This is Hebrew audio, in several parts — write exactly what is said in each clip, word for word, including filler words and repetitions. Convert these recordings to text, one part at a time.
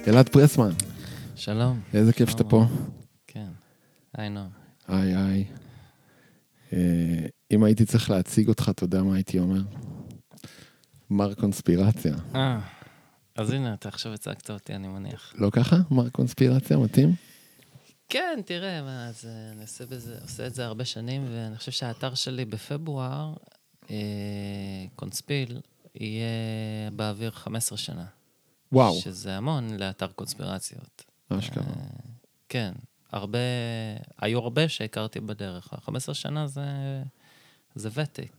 אלעד פרסמן. שלום. איזה כיף שאתה פה. כן, היי נועם. היי היי. אם הייתי צריך להציג אותך, אתה יודע מה הייתי אומר? מר קונספירציה. אה, אז הנה, אתה עכשיו הצגת אותי, אני מניח. לא ככה? מר קונספירציה, מתאים? כן, תראה, מה, אז אני עושה, בזה, עושה את זה הרבה שנים, ואני חושב שהאתר שלי בפברואר, אה, קונספיל, יהיה באוויר חמש עשרה שנה. וואו. שזה המון לאתר קונספירציות. אשכרה. אה, כן, הרבה, היו הרבה שהכרתי בדרך. חמש עשרה שנה זה, זה ותק.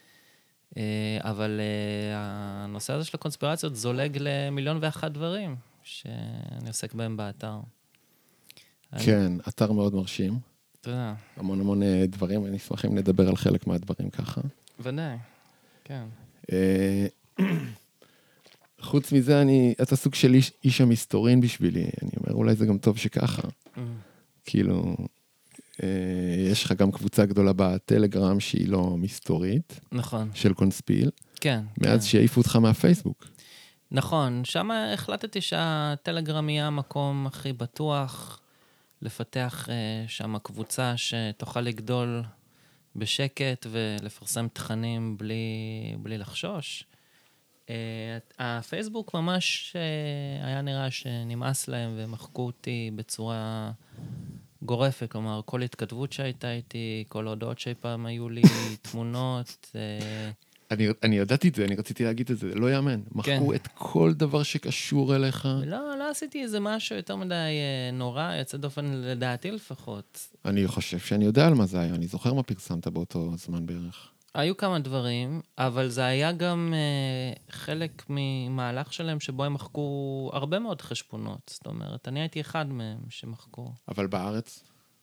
אבל הנושא הזה של הקונספירציות זולג למיליון ואחת דברים שאני עוסק בהם באתר. כן, אתר מאוד מרשים. תודה. המון המון דברים, ואני אשמח אם נדבר על חלק מהדברים ככה. ודאי, כן. חוץ מזה, אני, אתה סוג של איש, איש המסתורין בשבילי. אני אומר, אולי זה גם טוב שככה. כאילו, יש לך גם קבוצה גדולה בטלגרם שהיא לא מסתורית. נכון. של קונספיל. כן. מאז שהעיפו אותך מהפייסבוק. נכון, שם החלטתי שהטלגרם יהיה המקום הכי בטוח, לפתח שם קבוצה שתוכל לגדול בשקט ולפרסם תכנים בלי, בלי לחשוש. הפייסבוק ממש היה נראה שנמאס להם ומחקו אותי בצורה גורפת, כלומר, כל התכתבות שהייתה איתי, כל הודעות שאי פעם היו לי, תמונות. אני, אני ידעתי את זה, אני רציתי להגיד את זה, לא יאמן. מחקו את כל דבר שקשור אליך. לא, לא עשיתי איזה משהו יותר מדי נורא, יצא דופן לדעתי לפחות. אני חושב שאני יודע על מה זה היה, אני זוכר מה פרסמת באותו זמן בערך. היו כמה דברים, אבל זה היה גם uh, חלק ממהלך שלהם שבו הם מחקו הרבה מאוד חשבונות. זאת אומרת, אני הייתי אחד מהם שמחקו. אבל בארץ?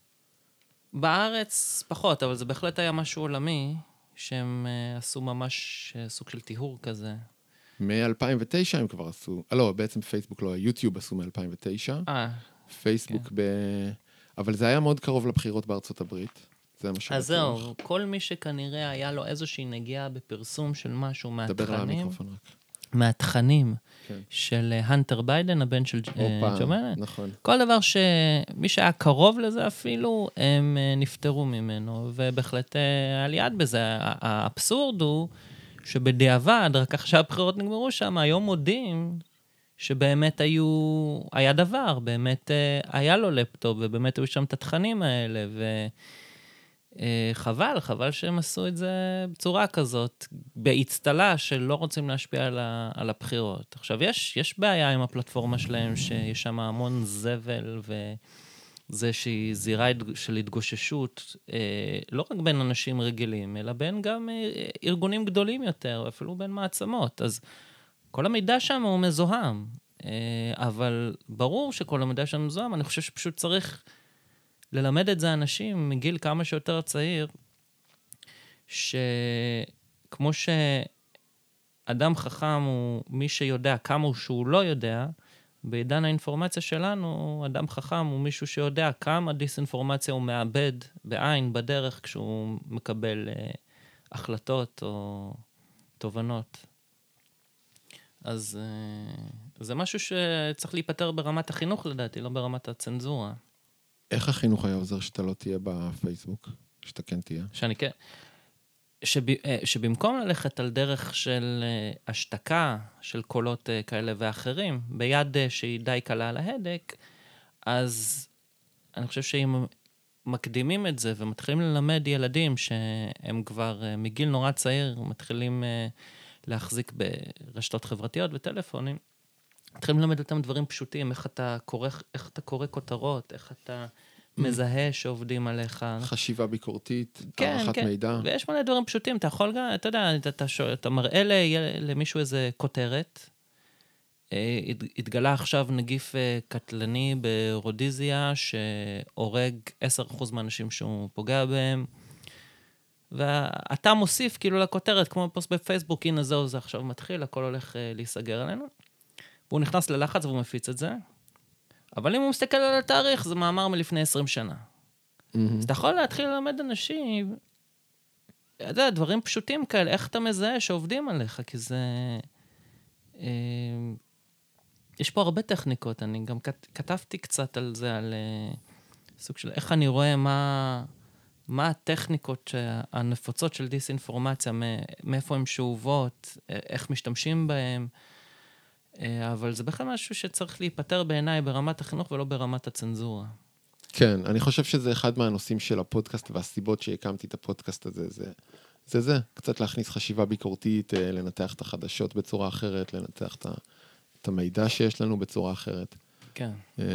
בארץ פחות, אבל זה בהחלט היה משהו עולמי, שהם uh, עשו ממש uh, סוג של טיהור כזה. מ-אלפיים ותשע הם כבר עשו, אה, לא, בעצם פייסבוק לא, יוטיוב עשו מ-אלפיים ותשע. אה. פייסבוק כן. ב... אבל זה היה מאוד קרוב לבחירות בארצות הברית. זה מה שבטוח. אז זהו, כל מי שכנראה היה לו איזושהי נגיעה בפרסום של משהו מהתכנים. דבר על המיקרופון רק. מהתכנים כן. של הנטר ביידן, הבן של ג'ו ביידן. נכון. כל דבר שמי שהיה קרוב לזה אפילו, הם נפטרו ממנו, ובהחלט היה לי יד בזה. האבסורד הוא שבדיעבד, רק אחרי שהבחירות נגמרו שם, היום מודים שבאמת היו, היה דבר, באמת היה לו לפטופ, ובאמת היו שם את התכנים האלה, ו... חבל, חבל שהם עשו את זה בצורה כזאת, בהצטלה שלא רוצים להשפיע על, ה, על הבחירות. עכשיו, יש, יש בעיה עם הפלטפורמה שלהם, שיש שם המון זבל, וזה שהיא זירה של התגוששות, לא רק בין אנשים רגילים, אלא בין גם ארגונים גדולים יותר, אפילו בין מעצמות. אז כל המידע שם הוא מזוהם, אבל ברור שכל המידע שם מזוהם, אני חושב שפשוט צריך... ללמד את זה אנשים מגיל כמה שיותר צעיר, שכמו שאדם חכם הוא מי שיודע כמה שהוא לא יודע, בעידן האינפורמציה שלנו, אדם חכם הוא מישהו שיודע כמה דיסאינפורמציה הוא מאבד בעין, בדרך, כשהוא מקבל אה, החלטות או תובנות. אז אה, זה משהו שצריך להיפטר ברמת החינוך לדעתי, לא ברמת הצנזורה. איך החינוך היה עוזר שאתה לא תהיה בפייסבוק? שאתה כן תהיה? שאני כן... שב, שבמקום ללכת על דרך של השתקה של קולות כאלה ואחרים, ביד שהיא די קלה על ההדק, אז אני חושב שאם מקדימים את זה ומתחילים ללמד ילדים שהם כבר מגיל נורא צעיר, מתחילים להחזיק ברשתות חברתיות וטלפונים, מתחילים ללמד אותם דברים פשוטים, איך אתה קורא, איך אתה קורא כותרות, איך אתה מזהה שעובדים עליך. חשיבה ביקורתית, כן, הערכת כן. מידע. ויש מלא דברים פשוטים, אתה יכול גם, אתה יודע, אתה, אתה, אתה מראה למישהו איזה כותרת, התגלה עכשיו נגיף קטלני ברודזיה, שהורג עשרה אחוז מהאנשים שהוא פוגע בהם, ואתה מוסיף כאילו לכותרת, כמו פוסט בפייסבוק, הנה זהו, זה עכשיו מתחיל, הכל הולך להיסגר עלינו. והוא נכנס ללחץ והוא מפיץ את זה. אבל אם הוא מסתכל על התאריך, זה מאמר מלפני עשרים שנה. Mm-hmm. אז אתה יכול להתחיל ללמד אנשים, אתה יודע, דברים פשוטים כאלה, איך אתה מזהה שעובדים עליך, כי זה... יש פה הרבה טכניקות, אני גם כת, כתבתי קצת על זה, על uh, סוג של איך אני רואה מה, מה הטכניקות הנפוצות של דיסאינפורמציה, מאיפה הן שאובות, איך משתמשים בהן, uh, אבל זה בכלל משהו שצריך להיפטר בעיניי ברמת החינוך ולא ברמת הצנזורה. כן, אני חושב שזה אחד מהנושאים של הפודקאסט, והסיבות שהקמתי את הפודקאסט הזה, זה זה, זה, קצת להכניס חשיבה ביקורתית, לנתח את החדשות בצורה אחרת, לנתח את, את המידע שיש לנו בצורה אחרת. כן.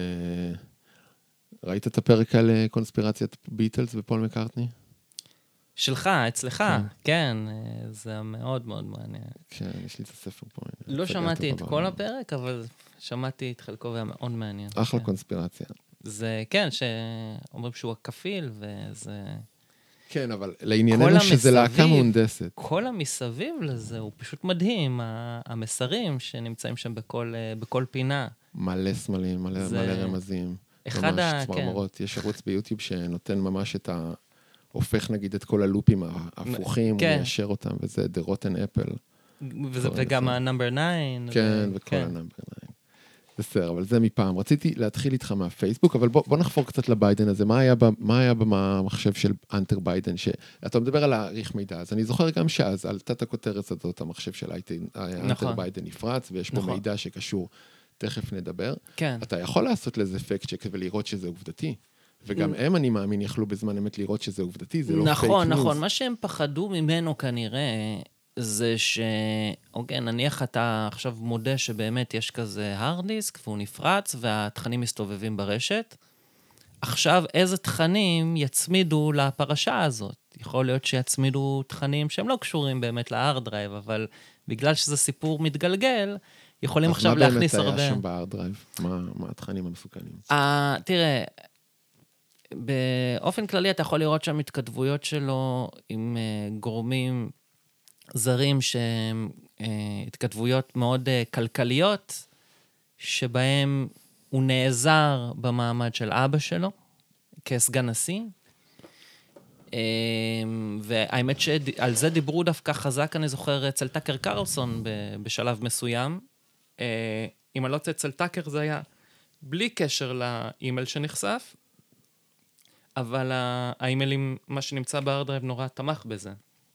ראית את הפרק על קונספירציית ביטלס ופול מקארטני? שלך, אצלך, כן. כן, זה מאוד מאוד מעניין. כן, יש לי את הספר פה. לא שמעתי את כל הפרק, אבל שמעתי את חלקו והיה מאוד מעניין. אחלה קונספירציה. זה, כן, שאומרים שהוא הכפיל, וזה... כן, אבל לענייננו שזה להקה מהונדסת. כל המסביב לזה הוא פשוט מדהים, המסרים שנמצאים שם בכל, בכל פינה. מלא סמלים, מלא, זה... מלא רמזים. אחד ממש ה... צמרמורות. כן. יש ערוץ ביוטיוב שנותן ממש את ה... הופך נגיד את כל הלופים ההפוכים, כן. ומיישר אותם, וזה The Rotten Apple. וזה, וגם ה-Number nine. כן, ו... וכל ה-Number nine. בסדר, אבל זה מפעם. רציתי להתחיל איתך מהפייסבוק, אבל בוא, בוא נחפור קצת לביידן הזה. מה היה, מה היה במחשב של אנטר ביידן? שאתה מדבר על העריך מידע, אז אני זוכר גם שאז, על תת הכותרת הזאת, המחשב של אנטר נכון. ביידן נפרץ, ויש פה נכון. מידע שקשור, תכף נדבר. כן. אתה יכול לעשות לזה פקט צ'ק ולראות שזה עובדתי. וגם הם, אני מאמין, יכלו בזמן אמת לראות שזה עובדתי, זה לא פייק ניוז. נכון, נכון. מה שהם פחדו ממנו כנראה... זה ש... אוקיי, נניח אתה עכשיו מודה שבאמת יש כזה hard disk, והוא נפרץ, והתכנים מסתובבים ברשת. עכשיו, איזה תכנים יצמידו לפרשה הזאת? יכול להיות שיצמידו תכנים שהם לא קשורים באמת ל-hard drive, אבל בגלל שזה סיפור מתגלגל, יכולים עכשיו להכניס הרבה... אז מה באמת היה שם ב-hard drive? מה, מה התכנים המסוכנים? Uh, תראה, באופן כללי אתה יכול לראות שם התכתבויות שלו עם uh, גורמים... זרים שהם אה, התכתבויות מאוד אה, כלכליות, שבהם הוא נעזר במעמד של אבא שלו, כסגן נשיא. אה, והאמת שעל זה דיברו דווקא חזק, אני זוכר, אצל טאקר קרלסון ב- בשלב מסוים. אה, אם אני לא רוצה אצל טאקר, זה היה בלי קשר לאימייל שנחשף, אבל האימיילים, מה שנמצא בארדרייב נורא תמך בזה.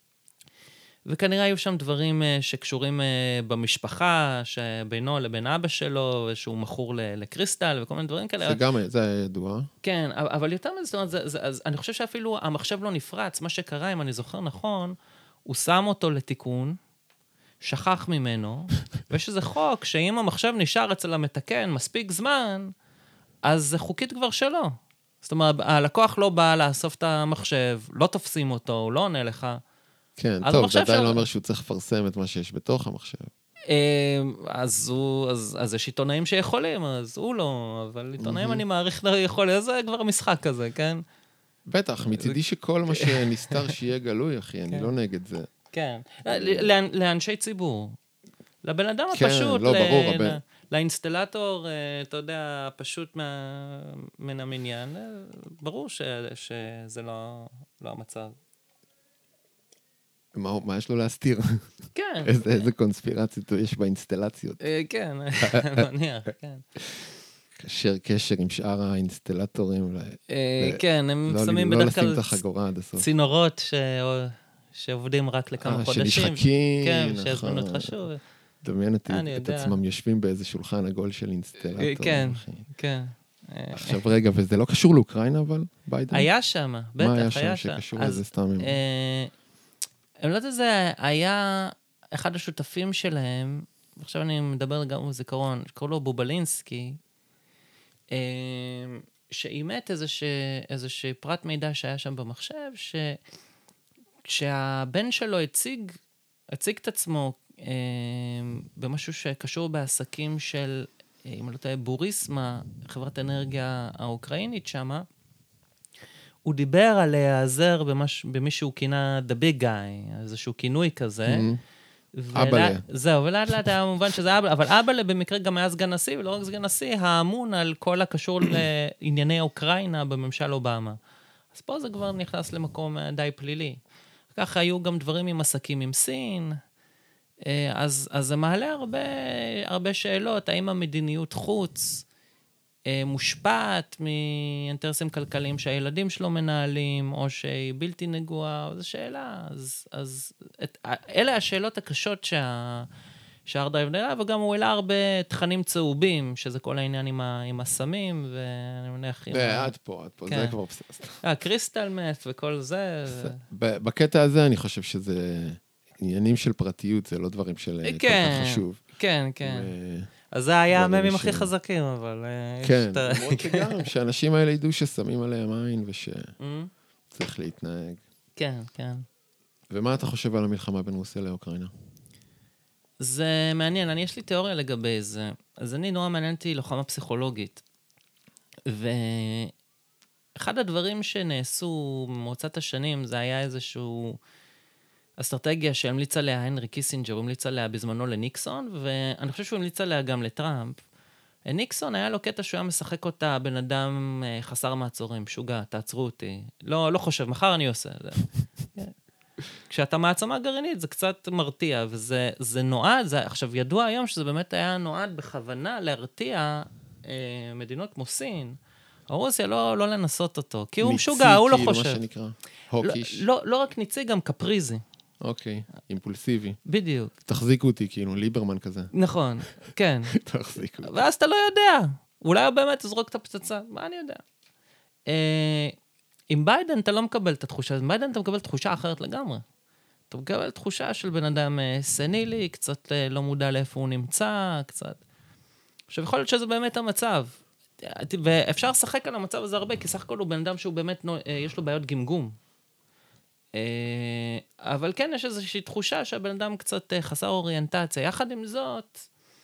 וכנראה היו שם דברים שקשורים במשפחה, שבינו לבין אבא שלו, שהוא מכור לקריסטל, וכל מיני דברים כאלה. זה גם, זה היה ידוע. כן, אבל יותר מזה, זאת אומרת, זה, זה, אז אני חושב שאפילו המחשב לא נפרץ, מה שקרה, אם אני זוכר נכון, הוא שם אותו לתיקון, שכח ממנו, ויש איזה חוק, שאם המחשב נשאר אצל המתקן מספיק זמן, אז זה חוקית כבר שלו. זאת אומרת, הלקוח לא בא לאסוף את המחשב, לא תופסים אותו, הוא לא עונה לך, כן, טוב, זה עדיין לא אומר שהוא צריך לפרסם את מה שיש בתוך המחשב. אז הוא, אז, אז יש עיתונאים שיכולים, אז הוא לא, אבל עיתונאים אני מעריך יכול, זה כבר משחק כזה, כן? בטח, מצידי שכל מה שנסתר שיהיה גלוי, אחי, אני לא נגד זה. כן, לאנשי ציבור, לבן אדם הפשוט, כן, לא, ברור, לאינסטלטור, אתה יודע, פשוט מן המניין, ברור שזה לא המצב. מה, מה יש לו להסתיר? כן. איזה, איזה קונספירציות יש באינסטלציות. כן, מניח, כן. קשר קשר עם שאר האינסטלטורים. כן, הם לא, שמים לא בדרך כלל כלל צינורות ש... שעובדים רק לכמה 아, חודשים. שנשחקים. כן, שיזמנו אותך שוב. דמיין את, את עצמם יושבים באיזה שולחן עגול של אינסטלטור. כן, כן. עכשיו רגע, וזה לא קשור לאוקראינה, אבל ביידן? היה שם, בטח, היה שם. מה היה שם שקשור לזה סתם? אני לא יודעת, זה היה אחד השותפים שלהם, עכשיו אני מדבר גם בזיכרון, שקורא לו בובלינסקי, שאימת איזושהי פרט מידע שהיה שם במחשב, כשהבן שלו הציג, הציג את עצמו במשהו שקשור בעסקים של, אם לא טועה, בוריסמה, חברת אנרגיה האוקראינית שמה, הוא דיבר על להיעזר במי שהוא כינה The Big Guy, איזשהו כינוי כזה. אבאלה. זהו, ולאט לאט היה מובן שזה אבאלה, אבל אבאלה במקרה גם היה סגן נשיא, ולא רק סגן נשיא, האמון על כל הקשור לענייני אוקראינה בממשל אובמה. אז פה זה כבר נכנס למקום די פלילי. כך היו גם דברים עם עסקים עם סין, אז, אז זה מעלה הרבה, הרבה שאלות, האם המדיניות חוץ מושפעת מאינטרסים כלכליים שהילדים שלו מנהלים, או שהיא בלתי נגועה, זו שאלה. אז, אז את, אלה השאלות הקשות שה... שהארדרייב נראה, וגם הוא העלה הרבה תכנים צהובים, שזה כל העניין עם, ה, עם הסמים, ואני מניח... זה עד פה, עד פה, זה כבר בסדר. הקריסטל מת וכל זה. בקטע הזה אני חושב שזה עניינים של פרטיות, זה לא דברים של כל כך חשוב. כן, כן. אז זה היה הממים הכי חזקים, אבל... כן, למרות שגם, שאנשים האלה ידעו ששמים עליהם עין, ושצריך להתנהג. כן, כן. ומה אתה חושב על המלחמה בין רוסיה לאוקראינה? זה מעניין, אני יש לי תיאוריה לגבי זה. אז אני נורא מעניינתי לוחמה פסיכולוגית. ואחד הדברים שנעשו במרוצת השנים, זה היה איזשהו אסטרטגיה שהמליץ עליה הנרי קיסינג'ר, הוא המליץ עליה בזמנו לניקסון, ואני חושב שהוא המליץ עליה גם לטראמפ. ניקסון היה לו קטע שהוא היה משחק אותה בן אדם חסר מעצורים, שוגע, תעצרו אותי. לא, לא חושב, מחר אני עושה. כשאתה מעצמה גרעינית, זה קצת מרתיע, וזה זה נועד, זה, עכשיו ידוע היום שזה באמת היה נועד בכוונה להרתיע אה, מדינות כמו סין, או רוסיה, לא, לא לנסות אותו, כי הוא משוגע, הוא לא חושב. ניצי, כאילו מה שנקרא, הוקיש. לא, לא, לא רק ניצי, גם קפריזי. אוקיי, אימפולסיבי. בדיוק. תחזיקו אותי, כאילו, ליברמן כזה. נכון, כן. תחזיקו אותי. ואז אתה לא יודע, אולי הוא באמת תזרוק את הפצצה, מה אני יודע. אה, עם ביידן אתה לא מקבל את התחושה, עם ביידן אתה מקבל תחושה אחרת לגמרי. אתה מקבל תחושה של בן אדם סנילי, קצת לא מודע לאיפה הוא נמצא, קצת. עכשיו, יכול להיות שזה באמת המצב. ואפשר לשחק על המצב הזה הרבה, כי סך הכל הוא בן אדם שהוא באמת, יש לו בעיות גמגום. אבל כן, יש איזושהי תחושה שהבן אדם קצת חסר אוריינטציה. יחד עם זאת,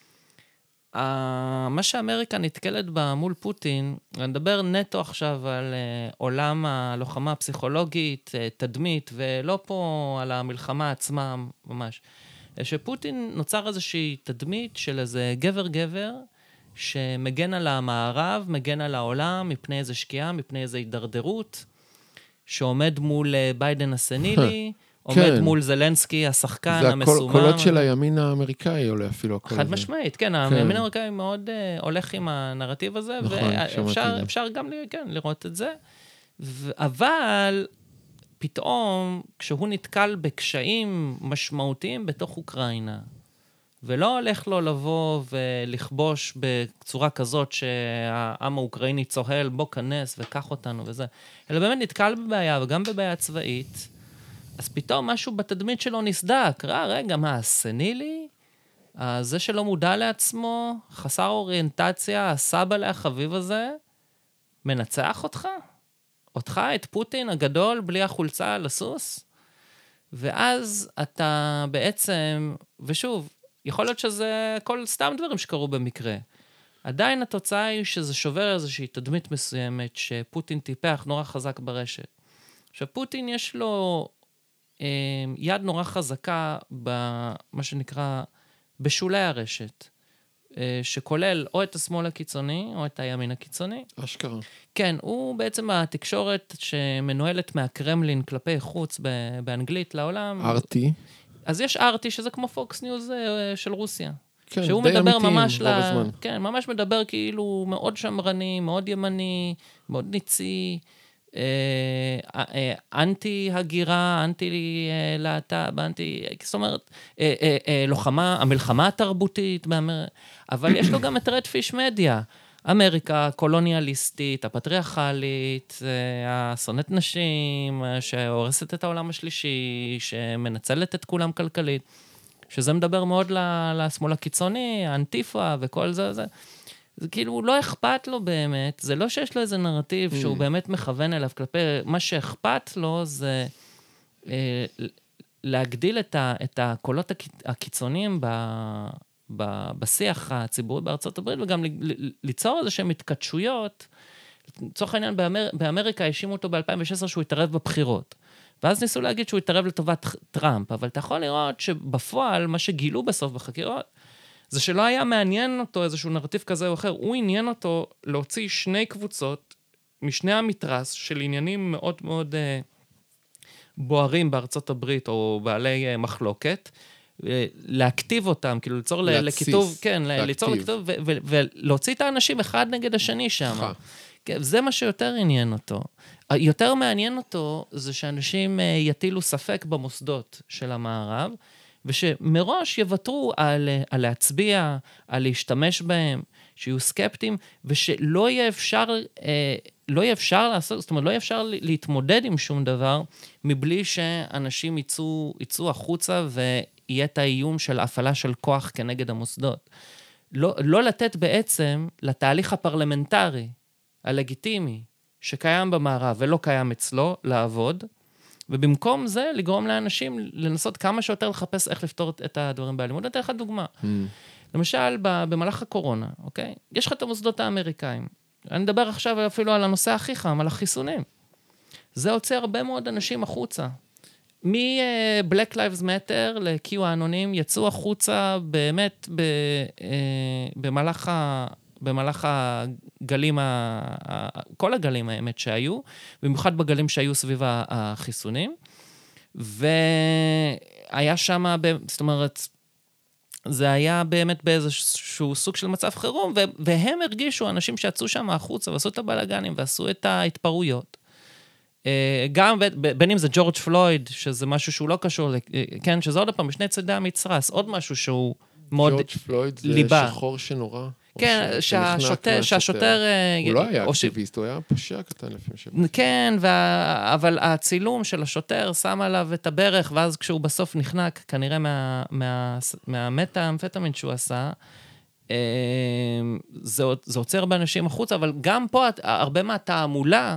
מה שאמריקה נתקלת בה מול פוטין, אני מדבר נטו עכשיו על עולם הלוחמה הפסיכולוגית, תדמית, ולא פה על המלחמה עצמה ממש. שפוטין נוצר איזושהי תדמית של איזה גבר-גבר, שמגן על המערב, מגן על העולם, מפני איזו שקיעה, מפני איזו הידרדרות, שעומד מול ביידן הסנילי, עומד מול זלנסקי, השחקן המסומם. זה הקולות של הימין האמריקאי עולה אפילו הכל הזה. חד משמעית, כן, הימין האמריקאי מאוד הולך עם הנרטיב הזה, ואפשר גם לראות את זה. אבל פתאום, כשהוא נתקל בקשיים משמעותיים בתוך אוקראינה, ולא הולך לו לבוא ולכבוש בצורה כזאת שהעם האוקראיני צוהל, בוא כנס וקח אותנו וזה, אלא באמת נתקל בבעיה, וגם בבעיה צבאית, אז פתאום משהו בתדמית שלו נסדק. ראה, רגע, מה, הסנילי? זה שלא מודע לעצמו, חסר אוריינטציה, הסבא להחביב הזה, מנצח אותך? אותך, את פוטין הגדול, בלי החולצה על הסוס? ואז אתה בעצם, ושוב, יכול להיות שזה כל סתם דברים שקרו במקרה. עדיין התוצאה היא שזה שובר איזושהי תדמית מסוימת, שפוטין טיפח נורא חזק ברשת. עכשיו, פוטין יש לו יד נורא חזקה במה שנקרא בשולי הרשת, שכולל או את השמאל הקיצוני או את הימין הקיצוני. אשכרה. כן, הוא בעצם התקשורת שמנוהלת מהקרמלין כלפי חוץ באנגלית לעולם. ארטי. אז יש ארטי שזה כמו פוקס ניוז של רוסיה. כן, שהוא די מדבר אמיתיים, ממש רוב הזמן. כן, ממש מדבר כאילו מאוד שמרני, מאוד ימני, מאוד ניצי, אנטי הגירה, אנטי להט"ב, אנטי, זאת אומרת, לוחמה, המלחמה התרבותית, אבל יש לו גם את רדפיש מדיה, אמריקה קולוניאליסטית, הפטריארכלית, השונאת נשים, שהורסת את העולם השלישי, שמנצלת את כולם כלכלית, שזה מדבר מאוד לשמאל הקיצוני, האנטיפה וכל זה, זה. זה כאילו, לא אכפת לו באמת, זה לא שיש לו איזה נרטיב שהוא באמת מכוון אליו כלפי, מה שאכפת לו זה אה, להגדיל את, ה, את הקולות הקיצוניים ב, ב, בשיח הציבורי בארצות הברית, וגם ליצור איזה שהן התקדשויות. לצורך העניין, באמר, באמריקה האשימו אותו ב-אלפיים ושש עשרה שהוא התערב בבחירות. ואז ניסו להגיד שהוא התערב לטובת טראמפ, אבל אתה יכול לראות שבפועל, מה שגילו בסוף בחקירות, זה שלא היה מעניין אותו איזשהו נרטיב כזה או אחר, הוא עניין אותו להוציא שני קבוצות, משני המתרס של עניינים מאוד מאוד אה, בוערים בארצות הברית, או בעלי אה, מחלוקת, להכתיב אותם, כאילו ליצור לכיתוב, כן, ליצור לכיתוב, ולהוציא את האנשים אחד נגד השני שם. זה מה שיותר עניין אותו. יותר מעניין אותו זה שאנשים יטילו ספק במוסדות של המערב, ושמראש יוותרו על, על להצביע, על להשתמש בהם, שיהיו סקפטיים, ושלא יהיה אפשר, לא יהיה אפשר לעשות, זאת אומרת, לא יהיה אפשר להתמודד עם שום דבר, מבלי שאנשים יצאו, יצאו החוצה, ויהיה את האיום של הפעלה של כוח כנגד המוסדות. לא, לא לתת בעצם לתהליך הפרלמנטרי, הלגיטימי, שקיים במערב ולא קיים אצלו, לעבוד, ובמקום זה לגרום לאנשים לנסות כמה שיותר לחפש איך לפתור את הדברים באלימות. נתן לך דוגמה. Mm. למשל, במהלך הקורונה, אוקיי? יש לך את המוסדות האמריקאים. אני מדבר עכשיו אפילו על הנושא הכי חם, על החיסונים. זה הוצא הרבה מאוד אנשים החוצה. מ-Black Lives Matter ל-Q האנונים יצאו החוצה באמת במהלך ה... במהלך הגלים, כל הגלים האמת שהיו, במיוחד בגלים שהיו סביב החיסונים, והיה שם, זאת אומרת, זה היה באמת באיזשהו סוג של מצב חירום, והם הרגישו, אנשים שיצאו שם החוצה, ועשו את הבלגנים, ועשו את ההתפרעויות. גם, בין אם זה ג'ורג' פלויד, שזה משהו שהוא לא קשור, כן, שזה עוד פעם, בשני צדי המצרס, עוד משהו שהוא מאוד ליבה. ג'ורג' פלויד זה שחור שנורא. כן, שהשוטר, שהשוטר... הוא לא היה אקטיביסט, הוא היה פושע קטן לפעמים שבא. כן, אבל הצילום של השוטר שם עליו את הברך, ואז כשהוא בסוף נחנק, כנראה מהמטאמפטמין שהוא עשה, זה עוצר באנשים החוץ, אבל גם פה הרבה מהתעמולה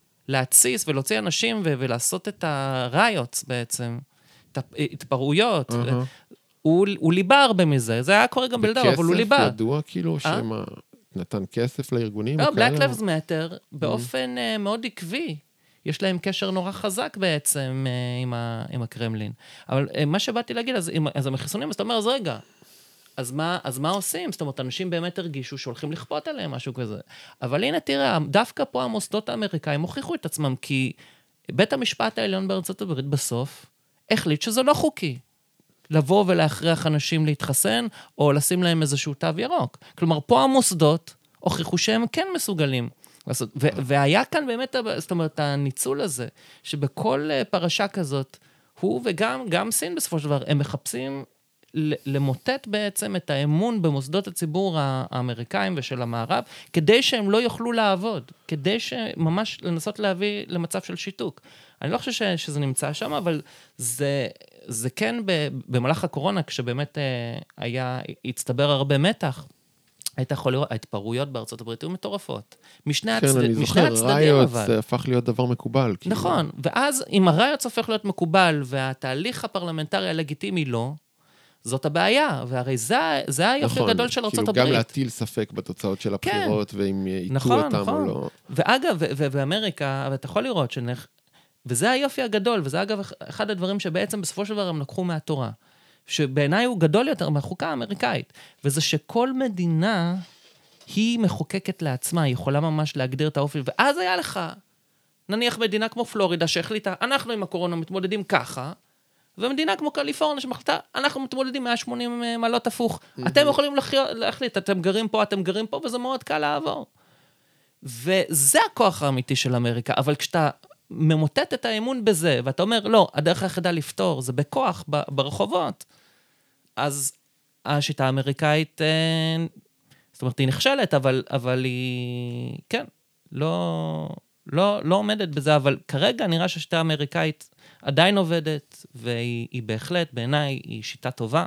להציס ולהוציא אנשים ולעשות את הראיות בעצם, את ההתפרעויות, הוא, הוא ליבה הרבה מזה, זה היה קורה גם בלדר, אבל הוא ליבה. בכסף ידוע כאילו שמה נתן כסף לארגונים? לא, Black Lives Matter באופן מאוד עקבי, יש להם קשר נורא חזק בעצם עם, ה, עם הקרמלין. אבל מה שבאתי להגיד, אז, אז המחיסונים, אז אתה אומר, אז רגע, אז מה, אז מה עושים? זאת אומרת, אנשים באמת הרגישו שהולכים לכפות עליהם משהו כזה. אבל הנה תראה, דווקא פה המוסדות האמריקאים הוכיחו את עצמם, כי בית המשפט העליון בארצות הברית בסוף החליט שזה לא חוקי. לבוא ולהכריח אנשים להתחסן, או לשים להם איזשהו תו ירוק. כלומר, פה המוסדות הוכיחו שהם כן מסוגלים לעשות. ו- והיה כאן באמת, זאת אומרת, הניצול הזה, שבכל פרשה כזאת, הוא וגם גם סין בסופו של דבר, הם מחפשים למוטט בעצם את האמון במוסדות הציבור האמריקאים ושל המערב, כדי שהם לא יוכלו לעבוד, כדי שממש לנסות להביא למצב של שיתוק. אני לא חושב שזה נמצא שם, אבל זה, זה כן במהלך הקורונה, כשבאמת היה, הצטבר הרבה מתח, היית יכול לראות, ההתפרעויות בארצות הברית היו מטורפות. משני כן, אני זוכר, ראיות זה הפך להיות דבר מקובל. נכון, ואז אם הראיות הופך להיות מקובל, והתהליך הפרלמנטרי הלגיטימי לא, זאת הבעיה, והרי זה, זה היופי נכון, הגדול של ארצות כאילו הברית. גם להטיל ספק בתוצאות של הבחירות, כן. ואם ייתו נכון, אותם נכון. או לא. ואגב, ובאמריקה, ואתה יכול לראות, שנך, וזה היופי הגדול, וזה אגב אחד הדברים שבעצם בסופו של דבר הם לקחו מהתורה, שבעיניי הוא גדול יותר מהחוקה האמריקאית, וזה שכל מדינה היא מחוקקת לעצמה, היא יכולה ממש להגדיר את האופי, ואז היה לך, נניח מדינה כמו פלורידה שהחליטה, אנחנו עם הקורונה מתמודדים ככה, ומדינה כמו קליפורניה שמחליטה, אנחנו מתמודדים מאה ושמונים מעלות הפוך. אתם יכולים להחליט, אתם גרים פה, אתם גרים פה, וזה מאוד קל לעבור. וזה הכוח האמיתי של אמריקה, אבל כשאתה ממוטט את האמון בזה, ואתה אומר, לא, הדרך היחידה לפתור, זה בכוח ברחובות, אז השיטה האמריקאית, זאת אומרת, היא נכשלת, אבל, אבל היא, כן, לא, לא, לא עומדת בזה, אבל כרגע נראה שהשיטה האמריקאית עדיין עובדת, והיא בהחלט, בעיניי, היא שיטה טובה.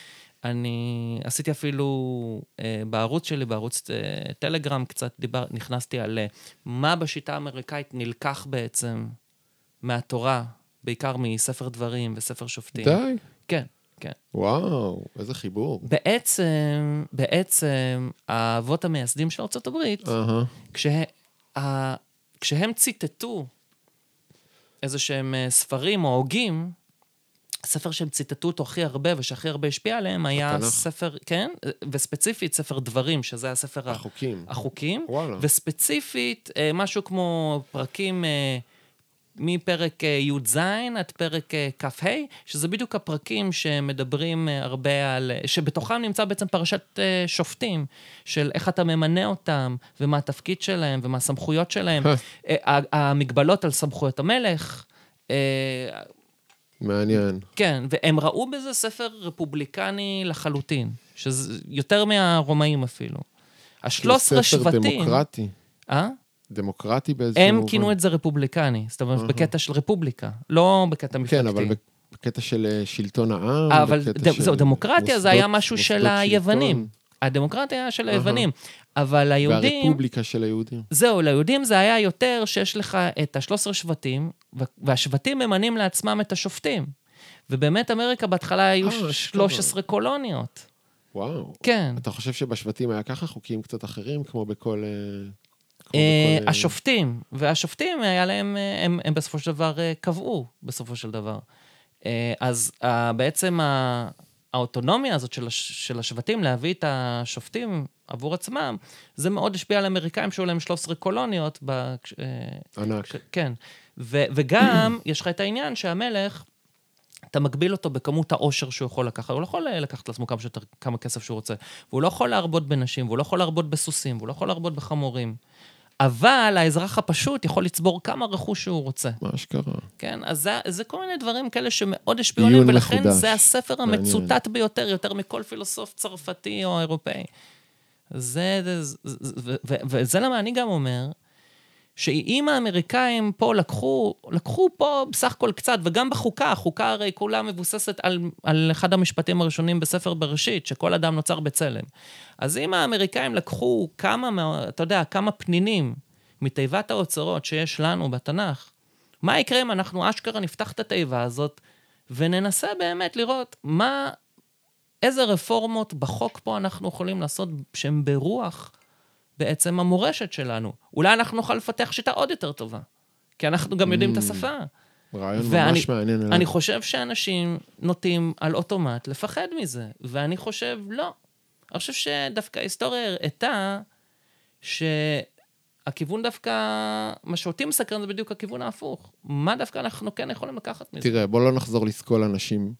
אני עשיתי אפילו אה, בערוץ שלי, בערוץ אה, טלגרם, קצת דיבר, נכנסתי על אה, מה בשיטה האמריקאית נלקח בעצם מהתורה, בעיקר מספר דברים וספר שופטים. די? כן, כן. וואו, איזה חיבור. בעצם, בעצם, האבות המייסדים של ארצות הברית, uh-huh. כשה, ה, כשהם ציטטו איזה שהם ספרים או הוגים, הספר שהם ציטטו אותו הכי הרבה ושהכי הרבה השפיע עליהם היה התנ"ך. ספר, כן, וספציפית ספר דברים, שזה הספר החוקים. החוקים, וואלה. וספציפית משהו כמו פרקים מפרק י"ז עד פרק כ"ה, שזה בדיוק הפרקים שמדברים הרבה על, שבתוכם נמצא בעצם פרשת שופטים, של איך אתה ממנה אותם, ומה התפקיד שלהם, ומה הסמכויות שלהם, המגבלות על סמכויות המלך. מעניין. כן, והם ראו בזה ספר רפובליקני לחלוטין, שזה יותר מהרומאים אפילו. השלוש עשרה שבטים... ספר דמוקרטי. אה? דמוקרטי באיזשהו הם מובן. כינו את זה רפובליקני, זאת אומרת, בקטע של רפובליקה, לא בקטע מפלגתי. כן, אבל בקטע של שלטון העם, אבל בקטע של... זהו, דמוקרטיה זה היה משהו מוסדות של היוונים. שלטון. הדמוקרטיה היה של היוונים. אבל היהודים... והרפובליקה של היהודים. זהו, ליהודים זה היה יותר שיש לך את ה-שלושה עשר שבטים, והשבטים ממנים לעצמם את השופטים. ובאמת אמריקה בהתחלה היו שלוש עשרה קולוניות. וואו. כן. אתה חושב שבשבטים היה ככה חוקים קצת אחרים, כמו בכל... השופטים, והשופטים היה להם, הם, הם בסופו של דבר קבעו, בסופו של דבר. אז בעצם האוטונומיה הזאת של, של השבטים להביא את השופטים עבור עצמם, זה מאוד השפיע על האמריקאים שהיו להם שלוש עשרה קולוניות. ב, ענק. ש, כן. ו, וגם יש לך את העניין שהמלך, אתה מגביל אותו בכמות העושר שהוא יכול לקחת, הוא לא יכול לקחת לעצמו כמה, שיותר, כמה כסף שהוא רוצה, והוא לא יכול להרבות בנשים, והוא לא יכול להרבות בסוסים, והוא לא יכול להרבות בחמורים. אבל האזרח הפשוט יכול לצבור כמה רכוש שהוא רוצה. מה שקרה. כן, אז זה, זה כל מיני דברים כאלה שמאוד השפיעו עליהם, ולכן מחודש. זה הספר המצוטט ביותר, יותר מכל פילוסוף צרפתי או אירופאי. זה, זה, זה, ו, ו, וזה למה אני גם אומר, שאם האמריקאים פה לקחו, לקחו פה בסך הכל קצת, וגם בחוקה, החוקה הרי כולה מבוססת על, על אחד המשפטים הראשונים בספר בראשית, שכל אדם נוצר בצלם. אז אם האמריקאים לקחו כמה, אתה יודע, כמה פנינים מתיבת האוצרות שיש לנו בתנ"ך, מה יקרה אם אנחנו אשכרה נפתח את התיבה הזאת, וננסה באמת לראות מה, איזה רפורמות בחוק פה אנחנו יכולים לעשות, שהן ברוח בעצם המורשת שלנו. אולי אנחנו נוכל לפתח שיטה עוד יותר טובה, כי אנחנו גם יודעים את השפה. רעיון ממש מעניין. אני חושב שאנשים נוטים על אוטומט לפחד מזה, ואני חושב, לא. אני חושב שדווקא ההיסטוריה הראתה שהכיוון דווקא, מה שאותי מסקרן זה בדיוק הכיוון ההפוך. מה דווקא אנחנו כן יכולים לקחת מזה? תראה, בוא לא נחזור לסקול אנשים.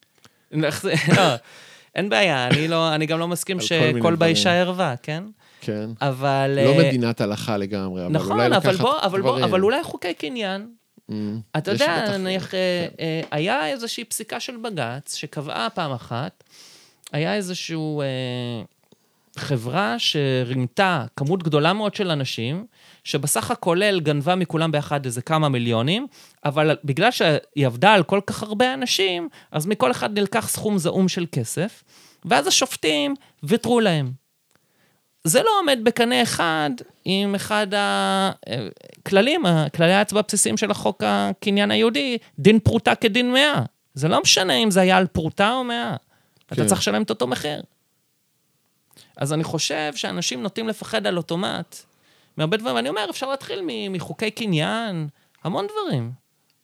אין בעיה, אני גם לא מסכים שכל באישה ערווה, כן? כן. אבל... לא מדינת הלכה לגמרי, אבל נכון, אולי לקחת אבל בוא, אבל דברים. בוא, אבל אולי חוקי קניין. Mm, אתה יודע, נניח, היה איזושהי פסיקה של בג"ץ, שקבעה פעם אחת, היה איזשהו חברה שרימתה כמות גדולה מאוד של אנשים, שבסך הכולל גנבה מכולם באחד איזה כמה מיליונים, אבל בגלל שהיא עבדה על כל כך הרבה אנשים, אז מכל אחד נלקח סכום זעום של כסף, ואז השופטים ויתרו להם. זה לא עומד בקנה אחד עם אחד הכללים, כללי ההצבעה הבסיסיים של החוק הקניין היהודי, דין פרוטה כדין מאה. זה לא משנה אם זה היה על פרוטה או מאה. כן. אתה צריך לשלם את אותו מחיר. אז אני חושב שאנשים נוטים לפחד על אוטומט, מהרבה דברים, ואני אומר, אפשר להתחיל מחוקי קניין, המון דברים.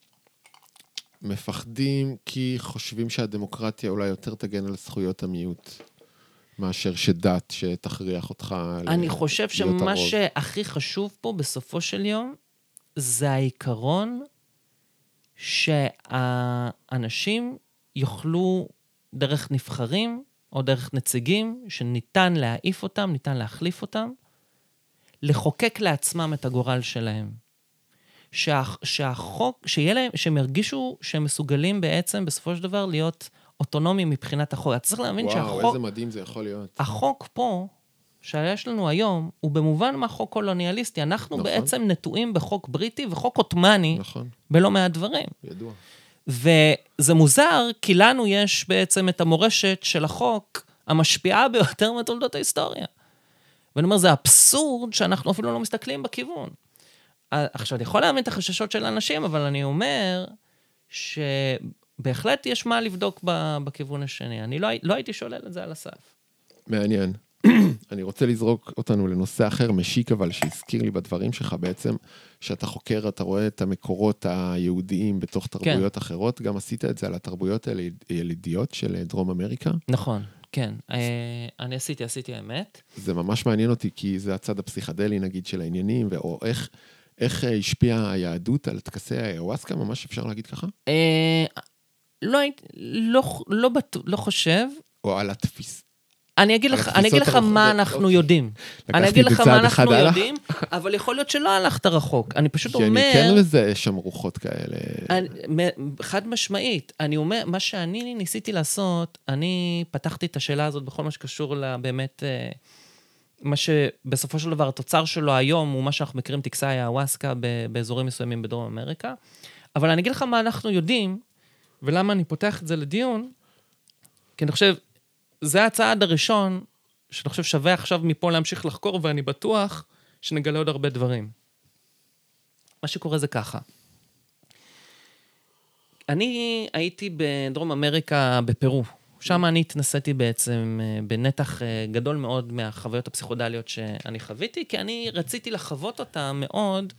מפחדים כי חושבים שהדמוקרטיה אולי יותר תגן על זכויות המיעוט. מאשר שדת שתכריח אותך אני חושב שמה שהכי חשוב פה בסופו של יום, זה העיקרון שהאנשים יוכלו דרך נבחרים, או דרך נציגים, שניתן להעיף אותם, ניתן להחליף אותם, לחוקק לעצמם את הגורל שלהם. שה, שהחוק, שיהיה להם, שהם ירגישו שהם מסוגלים בעצם בסופו של דבר להיות אוטונומי מבחינת החוק. אתה צריך להבין וואו, שהחוק... וואו, איזה מדהים זה יכול להיות. החוק פה, שיש לנו היום, הוא במובן מה חוק קולוניאליסטי. אנחנו נכון. בעצם נטועים בחוק בריטי וחוק עות'מאני, נכון. בלא מעט דברים. ידוע. וזה מוזר, כי לנו יש בעצם את המורשת של החוק המשפיעה ביותר מתולדות ההיסטוריה. ואני אומר, זה אבסורד שאנחנו אפילו לא מסתכלים בכיוון. עכשיו, אני יכול להבין את החששות של האנשים, אבל אני אומר ש... בהחלט יש מה לבדוק בכיוון השני. אני לא, לא הייתי שולל את זה על הסף. מעניין. אני רוצה לזרוק אותנו לנושא אחר, משיק אבל שהזכיר לי בדברים שלך בעצם, שאתה חוקר, אתה רואה את המקורות היהודיים בתוך תרבויות כן. אחרות, גם עשית את זה על התרבויות הילידיות של דרום אמריקה? נכון, כן. אני עשיתי, עשיתי האמת. זה ממש מעניין אותי, כי זה הצד הפסיכדלי נגיד של העניינים, או איך, איך השפיעה היהדות על טקסי האיוואסקה? ממש אפשר להגיד ככה? לא, לא, לא, לא חושב. או על התפיס. אני אגיד לך, אני אגיד לך מה אנחנו יודעים. אני אגיד לך מה אנחנו יודעים, אבל יכול להיות שלא הלכת רחוק. אני פשוט אומר... שאני כן לזה שם רוחות כאלה. חד משמעית. אני אומר, מה שאני ניסיתי לעשות, אני פתחתי את השאלה הזאת בכל מה שקשור לבאמת, מה שבסופו של דבר התוצר שלו היום, הוא מה שאנחנו מכירים טקסי האיוואסקה באזורים מסוימים בדרום אמריקה. אבל אני אגיד לך מה אנחנו יודעים, ולמה אני פותח את זה לדיון, כי אני חושב, זה הצעד הראשון, שאני חושב שווה עכשיו מפה להמשיך לחקור, ואני בטוח שנגלה עוד הרבה דברים. מה שקורה זה ככה. אני הייתי בדרום אמריקה בפרו, שם אני התנסיתי בעצם בנתח גדול מאוד מהחוויות הפסיכודליות שאני חוויתי, כי אני רציתי לחוות אותה מאוד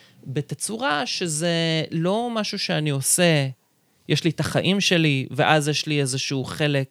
בתצורה שזה לא משהו שאני עושה, יש לי את החיים שלי, ואז יש לי איזשהו חלק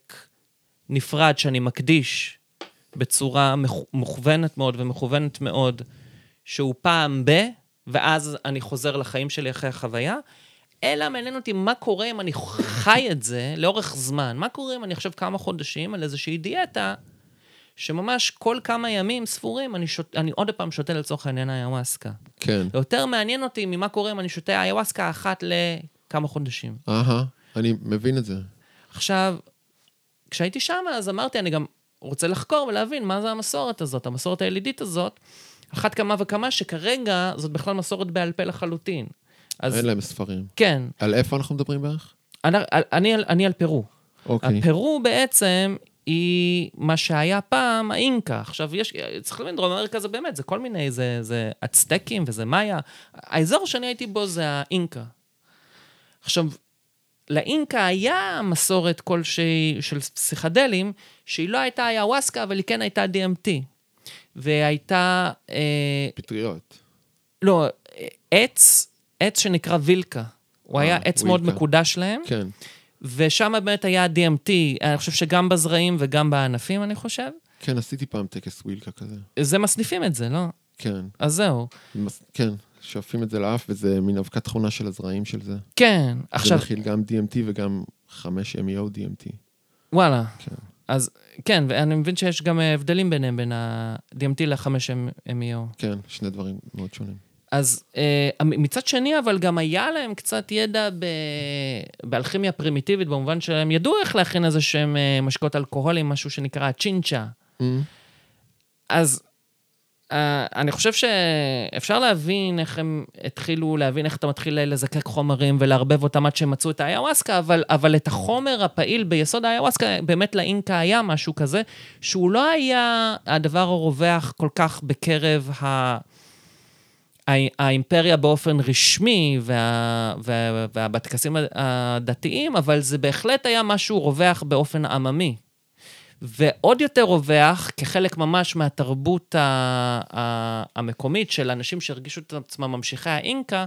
נפרד שאני מקדיש בצורה מוכוונת מאוד ומכוונת מאוד, שהוא פעם ב, ואז אני חוזר לחיים שלי אחרי החוויה, אלא מעניין אותי מה קורה אם אני חי את זה לאורך זמן, מה קורה אם אני חושב כמה חודשים על איזושהי דיאטה, שממש כל כמה ימים ספורים, אני, שוט, אני עוד פעם שותה לצורך העניין האיוואסקה. כן. יותר מעניין אותי ממה קורה אם אני שותה האיוואסקה אחת לכמה חודשים. אהה, אני מבין את זה. עכשיו, כשהייתי שם, אז אמרתי, אני גם רוצה לחקור ולהבין מה זה המסורת הזאת, המסורת הילידית הזאת, אחת כמה וכמה שכרגע זאת בכלל מסורת בעל פה לחלוטין. אז, אין להם ספרים. כן. על איפה אנחנו מדברים בערך? אני, אני, אני על פרו. אוקיי. הפרו בעצם היא מה שהיה פעם האינקה. עכשיו, יש, צריך להבין, דרום אמריקה זה באמת, זה כל מיני, זה, זה אצטקים וזה מאיה. האזור שאני הייתי בו זה האינקה. עכשיו, לאינקה היה מסורת כלשהי של פסיכדלים, שהיא לא הייתה איוואסקה, אבל היא כן הייתה די אם טי. והייתה... אה, פטריות. לא, עץ, עץ שנקרא וילקה. הוא היה עץ מאוד מקודש להם. כן. ושם באמת היה די אם טי, אני חושב שגם בזרעים וגם בענפים, אני חושב. כן, עשיתי פעם טקס וילקה כזה. זה מסניפים את זה, לא? כן. אז זהו. כן, שואפים את זה לאף, וזה מין אבקת תכונה של הזרעים של זה. כן, עכשיו... זה מכיל גם די אם טי וגם חמש אם אי או די אם טי. וואלה. כן. אז כן, ואני מבין שיש גם הבדלים ביניהם, בין ה-די אם טי ל-חמש אם אי או. כן, שני דברים מאוד שונים. אז uh, מצד שני, אבל גם היה להם קצת ידע ב... באלכימיה פרימיטיבית, במובן שהם ידעו איך להכין איזה שהם uh, משקות אלכוהולים, משהו שנקרא צ'ינצ'ה. Mm-hmm. אז uh, אני חושב שאפשר להבין איך הם התחילו להבין, איך אתה מתחיל לזקק חומרים ולהרבב אותם עד שהם מצאו את האיוואסקה, אבל, אבל את החומר הפעיל ביסוד האיוואסקה, באמת לאינקה היה משהו כזה, שהוא לא היה הדבר הרווח כל כך בקרב ה... האימפריה באופן רשמי וה, וה, והטקסים הדתיים, אבל זה בהחלט היה משהו רווח באופן עממי. ועוד יותר רווח, כחלק ממש מהתרבות המקומית של אנשים שהרגישו את עצמם ממשיכי האינקה,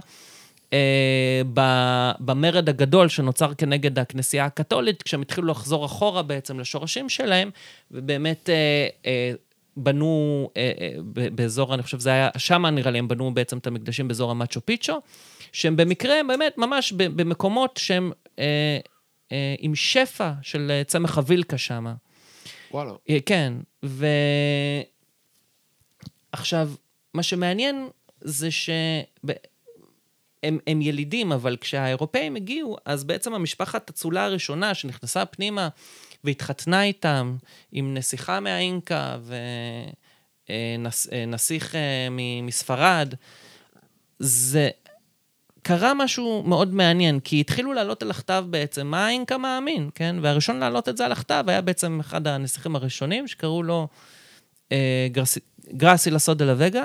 במרד הגדול שנוצר כנגד הכנסייה הקתולית, כשהם התחילו לחזור אחורה בעצם לשורשים שלהם, ובאמת... בנו אה, אה, באזור, אני חושב, זה היה, שם נראה לי, הם בנו בעצם את המקדשים באזור המאצ'ו פיצ'ו, שהם במקרה, באמת, ממש במקומות שהם אה, אה, עם שפע של צמח הווילקה שם. וואלה. אה, כן, ועכשיו, מה שמעניין זה שהם הם ילידים, אבל כשהאירופאים הגיעו, אז בעצם המשפחת הצולה הראשונה שנכנסה פנימה, והתחתנה איתם עם נסיכה מהאינקה ונסיך מספרד, זה קרה משהו מאוד מעניין, כי התחילו לעלות על הכתב בעצם מה האינקה מאמין, כן? והראשון לעלות את זה על הכתב היה בעצם אחד הנסיכים הראשונים, שקראו לו גרסי, גרסי סודה לה וגה,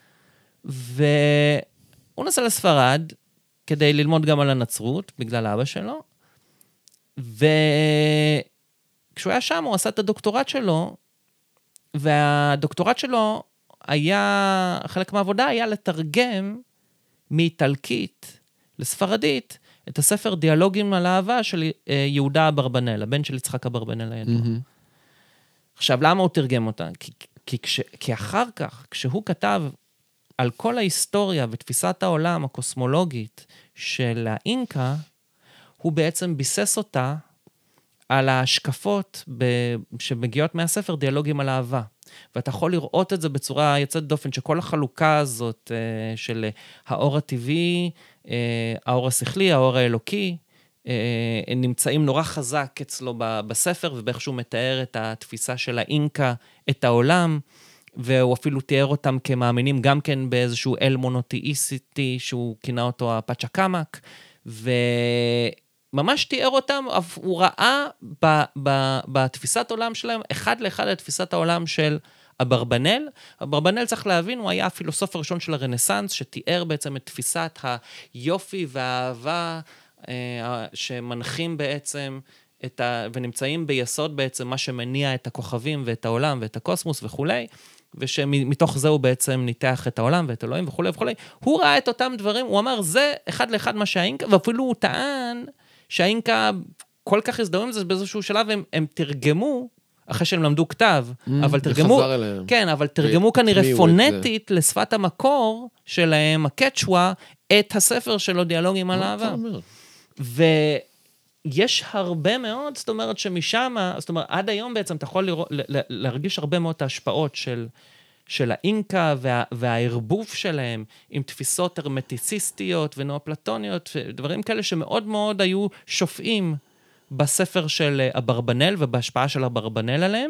והוא נסע לספרד כדי ללמוד גם על הנצרות, בגלל אבא שלו, ו... כשהוא היה שם, הוא עשה את הדוקטורט שלו, והדוקטורט שלו היה, חלק מהעבודה היה לתרגם מאיטלקית לספרדית, את הספר דיאלוגים על אהבה של יהודה אברבנאל, הבן של יצחק אברבנאל הידוע. Mm-hmm. עכשיו, למה הוא תרגם אותה? כי, כי, כש, כי אחר כך, כשהוא כתב על כל ההיסטוריה ותפיסת העולם הקוסמולוגית של האינקה, הוא בעצם ביסס אותה על ההשקפות שמגיעות מהספר, דיאלוגים על אהבה. ואתה יכול לראות את זה בצורה יוצאת דופן, שכל החלוקה הזאת של האור הטבעי, האור השכלי, האור האלוקי, הם נמצאים נורא חזק אצלו בספר, ובאיך שהוא מתאר את התפיסה של האינקה, את העולם, והוא אפילו תיאר אותם כמאמינים גם כן באיזשהו אל מונותאיסטי, שהוא כינה אותו הפצ'קמק, וממש תיאר אותם, הוא ראה ב, ב, בתפיסת עולם שלהם, אחד לאחד לתפיסת העולם של אברבנאל. אברבנאל, צריך להבין, הוא היה הפילוסוף הראשון של הרנסנס, שתיאר בעצם את תפיסת היופי והאהבה, שמנחים בעצם את ה... ונמצאים ביסוד בעצם מה שמניע את הכוכבים ואת העולם ואת הקוסמוס וכולי, ושמתוך זה הוא בעצם ניתח את העולם ואת אלוהים וכולי וכולי. הוא ראה את אותם דברים, הוא אמר, זה אחד לאחד מה שהאינקה, ואפילו הוא טען שהאינקה כל כך הזדהים זה באיזשהו שלב, הם, הם תרגמו, אחרי שהם למדו כתב, mm, אבל תרגמו, כן, אבל תרגמו כנראה פונטית לשפת המקור שלהם, הקצ'ווה, את הספר שלו דיאלוגים על אהבה. ויש הרבה מאוד, זאת אומרת שמשם, זאת אומרת, עד היום בעצם אתה יכול לראות, להרגיש הרבה מאוד ההשפעות של, של האינקה וה, והערבוב שלהם עם תפיסות הרמטיסיסטיות ונאופלטוניות, ודברים כאלה שמאוד מאוד היו שופעים בספר של אברבנאל ובהשפעה של אברבנאל עליהם.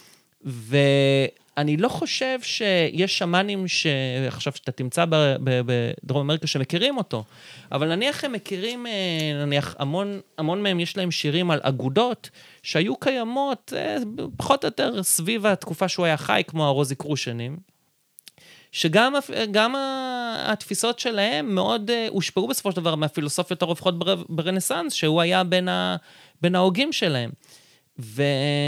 ואני לא חושב שיש שמנים שעכשיו שאתה תמצא בדרום אמריקה שמכירים אותו, אבל נניח הם מכירים, נניח המון, המון מהם יש להם שירים על אגודות שהיו קיימות פחות או יותר סביב התקופה שהוא היה חי, כמו הרוזי קרושנים, שגם גם התפיסות שלהם מאוד הושפעו בסופו של דבר מהפילוסופיות הרווחות ברנסנס, שהוא היה בין, ה, בין ההוגים שלהם. ו...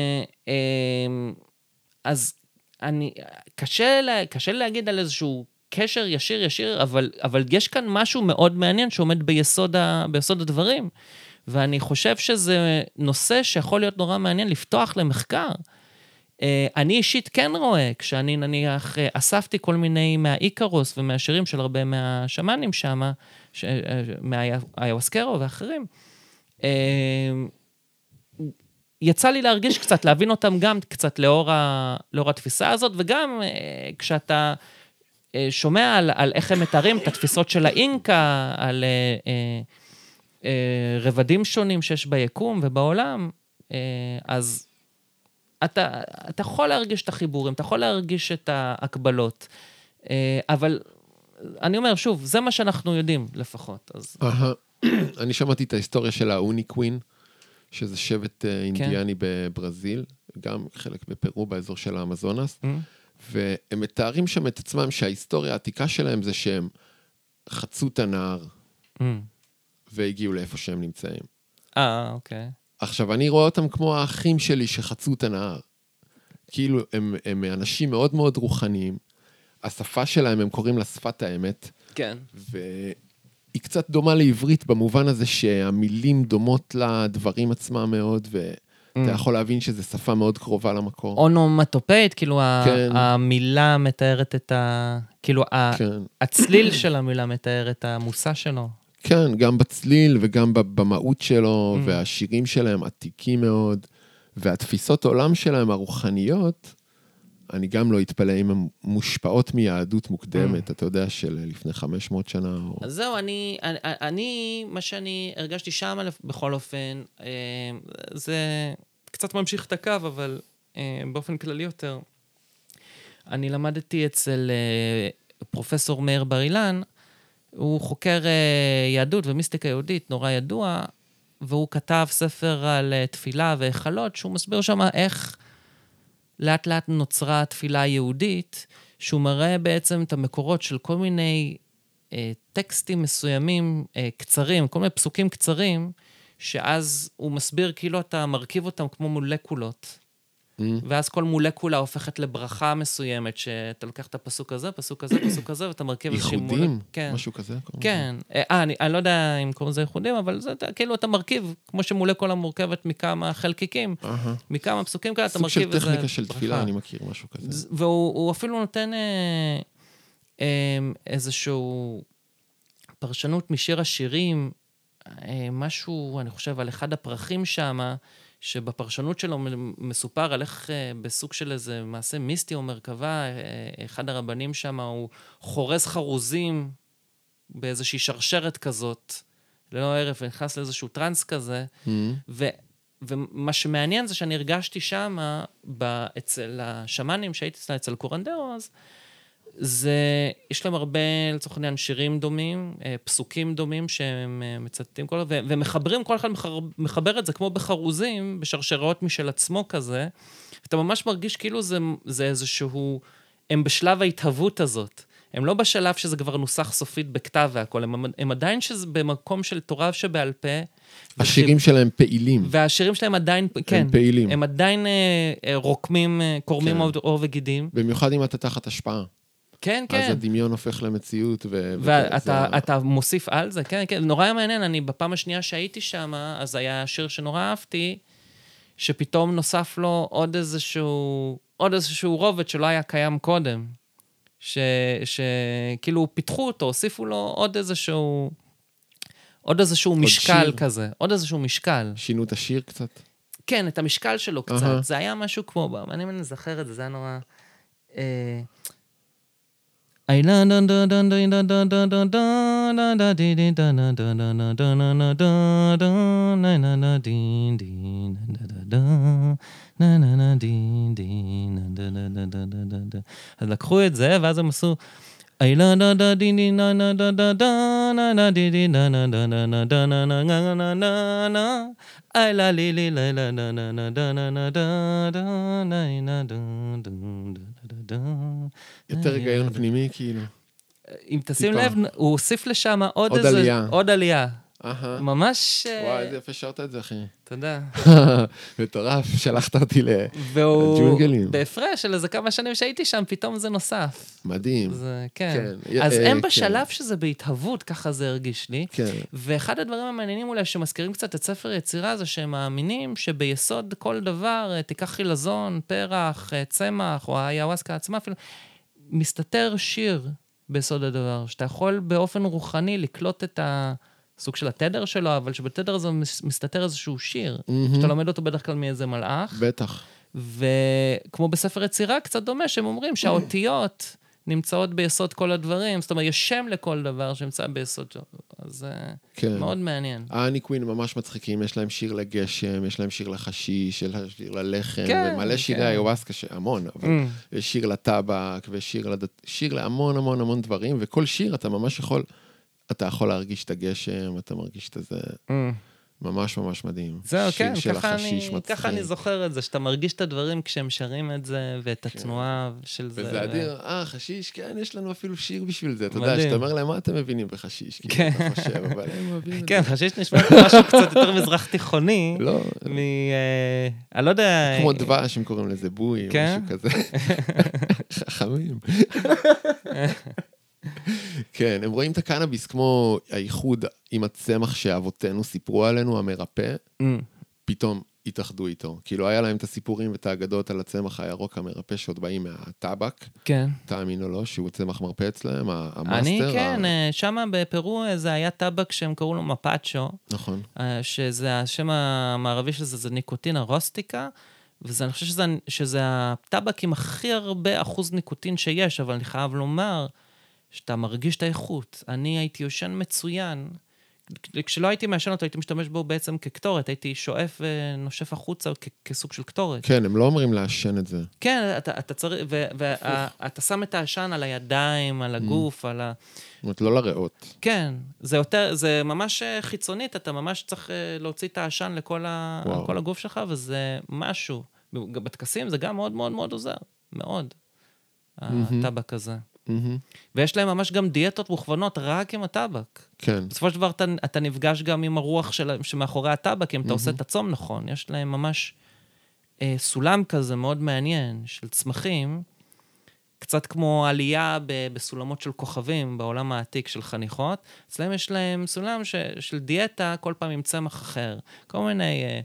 אז אני, קשה, לה, קשה להגיד על איזשהו קשר ישיר ישיר, אבל, אבל יש כאן משהו מאוד מעניין שעומד ביסוד, ה, ביסוד הדברים, ואני חושב שזה נושא שיכול להיות נורא מעניין לפתוח למחקר. אני אישית כן רואה, כשאני נניח אספתי כל מיני מהאיקרוס ומהשירים של הרבה מהשמנים שם, מהאיווסקרו ואחרים, יצא לי להרגיש קצת, להבין אותם גם קצת לאור, ה, לאור התפיסה הזאת, וגם אה, כשאתה אה, שומע על, על איך הם מתארים את התפיסות של האינקה, על אה, אה, אה, רבדים שונים שיש ביקום ובעולם, אה, אז אתה, אתה יכול להרגיש את החיבורים, אתה יכול להרגיש את ההקבלות, אה, אבל אני אומר שוב, זה מה שאנחנו יודעים לפחות. אז... אני שמעתי את ההיסטוריה של האוניקווין, שזה שבט אינדיאני כן. בברזיל, גם חלק בפרו, באזור של האמזונס, mm. והם מתארים שם את עצמם שההיסטוריה העתיקה שלהם זה שהם חצו את הנהר, mm. והגיעו לאיפה שהם נמצאים. אה, אוקיי. עכשיו, אני רואה אותם כמו האחים שלי שחצו את הנהר. כאילו, הם, הם אנשים מאוד מאוד רוחניים, השפה שלהם, הם קוראים לה שפת האמת. כן. ו... היא קצת דומה לעברית במובן הזה שהמילים דומות לדברים עצמם מאוד, ואתה יכול להבין שזו שפה מאוד קרובה למקור. אונומטופאית, כאילו המילה מתארת את ה... כאילו הצליל של המילה מתאר את המושא שלו. כן, גם בצליל וגם במהות שלו, והשירים שלהם עתיקים מאוד, והתפיסות עולם שלהם הרוחניות, אני גם לא אתפלא אם הן מושפעות מיהדות מוקדמת, אתה יודע, של לפני חמש מאות שנה. אז זהו, אני, אני, מה שאני הרגשתי שם, בכל אופן, זה קצת ממשיך את הקו, אבל באופן כללי יותר. אני למדתי אצל פרופסור מאיר בר אילן, הוא חוקר יהדות ומיסטיקה יהודית, נורא ידוע, והוא כתב ספר על תפילה והיכלות, שהוא מסביר שם איך לאט לאט נוצרה התפילה היהודית, שהוא מראה בעצם את המקורות של כל מיני אה, טקסטים מסוימים אה, קצרים, כל מיני פסוקים קצרים, שאז הוא מסביר כאילו אתה מרכיב אותם כמו מולקולות, mm. ואז כל מולקולה הופכת לברכה מסוימת, שאתה לוקח את הפסוק הזה, פסוק הזה, פסוק הזה, ואתה מרכיב איזושהי מולקולה. ייחודים? כן. משהו כזה? כן. אה, אני, אני לא יודע אם קוראים לזה ייחודים, אבל זה כאילו אתה מרכיב, כמו שמולקולה מורכבת מכמה חלקיקים, uh-huh. מכמה פסוקים כאלה, אתה מרכיב איזה... סוג של טכניקה של תפילה, אני מכיר משהו כזה. והוא אפילו נותן... איזשהו פרשנות משיר השירים, משהו, אני חושב, על אחד הפרחים שם, שבפרשנות שלו מסופר על איך בסוג של איזה מעשה מיסטי או מרכבה, אחד הרבנים שם הוא חורז חרוזים באיזושהי שרשרת כזאת, ללא ערף, ונכנס לאיזשהו טרנס כזה, mm-hmm. ו, ומה שמעניין זה שאני הרגשתי שם, אצל השמנים שהייתי אצלה, אצל קורנדרו, אז זה, יש להם הרבה, לצורך העניין, שירים דומים, פסוקים דומים שהם מצטטים כל, ו- ומחברים, כל אחד מחבר, מחבר את זה כמו בחרוזים, בשרשרות משל עצמו כזה, אתה ממש מרגיש כאילו זה, זה איזשהו, הם בשלב ההתהוות הזאת, הם לא בשלב שזה כבר נוסח סופית בכתב והכל, הם, הם עדיין שזה במקום של תורה שבעל פה. השירים וש... שלהם פעילים. והשירים שלהם עדיין, כן, הם פעילים. הם עדיין אה, רוקמים, קורמים כן. עור וגידים. במיוחד אם אתה תחת השפעה. כן, כן. אז הדמיון הופך למציאות. ו... ואתה וזה... אתה מוסיף על זה, כן, כן. נורא מעניין, אני בפעם השנייה שהייתי שם, אז היה שיר שנורא אהבתי, שפתאום נוסף לו עוד איזשהו, עוד איזשהו רובד שלא היה קיים קודם. ש... שכאילו פיתחו אותו, הוסיפו לו עוד איזשהו, עוד איזשהו עוד משקל שיר. כזה. עוד איזשהו משקל. שינו את השיר קצת? כן, את המשקל שלו קצת. Uh-huh. זה היה משהו כמו, אני מזכר את זה, זה היה נורא... I la da da da da da da da da da da di di da da da da da da da da da na na na di di da da da na na na di di na da da da da da da da אז לקחו את זה ואז הם עשו I la da da di di na na da da da na na di di na na da na na da na na na na na na I la li li la la na na na da na na da da na na da da da da יותר היגיון פנימי כאילו. אם תשים לב, הוא הוסיף לשם עוד איזה... עוד עלייה. עוד עלייה. ממש... וואי, איזה יפה שרת את זה, אחי. תודה. מטורף, שלחת אותי לג'ונגלים. בהפרש של איזה כמה שנים שהייתי שם, פתאום זה נוסף. מדהים. כן. אז הם בשלב שזה בהתהוות, ככה זה הרגיש לי. ואחד הדברים המעניינים אולי שמזכירים קצת את ספר יצירה, זה שהם מאמינים שביסוד כל דבר, תיקח חילזון, פרח, צמח, או היאווסקה עצמה, אפילו, מסתתר שיר ביסוד הדבר, שאתה יכול באופן רוחני לקלוט את ה... סוג של התדר שלו, אבל שבתדר הזה מסתתר איזשהו שיר, mm-hmm. שאתה לומד אותו בדרך כלל מאיזה מלאך. בטח. וכמו בספר יצירה, קצת דומה, שהם אומרים שהאותיות נמצאות ביסוד כל הדברים, זאת אומרת, יש שם לכל דבר שנמצא ביסוד שלו, אז כן. מאוד מעניין. האני קווין ממש מצחיקים, יש להם שיר לגשם, יש להם שיר לחשיש, יש להם שיר ללחם, כן, ומלא שירי כן. היוואסקה, המון, אבל mm. יש שיר לטבק, ושיר לדת... שיר להמון המון המון דברים, וכל שיר אתה ממש יכול... אתה יכול להרגיש את הגשם, אתה מרגיש את זה mm. ממש ממש מדהים. זהו, כן, ככה אני, ככה אני זוכר את זה, שאתה מרגיש את הדברים כשהם שרים את זה, ואת כן. התנועה של וזה זה. וזה אדיר, אה, חשיש, כן, יש לנו אפילו שיר בשביל זה. אתה יודע, שאתה אומר להם, מה אתם מבינים בחשיש? כן. כי אתה חושב, אבל הם אוהבים את כן, זה. חשיש נשמע משהו קצת יותר מזרח תיכוני. לא. מ... אני לא יודע... כמו דבש, הם קוראים לזה בוי, כן? משהו כזה. חכמים. כן, הם רואים את הקנאביס כמו האיחוד עם הצמח שאבותינו סיפרו עלינו, המרפא, mm. פתאום התאחדו איתו. כאילו היה להם את הסיפורים ואת האגדות על הצמח הירוק המרפא שעוד באים מהטבק. כן. תאמין או לא, שהוא צמח מרפא אצלהם, המאסטר. אני כן, ה... שם בפרו זה היה טבק שהם קראו לו מפאצ'ו. נכון. שזה השם המערבי של זה, זה ניקוטין הרוסטיקה, ואני חושב שזה, שזה הטבק עם הכי הרבה אחוז ניקוטין שיש, אבל אני חייב לומר... שאתה מרגיש את האיכות. אני הייתי יושן מצוין. כשלא הייתי מעשן אותו, הייתי משתמש בו בעצם כקטורת. הייתי שואף ונושף החוצה כ- כסוג של קטורת. כן, הם לא אומרים לעשן את זה. כן, אתה, אתה צריך, ואתה שם את העשן על הידיים, על הגוף, על ה... זאת אומרת, לא לריאות. כן, זה יותר, זה ממש חיצונית, אתה ממש צריך להוציא את העשן לכל ה, כל הגוף שלך, וזה משהו. בטקסים זה גם מאוד מאוד מאוד עוזר. מאוד. הטבק הזה. Mm-hmm. ויש להם ממש גם דיאטות מוכוונות רק עם הטבק. כן. בסופו של דבר אתה, אתה נפגש גם עם הרוח של, שמאחורי הטבק, אם mm-hmm. אתה עושה את הצום נכון. יש להם ממש אה, סולם כזה מאוד מעניין של צמחים, קצת כמו עלייה ב, בסולמות של כוכבים בעולם העתיק של חניכות. אצלם יש להם סולם ש, של דיאטה כל פעם עם צמח אחר. כל מיני אה,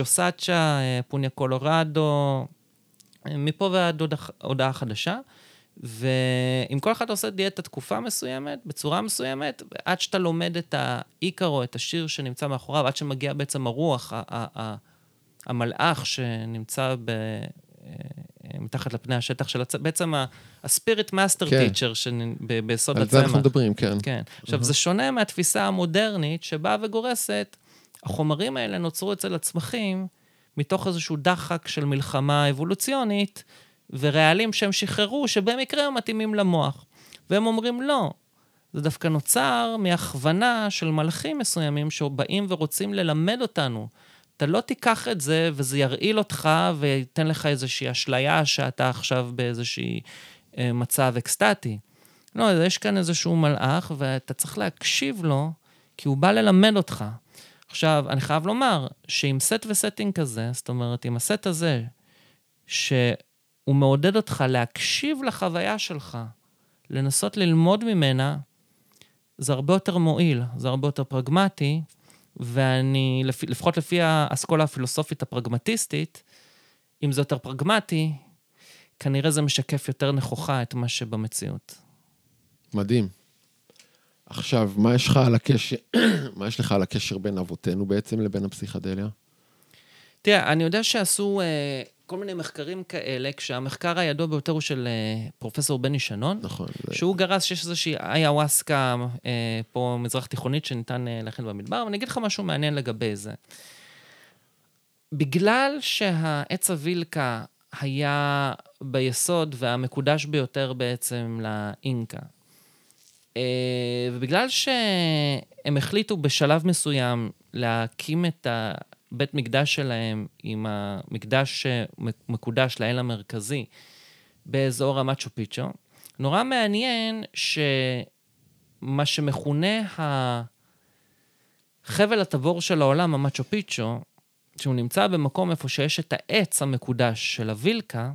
אג'וסאצ'ה, אה, פוניה קולורדו, אה, מפה ועד הודעה חדשה. ואם כל אחד עושה דיאטה תקופה מסוימת, בצורה מסוימת, עד שאתה לומד את העיקרו, את השיר שנמצא מאחוריו, עד שמגיע בעצם הרוח, המלאך שנמצא ב... מתחת לפני השטח של הצ... בעצם הספיריט מאסטר טיצ'ר ביסוד הצמח. על זה אנחנו מדברים, כן. כן. עכשיו, זה שונה מהתפיסה המודרנית שבאה וגורסת, החומרים האלה נוצרו אצל הצמחים, מתוך איזשהו דחק של מלחמה אבולוציונית, וריאלים שהם שחררו, שבמקרה הם מתאימים למוח. והם אומרים, לא, זה דווקא נוצר מהכוונה של מלאכים מסוימים, שבאים ורוצים ללמד אותנו. אתה לא תיקח את זה, וזה ירעיל אותך, ויתן לך איזושהי אשליה, שאתה עכשיו באיזושהי אה, מצב אקסטטי. לא, יש כאן איזשהו מלאך, ואתה צריך להקשיב לו, כי הוא בא ללמד אותך. עכשיו, אני חייב לומר, שעם סט וסטינג כזה, זאת אומרת, עם הסט הזה, שהוא מעודד אותך להקשיב לחוויה שלך, לנסות ללמוד ממנה, זה הרבה יותר מועיל, זה הרבה יותר פרגמטי, ואני, לפחות לפי האסכולה הפילוסופית הפרגמטיסטית, אם זה יותר פרגמטי, כנראה זה משקף יותר נכוחה את מה שבמציאות. מדהים. עכשיו, מה יש לך על הקשר, מה יש לך על הקשר בין אבותינו בעצם לבין הפסיכדליה? תראה, אני יודע שעשו אה, כל מיני מחקרים כאלה, כשהמחקר הידוע ביותר הוא של אה, פרופסור בני שנון, נכון. שהוא זה... גרס שיש איזושהי איוואסקה אה, פה מזרח תיכונית שניתן אה, להכין במדבר, ואני אגיד לך משהו מעניין לגבי זה. בגלל שהעץ הווילקה היה ביסוד והמקודש ביותר בעצם לאינקה, ובגלל שהם החליטו בשלב מסוים להקים את הבית מקדש שלהם עם המקדש שמקודש לאל המרכזי באזור המאצ'ו פיצ'ו, נורא מעניין שמה שמכונה החבל התבור של העולם, המאצ'ו פיצ'ו, שהוא נמצא במקום איפה שיש את העץ המקודש של הווילקה,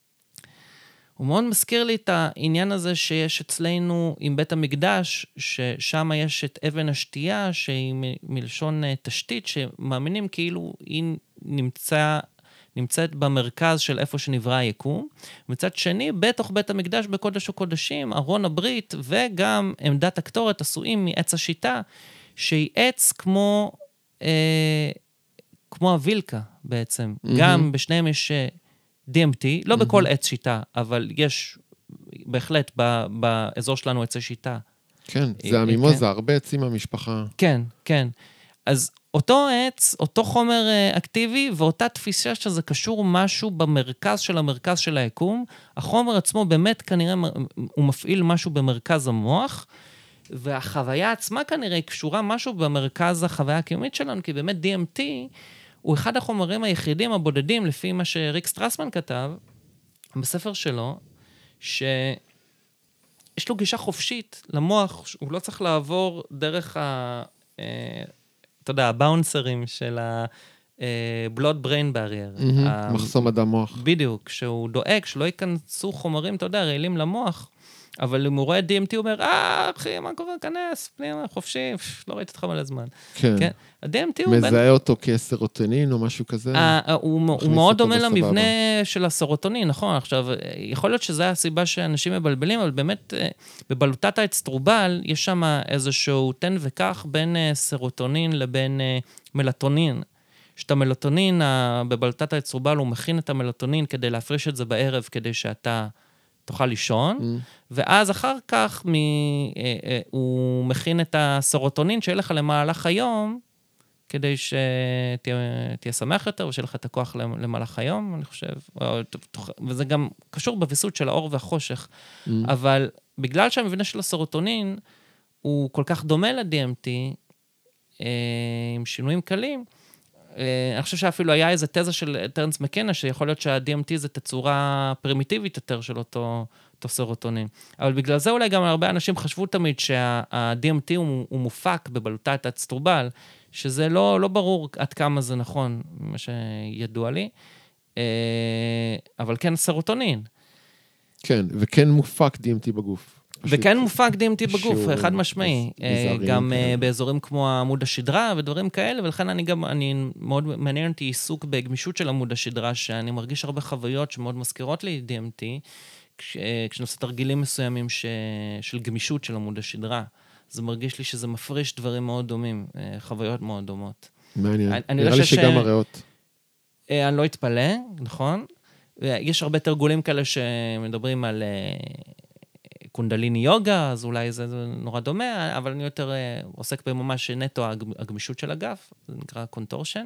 הוא מאוד מזכיר לי את העניין הזה שיש אצלנו עם בית המקדש, ששם יש את אבן השתייה, שהיא מלשון תשתית, שמאמינים כאילו היא נמצא, נמצאת במרכז של איפה שנברא היקום. מצד שני, בתוך בית המקדש בקודש הקודשים, ארון הברית, וגם עמדת הקטורת עשויים מעץ השיטה, שהיא עץ כמו, אה, כמו הווילקה בעצם. Mm-hmm. גם בשניהם יש די אם טי, לא mm-hmm. בכל עץ שיטה, אבל יש בהחלט ב, באזור שלנו עצי שיטה. כן, זה המימוזה, כן. הרבה עצים מהמשפחה. כן, כן. אז אותו עץ, אותו חומר אקטיבי, ואותה תפיסה שזה קשור משהו במרכז של המרכז של היקום, החומר עצמו באמת כנראה, הוא מפעיל משהו במרכז המוח, והחוויה עצמה כנראה היא קשורה משהו במרכז החוויה הקיומית שלנו, כי באמת די אם טי הוא אחד החומרים היחידים הבודדים, לפי מה שריק סטרסמן כתב, בספר שלו, שיש לו גישה חופשית למוח, הוא לא צריך לעבור דרך ה... אתה יודע, הבאונסרים של ה-blood brain barrier. מחסום הדם מוח. בדיוק, שהוא דואג שלא ייכנסו חומרים, אתה יודע, רעילים למוח, אבל אם הוא רואה די אם טי, הוא אומר, אה, אחי, מה קורה? כנס, פנימה, חופשי, לא ראיתי אותך מלא זמן. כן. ה-די אם טי הוא... מזהה אותו כסרוטונין או משהו כזה? הוא מאוד דומה למבנה של הסרוטונין, נכון? עכשיו, יכול להיות שזו הסיבה שאנשים מבלבלים, אבל באמת, בבלוטת האצטרובל, יש שם איזשהו תן וכך בין סרוטונין לבין מלטונין. שאתה מלטונין, בבלוטת האצטרובל, הוא מכין את המלטונין כדי להפריש את זה בערב, כדי שאתה תוכל לישון, mm. ואז אחר כך מ, אה, אה, הוא מכין את הסרוטונין שיהיה לך למהלך היום, כדי שתהיה שמח יותר, ושיהיה לך את הכוח למהלך היום, אני חושב, וזה גם קשור בוויסות של האור והחושך, mm. אבל בגלל שהמבנה של הסרוטונין הוא כל כך דומה ל-די אם טי, אה, עם שינויים קלים, אני חושב שאפילו היה איזו תזה של טרנס מקנה, שיכול להיות שה-די אם טי זה תצורה פרימיטיבית יותר של אותו, אותו סרוטונין. אבל בגלל זה אולי גם הרבה אנשים חשבו תמיד שה-די אם טי הוא, הוא מופק בבלוטת האצטרובל, שזה לא, לא ברור עד כמה זה נכון, מה שידוע לי, אבל כן סרוטונין. כן, וכן מופק די אם טי בגוף. וכן מופק די אם טי בגוף, חד משמעי, גם באזורים כמו עמוד השדרה ודברים כאלה, ולכן אני גם, אני מאוד מעניין אותי עיסוק בגמישות של עמוד השדרה, שאני מרגיש הרבה חוויות שמאוד מזכירות לי די אם טי, כש, כשאני עושה תרגילים מסוימים ש, של גמישות של עמוד השדרה, זה מרגיש לי שזה מפריש דברים מאוד דומים, חוויות מאוד דומות. מעניין. אני נראה לי שגם ש... הריאות. אני לא אתפלא, נכון? יש הרבה תרגולים כאלה שמדברים על קונדליני יוגה, אז אולי זה נורא דומה, אבל אני יותר עוסק בממש נטו הגמישות של הגף, זה נקרא קונטורשן.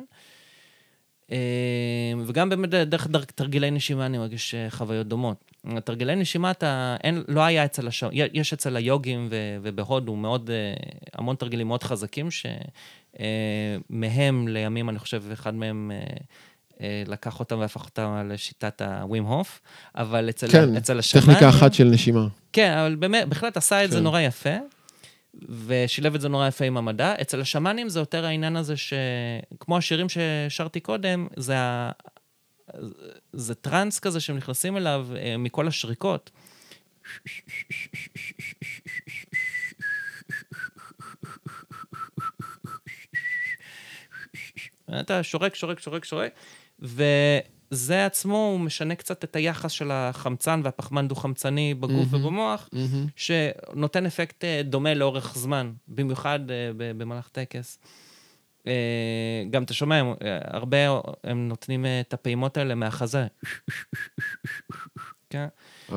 וגם באמת דרך תרגילי נשימה אני מרגיש חוויות דומות. תרגילי נשימה אתה, אין, לא היה אצל השם, יש אצל היוגים ובהודו מאוד, המון תרגילים מאוד חזקים, שמהם לימים אני חושב אחד מהם לקח אותם והפך אותם לשיטת הווים הוף, אבל אצל, כן, אצל השמיים... טכניקה אחת של נשימה. כן, אבל באמת, בהחלט עשה את כן. זה נורא יפה, ושילב את זה נורא יפה עם המדע. אצל השמנים זה יותר העניין הזה שכמו השירים ששרתי קודם, זה, ה... זה טרנס כזה שהם נכנסים אליו מכל השריקות. אתה שורק, שורק, שורק, שורק, וזה עצמו הוא משנה קצת את היחס של החמצן והפחמן דו-חמצני בגוף mm-hmm. ובמוח, mm-hmm. שנותן אפקט דומה לאורך זמן, במיוחד במהלך טקס. גם אתה שומע, הרבה הם נותנים את הפעימות האלה מהחזה. כן?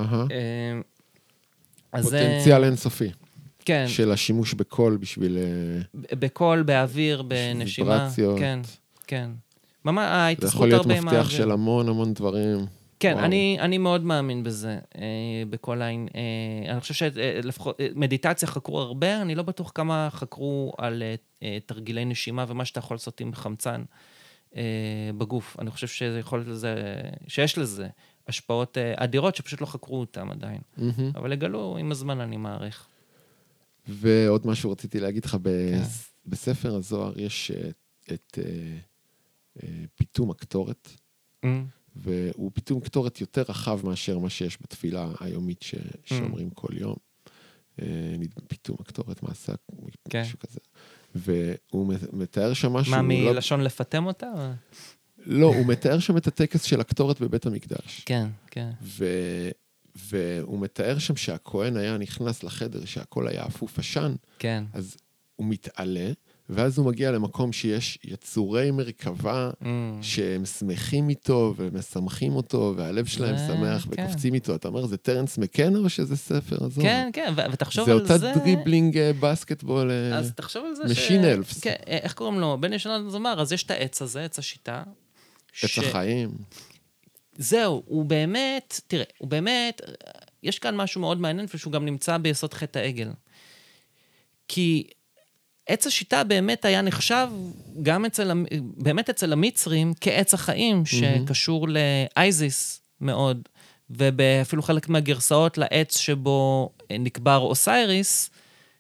פוטנציאל אינסופי. כן. של השימוש בקול בשביל... בקול, באוויר, בנשימה. ויברציות. כן, כן. ממש, ההתעסקות הרבה מהאוויר. זה יכול להיות מפתח של המון המון דברים. כן, אני, אני מאוד מאמין בזה, אה, בכל העין. אה, אני חושב שלפחות, מדיטציה חקרו הרבה, אני לא בטוח כמה חקרו על אה, תרגילי נשימה ומה שאתה יכול לעשות עם חמצן אה, בגוף. אני חושב שזה יכול לזה, שיש לזה השפעות אה, אדירות שפשוט לא חקרו אותם עדיין. Mm-hmm. אבל לגלו עם הזמן אני מעריך. ועוד משהו רציתי להגיד לך, בספר הזוהר יש את פיתום הקטורת, והוא פיתום קטורת יותר רחב מאשר מה שיש בתפילה היומית שאומרים כל יום. פיתום הקטורת מעשה, משהו כזה. והוא מתאר שם משהו... מה, מלשון לפתם אותה? לא, הוא מתאר שם את הטקס של הקטורת בבית המקדש. כן, כן. ו... והוא מתאר שם שהכהן היה נכנס לחדר, שהכל היה אפוף עשן, כן. אז הוא מתעלה, ואז הוא מגיע למקום שיש יצורי מרכבה, mm. שהם שמחים איתו, ומשמחים אותו, והלב שלהם ו... שמח, כן. וקופצים איתו. אתה אומר, זה טרנס מקנר, או שזה ספר הזו? כן, כן, ו- ותחשוב על זה... זה אותה דריבלינג בסקטבול, אז תחשוב על זה משין ש... אלפס. כן, איך קוראים לו? בן ישנה זמר, אז יש את העץ הזה, עץ השיטה. עץ ש... החיים. זהו, הוא באמת, תראה, הוא באמת, יש כאן משהו מאוד מעניין, ושהוא גם נמצא ביסוד חטא העגל. כי עץ השיטה באמת היה נחשב, גם אצל, באמת אצל המצרים, כעץ החיים, שקשור לאייזיס מאוד, ואפילו חלק מהגרסאות לעץ שבו נקבר אוסייריס,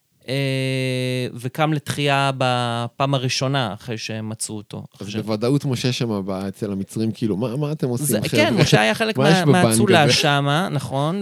וקם לתחייה בפעם הראשונה, אחרי שהם מצאו אותו. אז בוודאות משה שם אצל המצרים, כאילו, מה, מה אתם עושים? כן, משה היה חלק מהצולה שם, נכון,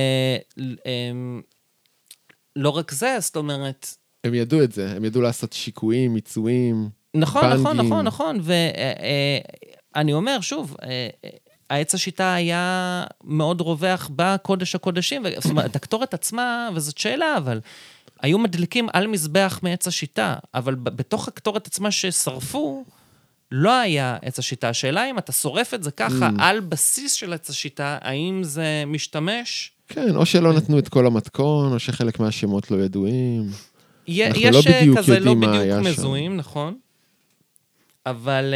ולא רק זה, זאת אומרת... הם ידעו את זה, הם ידעו לעשות שיקויים, מיצויים, נכון, נכון, נכון, נכון, ואני אומר, שוב, העץ השיטה היה מאוד רווח בקודש הקודשים, זאת אומרת, הקטורת עצמה, וזאת שאלה, אבל... היו מדליקים על מזבח מעץ השיטה, אבל בתוך הקטורת עצמה ששרפו, לא היה עץ השיטה. השאלה אם אתה שורף את זה ככה, mm. על בסיס של עץ השיטה, האם זה משתמש? כן, או שלא נתנו את כל המתכון, או שחלק מהשמות לא ידועים. י- יש לא בדיוק כזה לא בדיוק מזוהים, שם. נכון? אבל...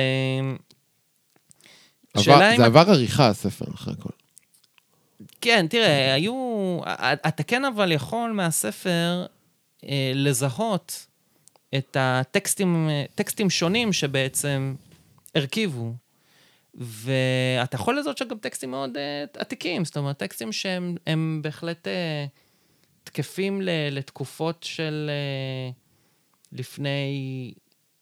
עבר, זה עבר את... עריכה, הספר, אחרי הכל. כן, תראה, היו... אתה כן אבל יכול מהספר... לזהות את הטקסטים, טקסטים שונים שבעצם הרכיבו. ואתה יכול לזהות שגם טקסטים מאוד עתיקים, זאת אומרת, טקסטים שהם הם בהחלט תקפים לתקופות של לפני,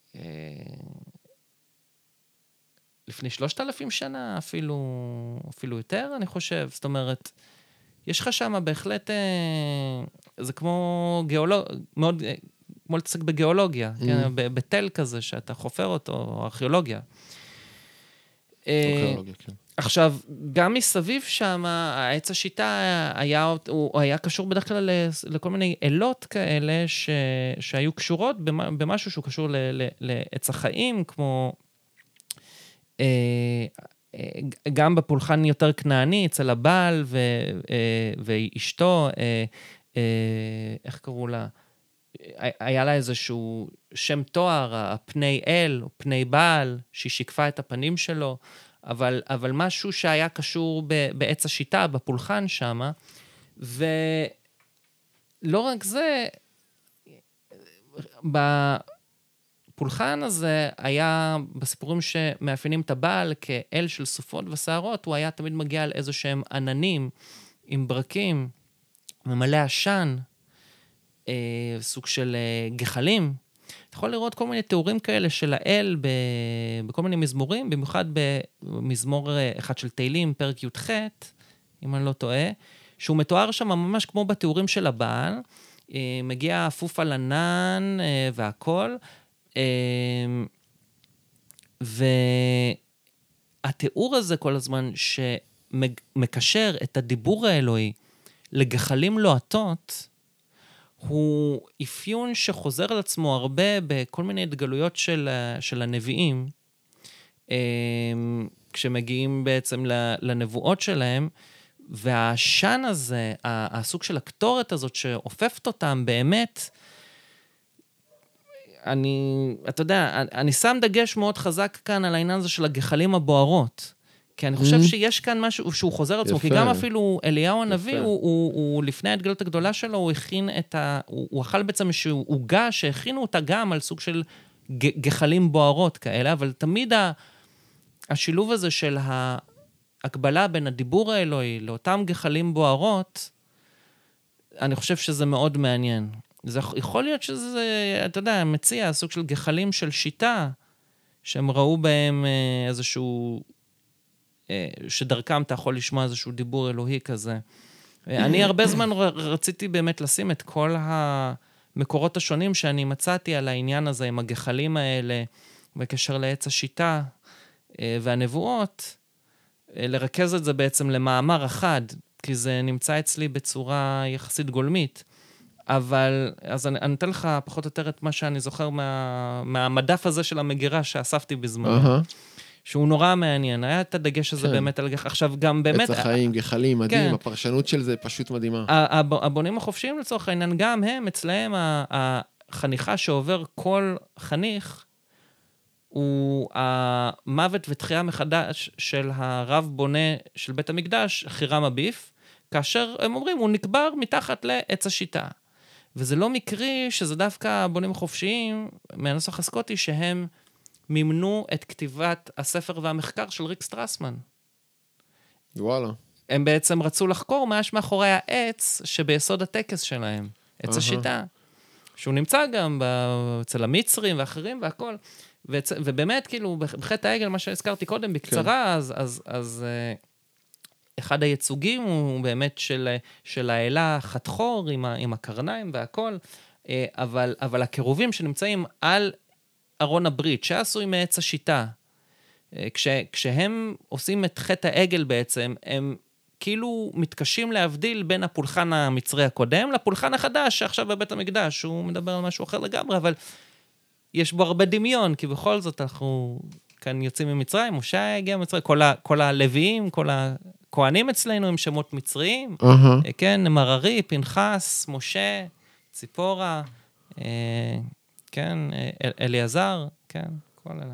לפני שלושת אלפים שנה, אפילו, אפילו יותר, אני חושב. זאת אומרת, יש לך שם בהחלט, זה כמו גיאולוג, מאוד, כמו להתעסק בגיאולוגיה, mm. כן, בתל כזה שאתה חופר אותו, או ארכיאולוגיה. ארכיאולוגיה, כן. עכשיו, גם מסביב שם, העץ השיטה היה, הוא היה קשור בדרך כלל לכל מיני אלות כאלה, ש, שהיו קשורות במשהו שהוא קשור ל, ל, לעץ החיים, כמו גם בפולחן יותר כנעני, אצל הבעל ו, ואשתו, איך קראו לה? היה לה איזשהו שם תואר, הפני אל, או פני בעל, שהיא שיקפה את הפנים שלו, אבל, אבל משהו שהיה קשור ב, בעץ השיטה, בפולחן שם, ולא רק זה, בפולחן הזה היה, בסיפורים שמאפיינים את הבעל כאל של סופות ושערות, הוא היה תמיד מגיע על איזה שהם עננים עם ברקים, ממלא עשן, סוג של גחלים. אתה יכול לראות כל מיני תיאורים כאלה של האל ב... בכל מיני מזמורים, במיוחד במזמור אחד של תהילים, פרק י"ח, אם אני לא טועה, שהוא מתואר שם ממש כמו בתיאורים של הבעל, מגיע אפוף על ענן והכל, והתיאור הזה כל הזמן שמקשר את הדיבור האלוהי לגחלים לוהטות, הוא אפיון שחוזר על עצמו הרבה בכל מיני התגלויות של, של הנביאים, כשמגיעים בעצם לנבואות שלהם, והעשן הזה, הסוג של הקטורת הזאת שאופפת אותם, באמת, אני, אתה יודע, אני שם דגש מאוד חזק כאן על העניין הזה של הגחלים הבוערות, כי אני חושב שיש כאן משהו שהוא חוזר על עצמו, כי גם אפילו אליהו הנביא, הוא, הוא, הוא לפני ההתגלות הגדולה שלו, הוא הכין את ה... הוא, הוא אכל בעצם איזשהו עוגה, שהכינו אותה גם על סוג של גחלים בוערות כאלה, אבל תמיד ה, השילוב הזה של ההקבלה בין הדיבור האלוהי לאותם גחלים בוערות, אני חושב שזה מאוד מעניין. זה יכול להיות שזה, אתה יודע, מציע סוג של גחלים של שיטה, שהם ראו בהם איזשהו... שדרכם אתה יכול לשמוע איזשהו דיבור אלוהי כזה. אני הרבה זמן רציתי באמת לשים את כל המקורות השונים שאני מצאתי על העניין הזה, עם הגחלים האלה, בקשר לעץ השיטה והנבואות, לרכז את זה בעצם למאמר אחד, כי זה נמצא אצלי בצורה יחסית גולמית. אבל, אז אני, אני אתן לך פחות או יותר את מה שאני זוכר מה, מהמדף הזה של המגירה שאספתי בזמנו. Uh-huh. שהוא נורא מעניין, היה את הדגש הזה כן. באמת על גח... עכשיו גם באמת... עץ החיים, גחלים, מדהים, כן. הפרשנות של זה פשוט מדהימה. הבונים החופשיים לצורך העניין, גם הם, אצלהם, החניכה שעובר כל חניך, הוא המוות ותחייה מחדש של הרב בונה של בית המקדש, חירם אביף, כאשר הם אומרים, הוא נקבר מתחת לעץ השיטה. וזה לא מקרי שזה דווקא הבונים החופשיים, מהנוסח הסקוטי, שהם... מימנו את כתיבת הספר והמחקר של ריק סטרסמן. וואלה. הם בעצם רצו לחקור מה יש מאחורי העץ שביסוד הטקס שלהם, עץ uh-huh. השיטה, שהוא נמצא גם אצל המצרים ואחרים והכל, וצ... ובאמת כאילו בחטא העגל, מה שהזכרתי קודם בקצרה, כן. אז, אז, אז אחד הייצוגים הוא באמת של, של האלה חתחור עם, ה... עם הקרניים והכל, אבל, אבל הקירובים שנמצאים על ארון הברית, שעשוי מעץ השיטה, כש, כשהם עושים את חטא העגל בעצם, הם כאילו מתקשים להבדיל בין הפולחן המצרי הקודם, לפולחן החדש שעכשיו בבית המקדש, הוא מדבר על משהו אחר לגמרי, אבל יש בו הרבה דמיון, כי בכל זאת אנחנו כאן יוצאים ממצרים, משה הגיע ממצרים, כל, ה, כל הלוויים, כל הכהנים אצלנו הם שמות מצריים, uh-huh. כן, מררי, פנחס, משה, ציפורה, אה, כן, אל, אליעזר, כן, כל אלה.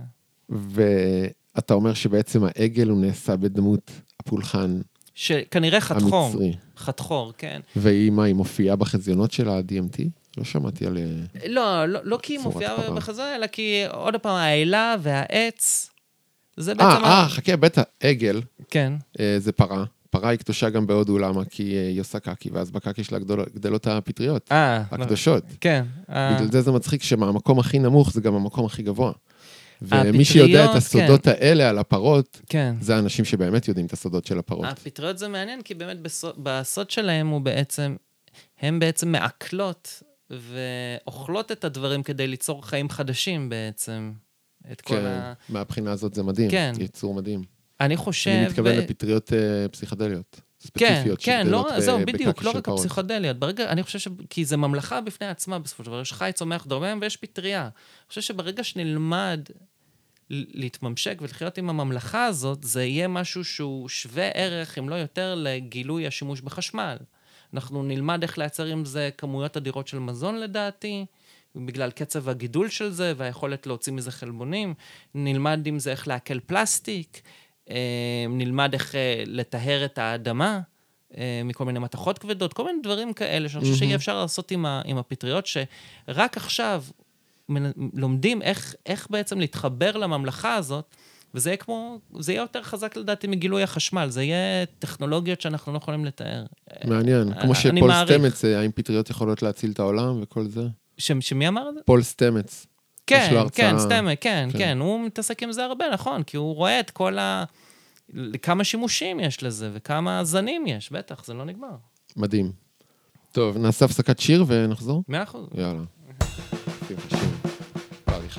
ואתה אומר שבעצם העגל הוא נעשה בדמות הפולחן שכנראה חתחור. המצרי. חתחור, כן. והיא מה, היא מופיעה בחזיונות של ה-די אם טי? לא שמעתי על... לא, לא, לא כי היא מופיעה בחזון, אלא כי עוד פעם, האלה והעץ, זה בעצם... אה, חכה, בית העגל. כן. זה פרה. פרה היא קדושה גם בהודו, למה? כי היא עושה קקי, ואז בקקי שלה גדלות הפטריות, הקדושות. כן. בגלל זה זה מצחיק שמהמקום הכי נמוך זה גם המקום הכי גבוה. ומי שיודע את הסודות האלה על הפרות, זה האנשים שבאמת יודעים את הסודות של הפרות. הפטריות זה מעניין, כי באמת בסוד שלהם הוא בעצם, הם בעצם מעכלות ואוכלות את הדברים כדי ליצור חיים חדשים בעצם. כן, מהבחינה הזאת זה מדהים, יצור מדהים. אני חושב... אני מתכוון לפטריות פסיכדליות. כן, ספציפיות כן, לא, שגדלות זהו, ב- בדיוק, בקק לא של רק פרות. הפסיכודליות. ברגע, אני חושב ש... כי זה ממלכה בפני עצמה בסופו של דבר, יש חי, צומח, דומם ויש פטריה. אני חושב שברגע שנלמד להתממשק ולחיות עם הממלכה הזאת, זה יהיה משהו שהוא שווה ערך, אם לא יותר, לגילוי השימוש בחשמל. אנחנו נלמד איך לייצר עם זה כמויות אדירות של מזון לדעתי, בגלל קצב הגידול של זה והיכולת להוציא מזה חלבונים. נלמד עם זה איך להקל פלסטיק, נלמד איך לטהר את האדמה, מכל מיני מתכות כבדות, כל מיני דברים כאלה, שאני חושב שיהיה אפשר לעשות עם, ה, עם הפטריות, שרק עכשיו לומדים איך, איך בעצם להתחבר לממלכה הזאת, וזה יהיה כמו, זה יהיה יותר חזק לדעתי מגילוי החשמל, זה יהיה טכנולוגיות שאנחנו לא יכולים לתאר. מעניין, כמו שפול סטמץ, האם פטריות יכולות להציל את העולם וכל זה? ש, שמי אמר את זה? פול סטמץ. כן, כן, סטמץ, כן, כן, כן, הוא מתעסק עם זה הרבה, נכון, כי הוא רואה את כל ה... כמה שימושים יש לזה, וכמה זנים יש, בטח, זה לא נגמר. מדהים. טוב, נעשה הפסקת שיר ונחזור? מאה אחוז. יאללה. שים לך שיר. בעריכה.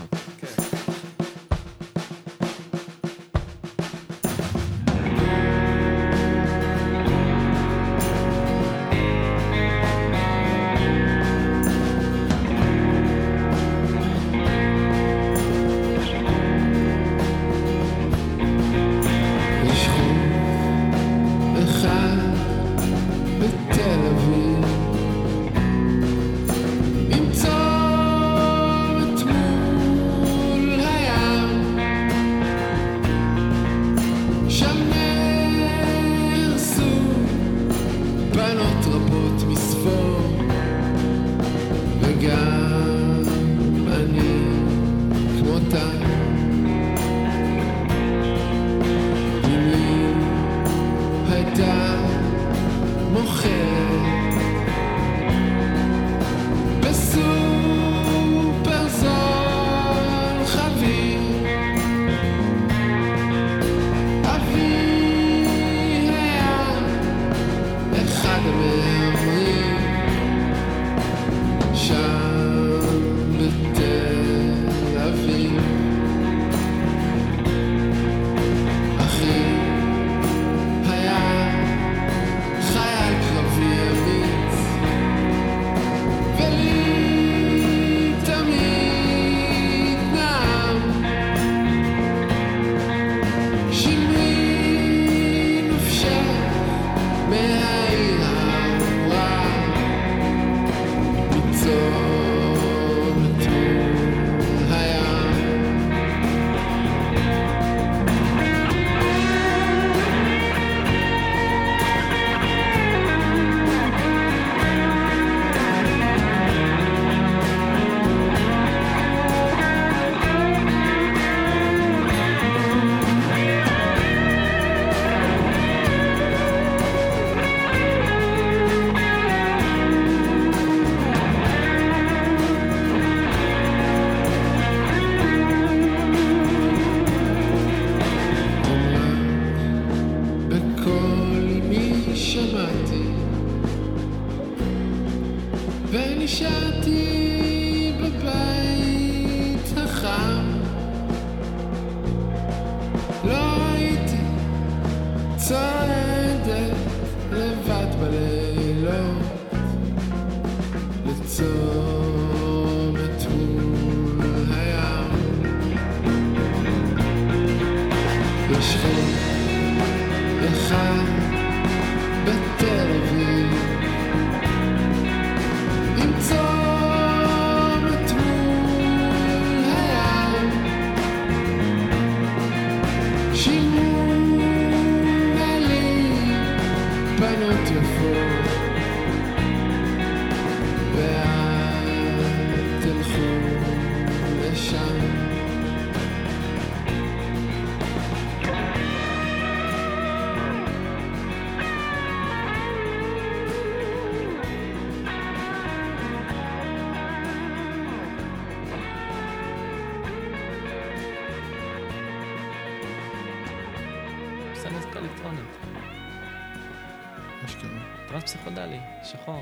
טרנס פסיכודלי, שחור.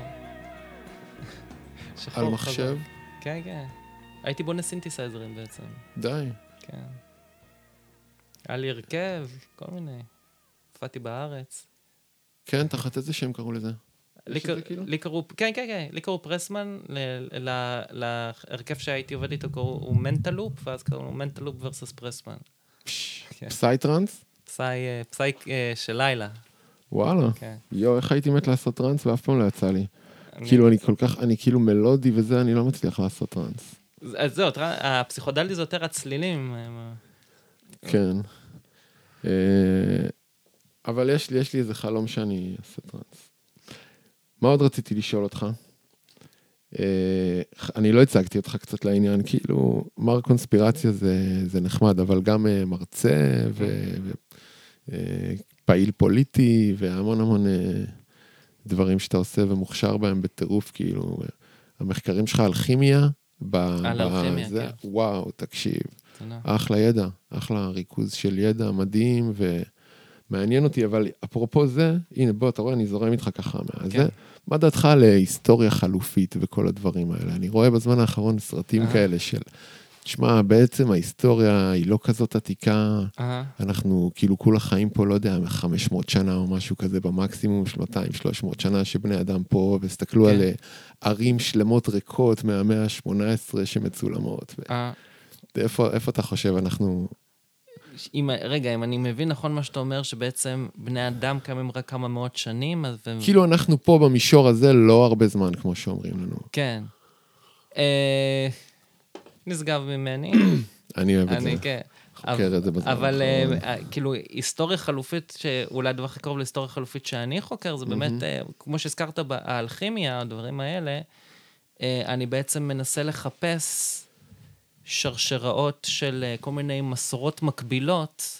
על מחשב? כן, כן. הייתי בונה סינתסייזרים בעצם. די. כן. היה לי הרכב, כל מיני. הופעתי בארץ. כן, תחת איזה שם קראו לזה? לי קראו, כן, כן, כן, לי קראו פרסמן, להרכב שהייתי עובד איתו קראו, הוא מנטלופ, ואז קראו מנטלופ ורסוס פרסמן. פסאי טרנס? פסאי של לילה. וואלה. יו, איך הייתי מת לעשות טרנס, ואף פעם לא יצא לי. כאילו, אני כל כך, אני כאילו מלודי וזה, אני לא מצליח לעשות טרנס. אז זהו, הפסיכודלי זה יותר הצלילים. כן. אבל יש לי, יש לי איזה חלום שאני אעשה טרנס. מה עוד רציתי לשאול אותך? אני לא הצגתי אותך קצת לעניין, כאילו, מר קונספירציה זה, זה נחמד, אבל גם מרצה ופעיל פוליטי, והמון המון דברים שאתה עושה ומוכשר בהם בטירוף, כאילו, המחקרים שלך על כימיה, על אלכימיה, כן. וואו, תקשיב, אחלה ידע, אחלה ריכוז של ידע מדהים, ומעניין אותי, אבל אפרופו זה, הנה בוא, אתה רואה, אני זורם איתך ככה מהזה, מה דעתך להיסטוריה חלופית וכל הדברים האלה? אני רואה בזמן האחרון סרטים כאלה של, תשמע, בעצם ההיסטוריה היא לא כזאת עתיקה, אנחנו כאילו כולה חיים פה, לא יודע, חמש מאות שנה או משהו כזה, במקסימום של מאתיים שלוש מאות שנה שבני אדם פה, והסתכלו על ערים שלמות ריקות מהמאה ה-שמונה עשרה שמצולמות. איפה אתה חושב, אנחנו... רגע, אם אני מבין נכון מה שאתה אומר, שבעצם בני אדם קיימים רק כמה מאות שנים, אז... כאילו אנחנו פה במישור הזה לא הרבה זמן, כמו שאומרים לנו. כן. נשגב ממני. אני אוהב את זה. כן. חוקר את זה בזמן. אבל כאילו, היסטוריה חלופית, שאולי הדבר הכי קרוב להיסטוריה חלופית שאני חוקר, זה באמת, כמו שהזכרת באלכימיה, הדברים האלה, אני בעצם מנסה לחפש שרשראות של כל מיני מסורות מקבילות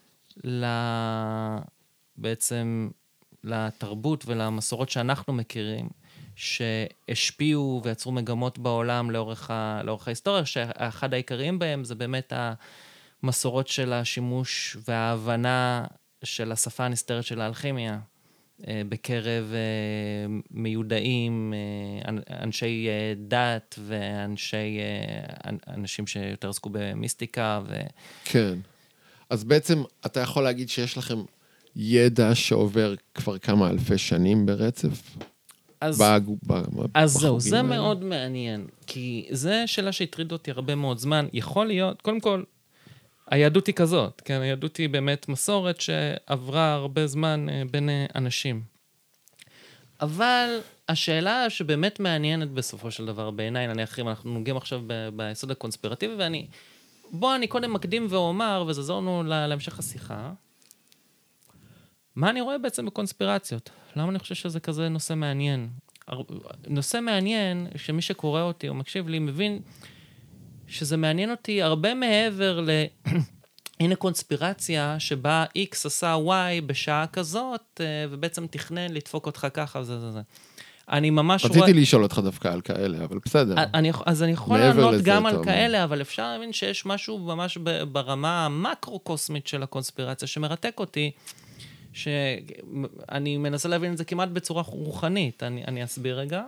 בעצם לתרבות ולמסורות שאנחנו מכירים, שהשפיעו ויצרו מגמות בעולם לאורך, ה, לאורך ההיסטוריה, שאחד העיקריים בהם זה באמת המסורות של השימוש וההבנה של השפה הנסתרת של האלכימיה, בקרב מיודעים, אנשי דת ואנשי, אנשים שיותר עסקו במיסטיקה. ו... כן. אז בעצם אתה יכול להגיד שיש לכם ידע שעובר כבר כמה אלפי שנים ברצף? אז, אז זהו, זה האלה. מאוד מעניין, כי זה שאלה שהטריד אותי הרבה מאוד זמן. יכול להיות, קודם כל, היהדות היא כזאת, כן? היהדות היא באמת מסורת שעברה הרבה זמן בין אנשים. אבל השאלה שבאמת מעניינת בסופו של דבר בעיניי, נניח אם אנחנו נוגעים עכשיו ב- ביסוד הקונספירטיבי, ואני, בוא אני קודם מקדים ואומר, וזה עזור לנו להמשך השיחה, מה אני רואה בעצם בקונספירציות? למה אני חושב שזה כזה נושא מעניין? נושא מעניין שמי שקורא אותי או מקשיב לי מבין שזה מעניין אותי הרבה מעבר ל... הנה קונספירציה שבה X עשה Y בשעה כזאת, ובעצם תכנן לדפוק אותך ככה, זה, זה, זה. אני ממש רואה... רציתי לשאול אותך דווקא על כאלה, אבל בסדר. אני, אז אני יכול לענות גם על כאלה, אבל אפשר להבין שיש משהו ממש ברמה המקרו-קוסמית של הקונספירציה, שמרתק אותי, שאני מנסה להבין את זה כמעט בצורה רוחנית. אני, אני אסביר רגע.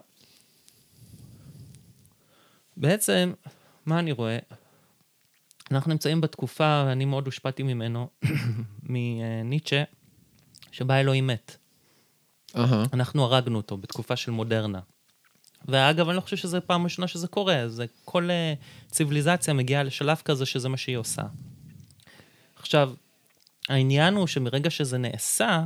בעצם, מה אני רואה? אנחנו נמצאים בתקופה, ואני מאוד הושפעתי ממנו, מניטשה, שבה אלוהים מת. Uh-huh. אנחנו הרגנו אותו בתקופה של מודרנה. ואגב, אני לא חושב שזה פעם ראשונה שזה קורה, זה כל uh, ציוויליזציה מגיעה לשלב כזה שזה מה שהיא עושה. עכשיו, העניין הוא שמרגע שזה נעשה,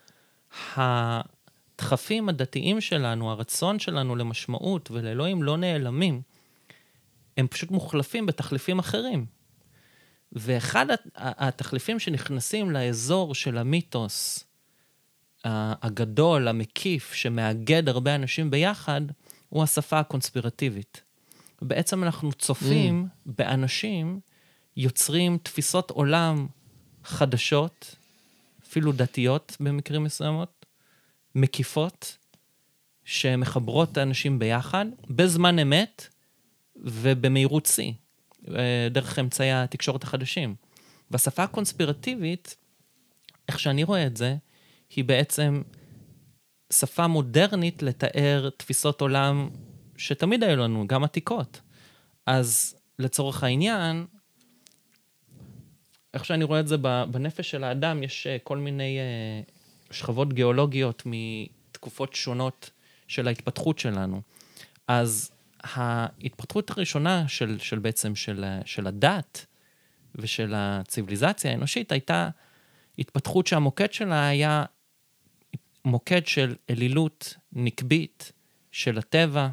הדחפים הדתיים שלנו, הרצון שלנו למשמעות ולאלוהים לא נעלמים, הם פשוט מוחלפים בתחליפים אחרים. ואחד התחליפים שנכנסים לאזור של המיתוס הגדול, המקיף, שמאגד הרבה אנשים ביחד, הוא השפה הקונספירטיבית. בעצם אנחנו צופים mm. באנשים, יוצרים תפיסות עולם חדשות, אפילו דתיות במקרים מסוימות, מקיפות, שמחברות את האנשים ביחד, בזמן אמת ובמהירות C. דרך אמצעי התקשורת החדשים. והשפה הקונספירטיבית, איך שאני רואה את זה, היא בעצם שפה מודרנית לתאר תפיסות עולם שתמיד היו לנו, גם עתיקות. אז לצורך העניין, איך שאני רואה את זה בנפש של האדם, יש כל מיני שכבות גיאולוגיות מתקופות שונות של ההתפתחות שלנו. אז ההתפתחות הראשונה של, של בעצם של, של הדת ושל הציביליזציה האנושית הייתה התפתחות שהמוקד שלה היה מוקד של אלילות נקבית של הטבע,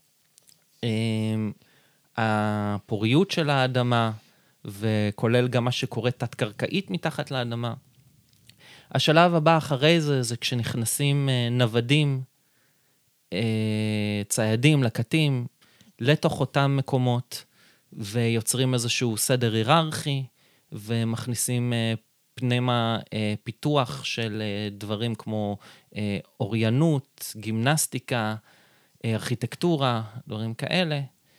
הפוריות של האדמה, וכולל גם מה שקורה תת-קרקעית מתחת לאדמה. השלב הבא אחרי זה, זה כשנכנסים נוודים, ציידים, לקטים, לתוך אותם מקומות, ויוצרים איזשהו סדר היררכי, ומכניסים פנימה פיתוח של דברים כמו אוריינות, גימנסטיקה, ארכיטקטורה, דברים כאלה,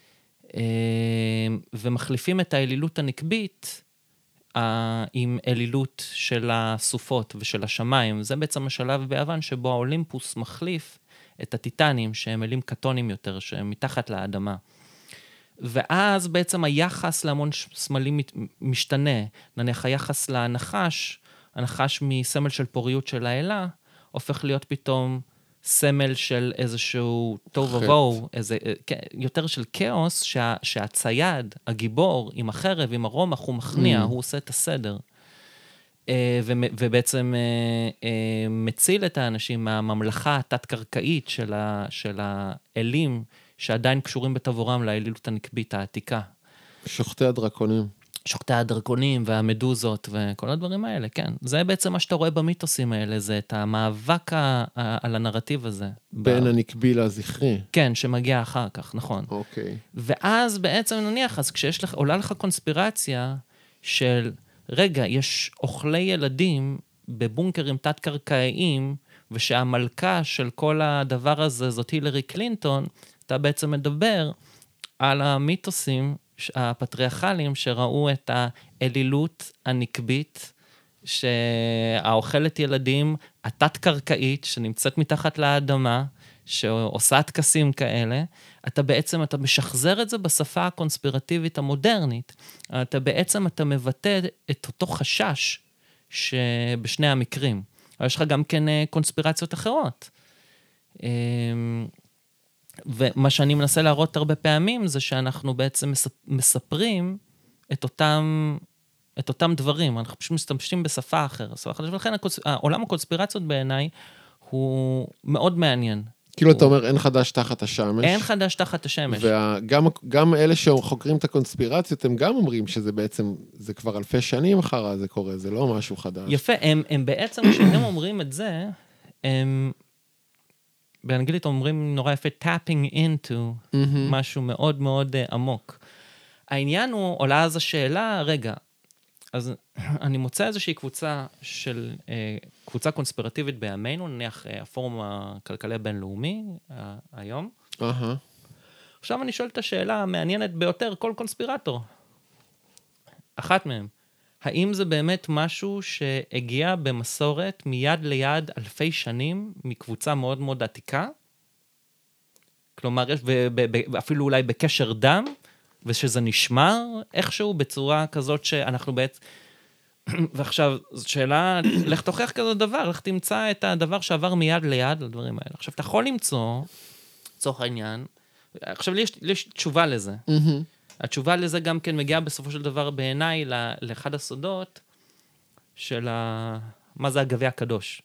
ומחליפים את האלילות הנקבית עם אלילות של הסופות ושל השמיים. זה בעצם השלב ביוון שבו האולימפוס מחליף את הטיטנים, שהם אלים קטונים יותר, שהם מתחת לאדמה. ואז בעצם היחס להמון סמלים משתנה. נניח היחס לנחש, הנחש מסמל של פוריות של האלה, הופך להיות פתאום סמל של איזשהו טוב ובואו, איזה, יותר של כאוס, שה, שהצייד, הגיבור, עם החרב, עם הרומח, הוא מכניע, mm. הוא עושה את הסדר. ו, ובעצם מציל את האנשים מהממלכה התת-קרקעית של, ה, של האלים, שעדיין קשורים בתבורם לאלילות הנקבית העתיקה. שוחטי הדרקונים. שוחטי הדרקונים והמדוזות וכל הדברים האלה, כן. זה בעצם מה שאתה רואה במיתוסים האלה, זה את המאבק ה- ה- על הנרטיב הזה. בין ב... הנקבי לזכרי. כן, שמגיע אחר כך, נכון. אוקיי. ואז בעצם נניח, אז כשיש לך, עולה לך קונספירציה של, רגע, יש אוכלי ילדים בבונקרים תת-קרקעיים, ושהמלכה של כל הדבר הזה זאת הילרי קלינטון, אתה בעצם מדבר על המיתוסים הפטריארכליים שראו את האלילות הנקבית, שהאוכלת ילדים, התת-קרקעית, שנמצאת מתחת לאדמה, שעושה תקסים כאלה, אתה בעצם, אתה משחזר את זה בשפה הקונספירטיבית המודרנית, אתה בעצם, אתה מבטא את אותו חשש שבשני המקרים. אבל יש לך גם כן קונספירציות אחרות. ומה שאני מנסה להראות הרבה פעמים, זה שאנחנו בעצם מספרים את אותם, את אותם דברים, אנחנו פשוט מסתמשים בשפה אחרת. ולכן העולם הקונספירציות בעיניי הוא מאוד מעניין. כאילו אתה אומר, אין חדש תחת השמש. אין חדש תחת השמש. וגם אלה שחוקרים את הקונספירציות, הם גם אומרים שזה בעצם, זה כבר אלפי שנים אחר זה קורה, זה לא משהו חדש. יפה, הם, הם בעצם, כשהם אומרים את זה, הם, באנגלית אומרים נורא יפה, tapping into משהו מאוד מאוד עמוק. העניין הוא, עולה אז השאלה, רגע, אז אני מוצא איזושהי קבוצה של, קבוצה קונספירטיבית בימינו, נניח הפורום הכלכלי הבינלאומי, היום. אהה. עכשיו אני שואל את השאלה המעניינת ביותר, כל קונספירטור. אחת מהם. האם זה באמת משהו שהגיע במסורת מיד ליד אלפי שנים, מקבוצה מאוד מאוד עתיקה? כלומר, יש, ואפילו אולי בקשר דם, ושזה נשמר איכשהו בצורה כזאת שאנחנו בעצם... ועכשיו, זאת שאלה, לך תוכיח כזה דבר, לך תמצא את הדבר שעבר מיד ליד לדברים האלה. עכשיו, אתה יכול למצוא, צורך העניין, עכשיו, לי יש, לי יש תשובה לזה. התשובה לזה גם כן מגיעה בסופו של דבר בעיניי לאחד הסודות של ה... מה זה הגביע הקדוש.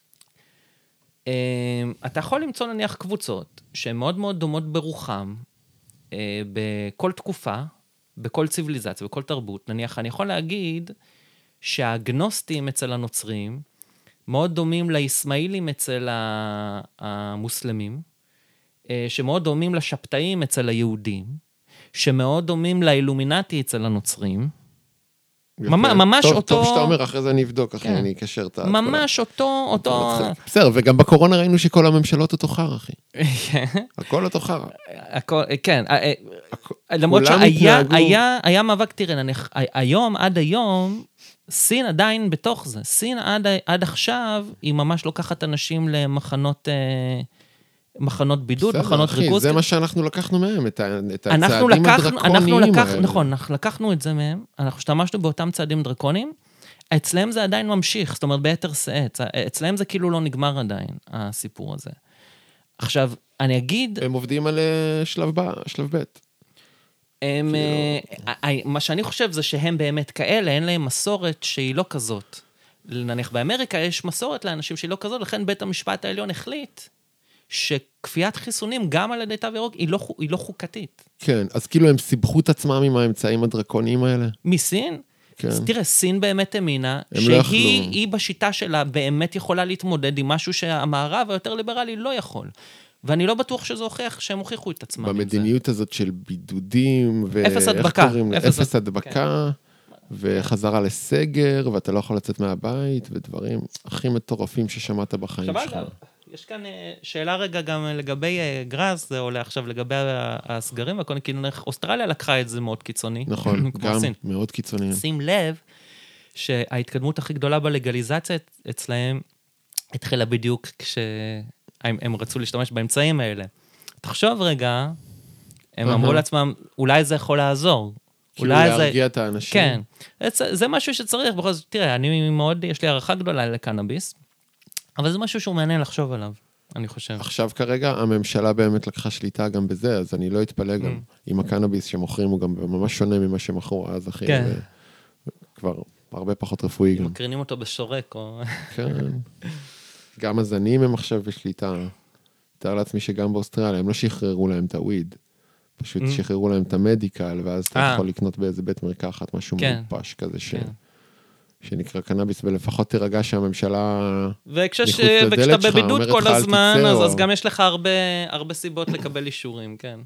אתה יכול למצוא נניח קבוצות שהן מאוד מאוד דומות ברוחם, בכל תקופה, בכל ציביליזציה, בכל תרבות. נניח, אני יכול להגיד שהאגנוסטים אצל הנוצרים מאוד דומים לאיסמאילים אצל המוסלמים, שמאוד דומים לשבתאים אצל היהודים, שמאוד דומים לאילומינטי אצל הנוצרים. ממש אותו... טוב שאתה אומר, אחרי זה אני אבדוק, אחרי אני אקשר את... ממש אותו... אותו... בסדר, וגם בקורונה ראינו שכל הממשלות אותו חר, אחי. הכל אותו חר. כן. למרות שהיה מאבק, תראה, היום, עד היום, סין עדיין בתוך זה. סין עד עכשיו, היא ממש לוקחת אנשים למחנות מחנות בידוד, מחנות ריכוז. זה מה שאנחנו לקחנו מהם, את הצעדים הדרקוניים האלה. נכון, אנחנו לקחנו את זה מהם, אנחנו השתמשנו באותם צעדים דרקוניים, אצלם זה עדיין ממשיך, זאת אומרת, ביתר שאת, אצלם זה כאילו לא נגמר עדיין, הסיפור הזה. עכשיו, אני אגיד... הם עובדים על שלב ב', שלב ב'. הם, מה שאני חושב זה שהם באמת כאלה, אין להם מסורת שהיא לא כזאת. נניח באמריקה יש מסורת לאנשים שהיא לא כזאת, לכן בית המשפט העליון החליט שכפיית חיסונים גם על ידי תו ירוק היא לא, היא לא חוקתית. כן, אז כאילו הם סיבכו את עצמם עם האמצעים הדרקוניים האלה? מסין? כן. אז תראה, סין באמת האמינה, שהיא לא היא בשיטה שלה באמת יכולה להתמודד עם משהו שהמערב היותר ליברלי לא יכול. ואני לא בטוח שזה הוכיח שהם הוכיחו את עצמם. במדיניות הזאת של בידודים, אפס הדבקה. אפס הדבקה, וחזרה לסגר, ואתה לא יכול לצאת מהבית, ודברים הכי מטורפים ששמעת בחיים שלך. יש כאן שאלה רגע גם לגבי גראס, זה עולה עכשיו לגבי הסגרים, כי אוסטרליה לקחה את זה מאוד קיצוני. נכון, גם מאוד קיצוני. שים לב שההתקדמות הכי גדולה בלגליזציה אצלהם התחילה בדיוק כשהם רצו להשתמש באמצעים האלה. תחשוב רגע, הם אמרו לעצמם, אולי זה יכול לעזור. כאילו להרגיע את האנשים. כן. זה משהו שצריך, בכל זאת, תראה, אני מאוד, יש לי הערכה גדולה לקנאביס, אבל זה משהו שהוא מעניין לחשוב עליו, אני חושב. עכשיו כרגע הממשלה באמת לקחה שליטה גם בזה, אז אני לא אתפלא גם עם הקנאביס שמוכרים, הוא גם ממש שונה ממה שמכרו אז, אחי. כבר הרבה פחות רפואי גם. מקרינים אותו בשורק, או... כן. גם הזנים הם עכשיו בשליטה. תאר לעצמי שגם באוסטרליה, הם לא שחררו להם את הוויד, פשוט שחררו להם את המדיקל, ואז אתה יכול לקנות באיזה בית מרקחת, משהו מופש כזה ש... שנקרא קנאביס, ולפחות תרגע שהממשלה וכשאתה בבידוד כל הזמן, אז גם יש לך הרבה סיבות לקבל אישורים, כן.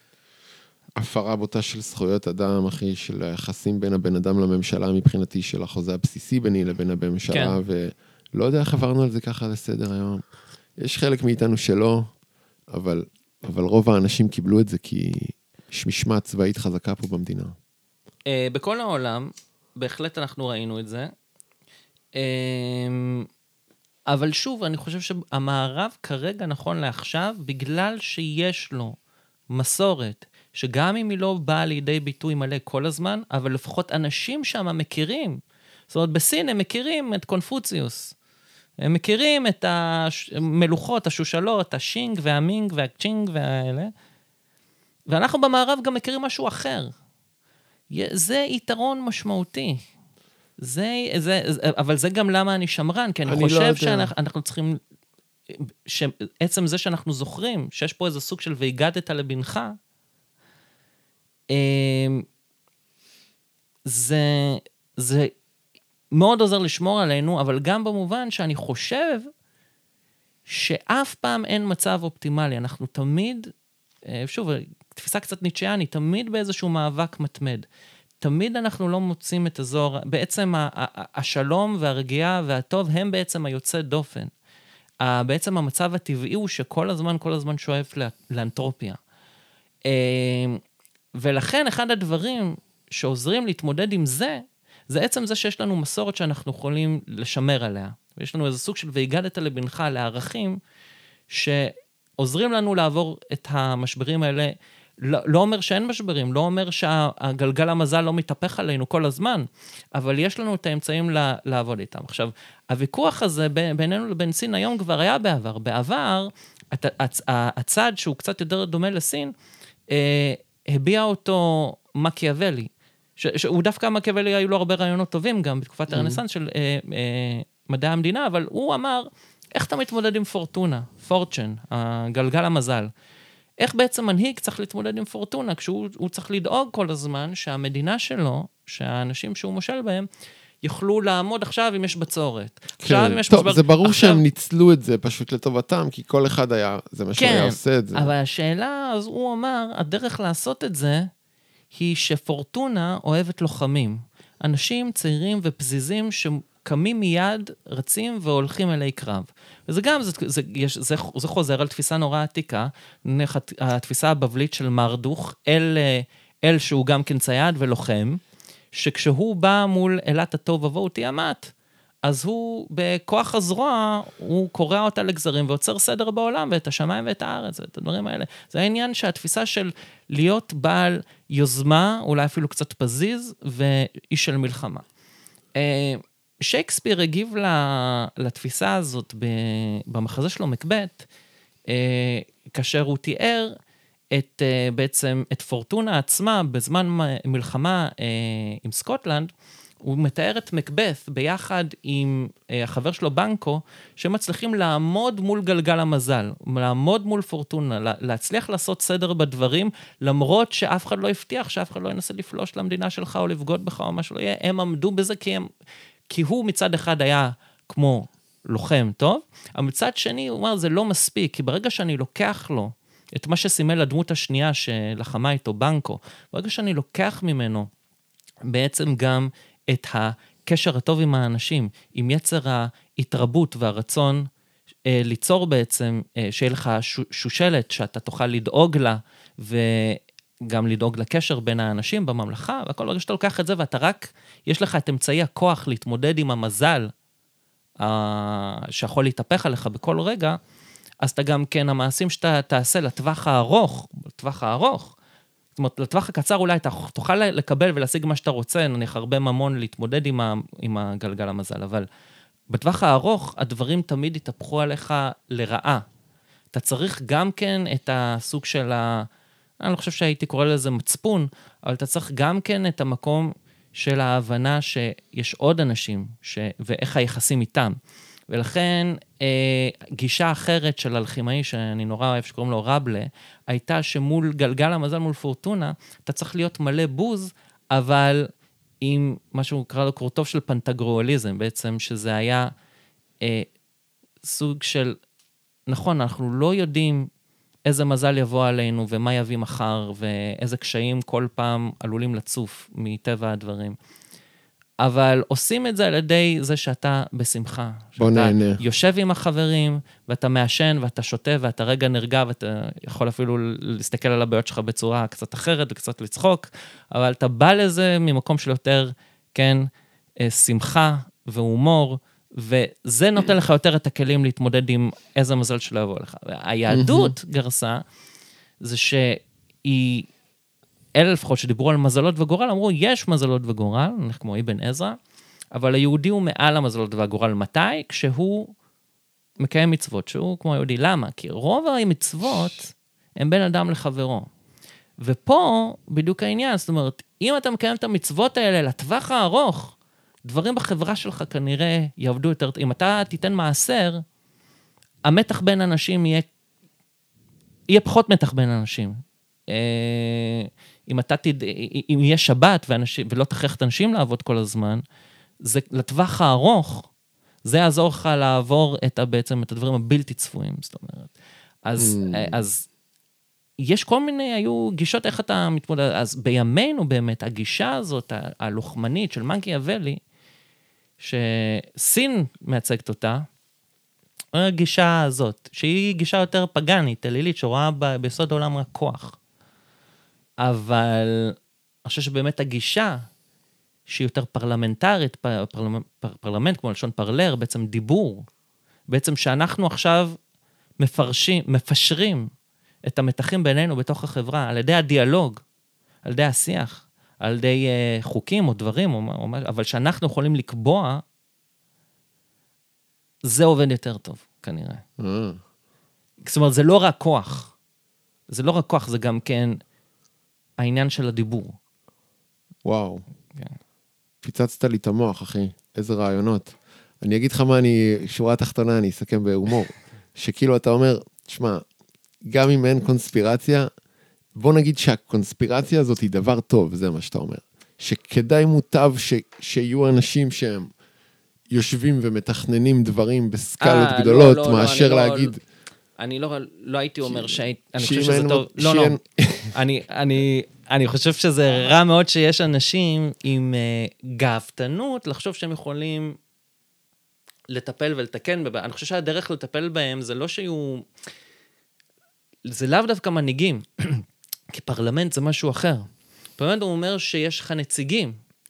הפרה בוטה של זכויות אדם, אחי, של היחסים בין הבן אדם לממשלה, מבחינתי של החוזה הבסיסי ביני לבין הממשלה, ולא יודע איך עברנו על זה ככה לסדר היום. יש חלק מאיתנו שלא, אבל, אבל רוב האנשים קיבלו את זה, כי יש משמעת צבאית חזקה פה במדינה. בכל העולם, בהחלט אנחנו ראינו את זה. אבל שוב, אני חושב שהמערב כרגע נכון לעכשיו, בגלל שיש לו מסורת, שגם אם היא לא באה לידי ביטוי מלא כל הזמן, אבל לפחות אנשים שם מכירים. זאת אומרת, בסין הם מכירים את קונפוציוס. הם מכירים את המלוכות, השושלות, השינג והמינג והצ'ינג והאלה. ואנחנו במערב גם מכירים משהו אחר. זה יתרון משמעותי. זה, זה, אבל זה גם למה אני שמרן, כי אני, אני חושב לא שאנחנו צריכים, שעצם זה שאנחנו זוכרים, שיש פה איזה סוג של והגדת לבנך, זה, זה מאוד עוזר לשמור עלינו, אבל גם במובן שאני חושב שאף פעם אין מצב אופטימלי. אנחנו תמיד, שוב, תפיסה קצת ניטשיאנית, תמיד באיזשהו מאבק מתמד. תמיד אנחנו לא מוצאים את הזוהר, בעצם השלום והרגיעה והטוב הם בעצם היוצא דופן. בעצם המצב הטבעי הוא שכל הזמן, כל הזמן שואף לאנטרופיה. ולכן אחד הדברים שעוזרים להתמודד עם זה, זה עצם זה שיש לנו מסורת שאנחנו יכולים לשמר עליה. ויש לנו איזה סוג של והגדת לבנך לערכים, שעוזרים לנו לעבור את המשברים האלה. לא, לא אומר שאין משברים, לא אומר שהגלגל המזל לא מתהפך עלינו כל הזמן, אבל יש לנו את האמצעים לעבוד איתם. עכשיו, הוויכוח הזה בינינו לבין סין היום כבר היה בעבר. בעבר, הצד שהוא קצת יותר דומה לסין, הביע אותו מקיאוולי, שהוא דווקא מקיאוולי, היו לו הרבה רעיונות טובים גם בתקופת הרנסנס של מדעי המדינה, אבל הוא אמר, איך אתה מתמודד עם פורטונה, פורצ'ן, הגלגל המזל? איך בעצם מנהיג צריך להתמודד עם פורטונה, כשהוא צריך לדאוג כל הזמן שהמדינה שלו, שהאנשים שהוא מושל בהם, יוכלו לעמוד עכשיו אם יש בצורת. עכשיו אם יש טוב, זה ברור שהם ניצלו את זה פשוט לטובתם, כי כל אחד היה, זה מה שהוא היה עושה את זה. אבל השאלה, אז הוא אמר, הדרך לעשות את זה, היא שפורטונה אוהבת לוחמים. אנשים צעירים ופזיזים שקמים מיד, רצים והולכים אלי קרב. וזה גם, זה, זה, יש, זה, זה חוזר על תפיסה נורא עתיקה, התפיסה הבבלית של מרדוך, אל, אל שהוא גם כן צייד ולוחם, שכשהוא בא מול אלת הטוב ובואו תיאמת, אז הוא, בכוח הזרוע, הוא קורא אותה לגזרים, ויוצר סדר בעולם, ואת השמיים ואת הארץ, ואת הדברים האלה. זה העניין שהתפיסה של להיות בעל יוזמה, אולי אפילו קצת פזיז, ואיש של מלחמה. שייקספיר הגיב לתפיסה הזאת, במחזה שלו, מקבט, כאשר הוא תיאר את, בעצם, את פורטונה עצמה, בזמן מלחמה עם סקוטלנד, הוא מתאר את מקבeth ביחד עם החבר שלו בנקו, שמצליחים לעמוד מול גלגל המזל, לעמוד מול פורטונה, להצליח לעשות סדר בדברים, למרות שאף אחד לא הבטיח, שאף אחד לא ינסה לפלוש למדינה שלך, או לבגוד בך, או מה שלא יהיה, הם עמדו בזה כי, הם, כי הוא מצד אחד היה כמו לוחם טוב, אבל מצד שני הוא אומר, זה לא מספיק, כי ברגע שאני לוקח לו את מה שסימל לדמות השנייה שלחמה איתו בנקו, ברגע שאני לוקח ממנו בעצם גם את הקשר הטוב עם האנשים, עם יצר ההתרבות והרצון אה, ליצור בעצם, אה, שיהיה לך שושלת, שאתה תוכל לדאוג לה, וגם לדאוג לקשר בין האנשים בממלכה, והכל ברגע שאתה לוקח את זה, ואתה רק, יש לך את אמצעי הכוח להתמודד עם המזל, אה, שיכול להתהפך עליך בכל רגע, אז אתה גם כן, המעשים שאתה תעשה לטווח הארוך, לטווח הארוך, זאת אומרת, לטווח הקצר אולי אתה תוכל לקבל ולהשיג מה שאתה רוצה, נניח הרבה ממון להתמודד עם, ה, עם הגלגל המזל, אבל בטווח הארוך הדברים תמיד יתהפכו עליך לרעה. אתה צריך גם כן את הסוג של ה... אני לא חושב שהייתי קורא לזה מצפון, אבל אתה צריך גם כן את המקום של ההבנה שיש עוד אנשים, ש... ואיך היחסים איתם. ולכן אה, גישה אחרת של אלכימאי, שאני נורא אוהב שקוראים לו רבלה, הייתה שמול גלגל המזל, מול פורטונה, אתה צריך להיות מלא בוז, אבל עם מה שהוא קרא לו קורטוב של פנטגרואליזם, בעצם שזה היה אה, סוג של, נכון, אנחנו לא יודעים איזה מזל יבוא עלינו, ומה יביא מחר, ואיזה קשיים כל פעם עלולים לצוף מטבע הדברים. אבל עושים את זה על ידי זה שאתה בשמחה. בוא נהנה. יושב עם החברים, ואתה מעשן, ואתה שותה, ואתה רגע נרגע, ואתה יכול אפילו להסתכל על הבעיות שלך בצורה קצת אחרת, וקצת לצחוק, אבל אתה בא לזה ממקום של יותר, כן, שמחה והומור, וזה נותן לך יותר את הכלים להתמודד עם איזה מזל שלא יבוא לך. היהדות גרסה, זה שהיא... אלה לפחות שדיברו על מזלות וגורל, אמרו, יש מזלות וגורל, כמו אבן עזרא, אבל היהודי הוא מעל המזלות והגורל. מתי? כשהוא מקיים מצוות, שהוא כמו היהודי. למה? כי רוב המצוות הם בין אדם לחברו. ופה בדיוק העניין, זאת אומרת, אם אתה מקיים את המצוות האלה לטווח הארוך, דברים בחברה שלך כנראה יעבדו יותר, אם אתה תיתן מעשר, המתח בין אנשים יהיה, יהיה פחות מתח בין אנשים. אם אתה תד... אם יהיה שבת ואנשים, ולא תכריח את אנשים לעבוד כל הזמן, זה לטווח הארוך, זה יעזור לך לעבור את, בעצם, את הדברים הבלתי צפויים, זאת אומרת. אז, mm. אז יש כל מיני, היו גישות איך אתה מתמודד, אז בימינו באמת, הגישה הזאת, הלוחמנית של מקיאוולי, שסין מייצגת אותה, הגישה הזאת, שהיא גישה יותר פגנית, אלילית, שרואה ב... ביסוד העולם רק כוח. אבל אני חושב שבאמת הגישה, שהיא יותר פרלמנטרית, פרלמנט, פרלמנט כמו לשון פרלר, בעצם דיבור, בעצם שאנחנו עכשיו מפרשים, מפשרים את המתחים בינינו בתוך החברה, על ידי הדיאלוג, על ידי השיח, על ידי uh, חוקים או דברים, או, או, אבל שאנחנו יכולים לקבוע, זה עובד יותר טוב, כנראה. Mm. זאת אומרת, זה לא רק כוח. זה לא רק כוח, זה גם כן העניין של הדיבור. וואו. כן. פיצצת לי את המוח, אחי. איזה רעיונות. אני אגיד לך מה אני, שורה תחתונה, אני אסכם בהומור. שכאילו אתה אומר, תשמע, גם אם אין קונספירציה, בוא נגיד שהקונספירציה הזאת היא דבר טוב, זה מה שאתה אומר. שכדאי מוטב ש, שיהיו אנשים שהם יושבים ומתכננים דברים בסקלות 아, גדולות, לא, לא, מאשר לא, להגיד... לא, אני לא, לא הייתי אומר שאני חושב שזה טוב... לא, לא. אני, אני, אני חושב שזה רע מאוד שיש אנשים עם uh, גאוותנות, לחשוב שהם יכולים לטפל ולתקן. אני חושב שהדרך לטפל בהם זה לא שיהיו... זה לאו דווקא מנהיגים, כי פרלמנט זה משהו אחר. פרלמנט הוא אומר שיש לך נציגים,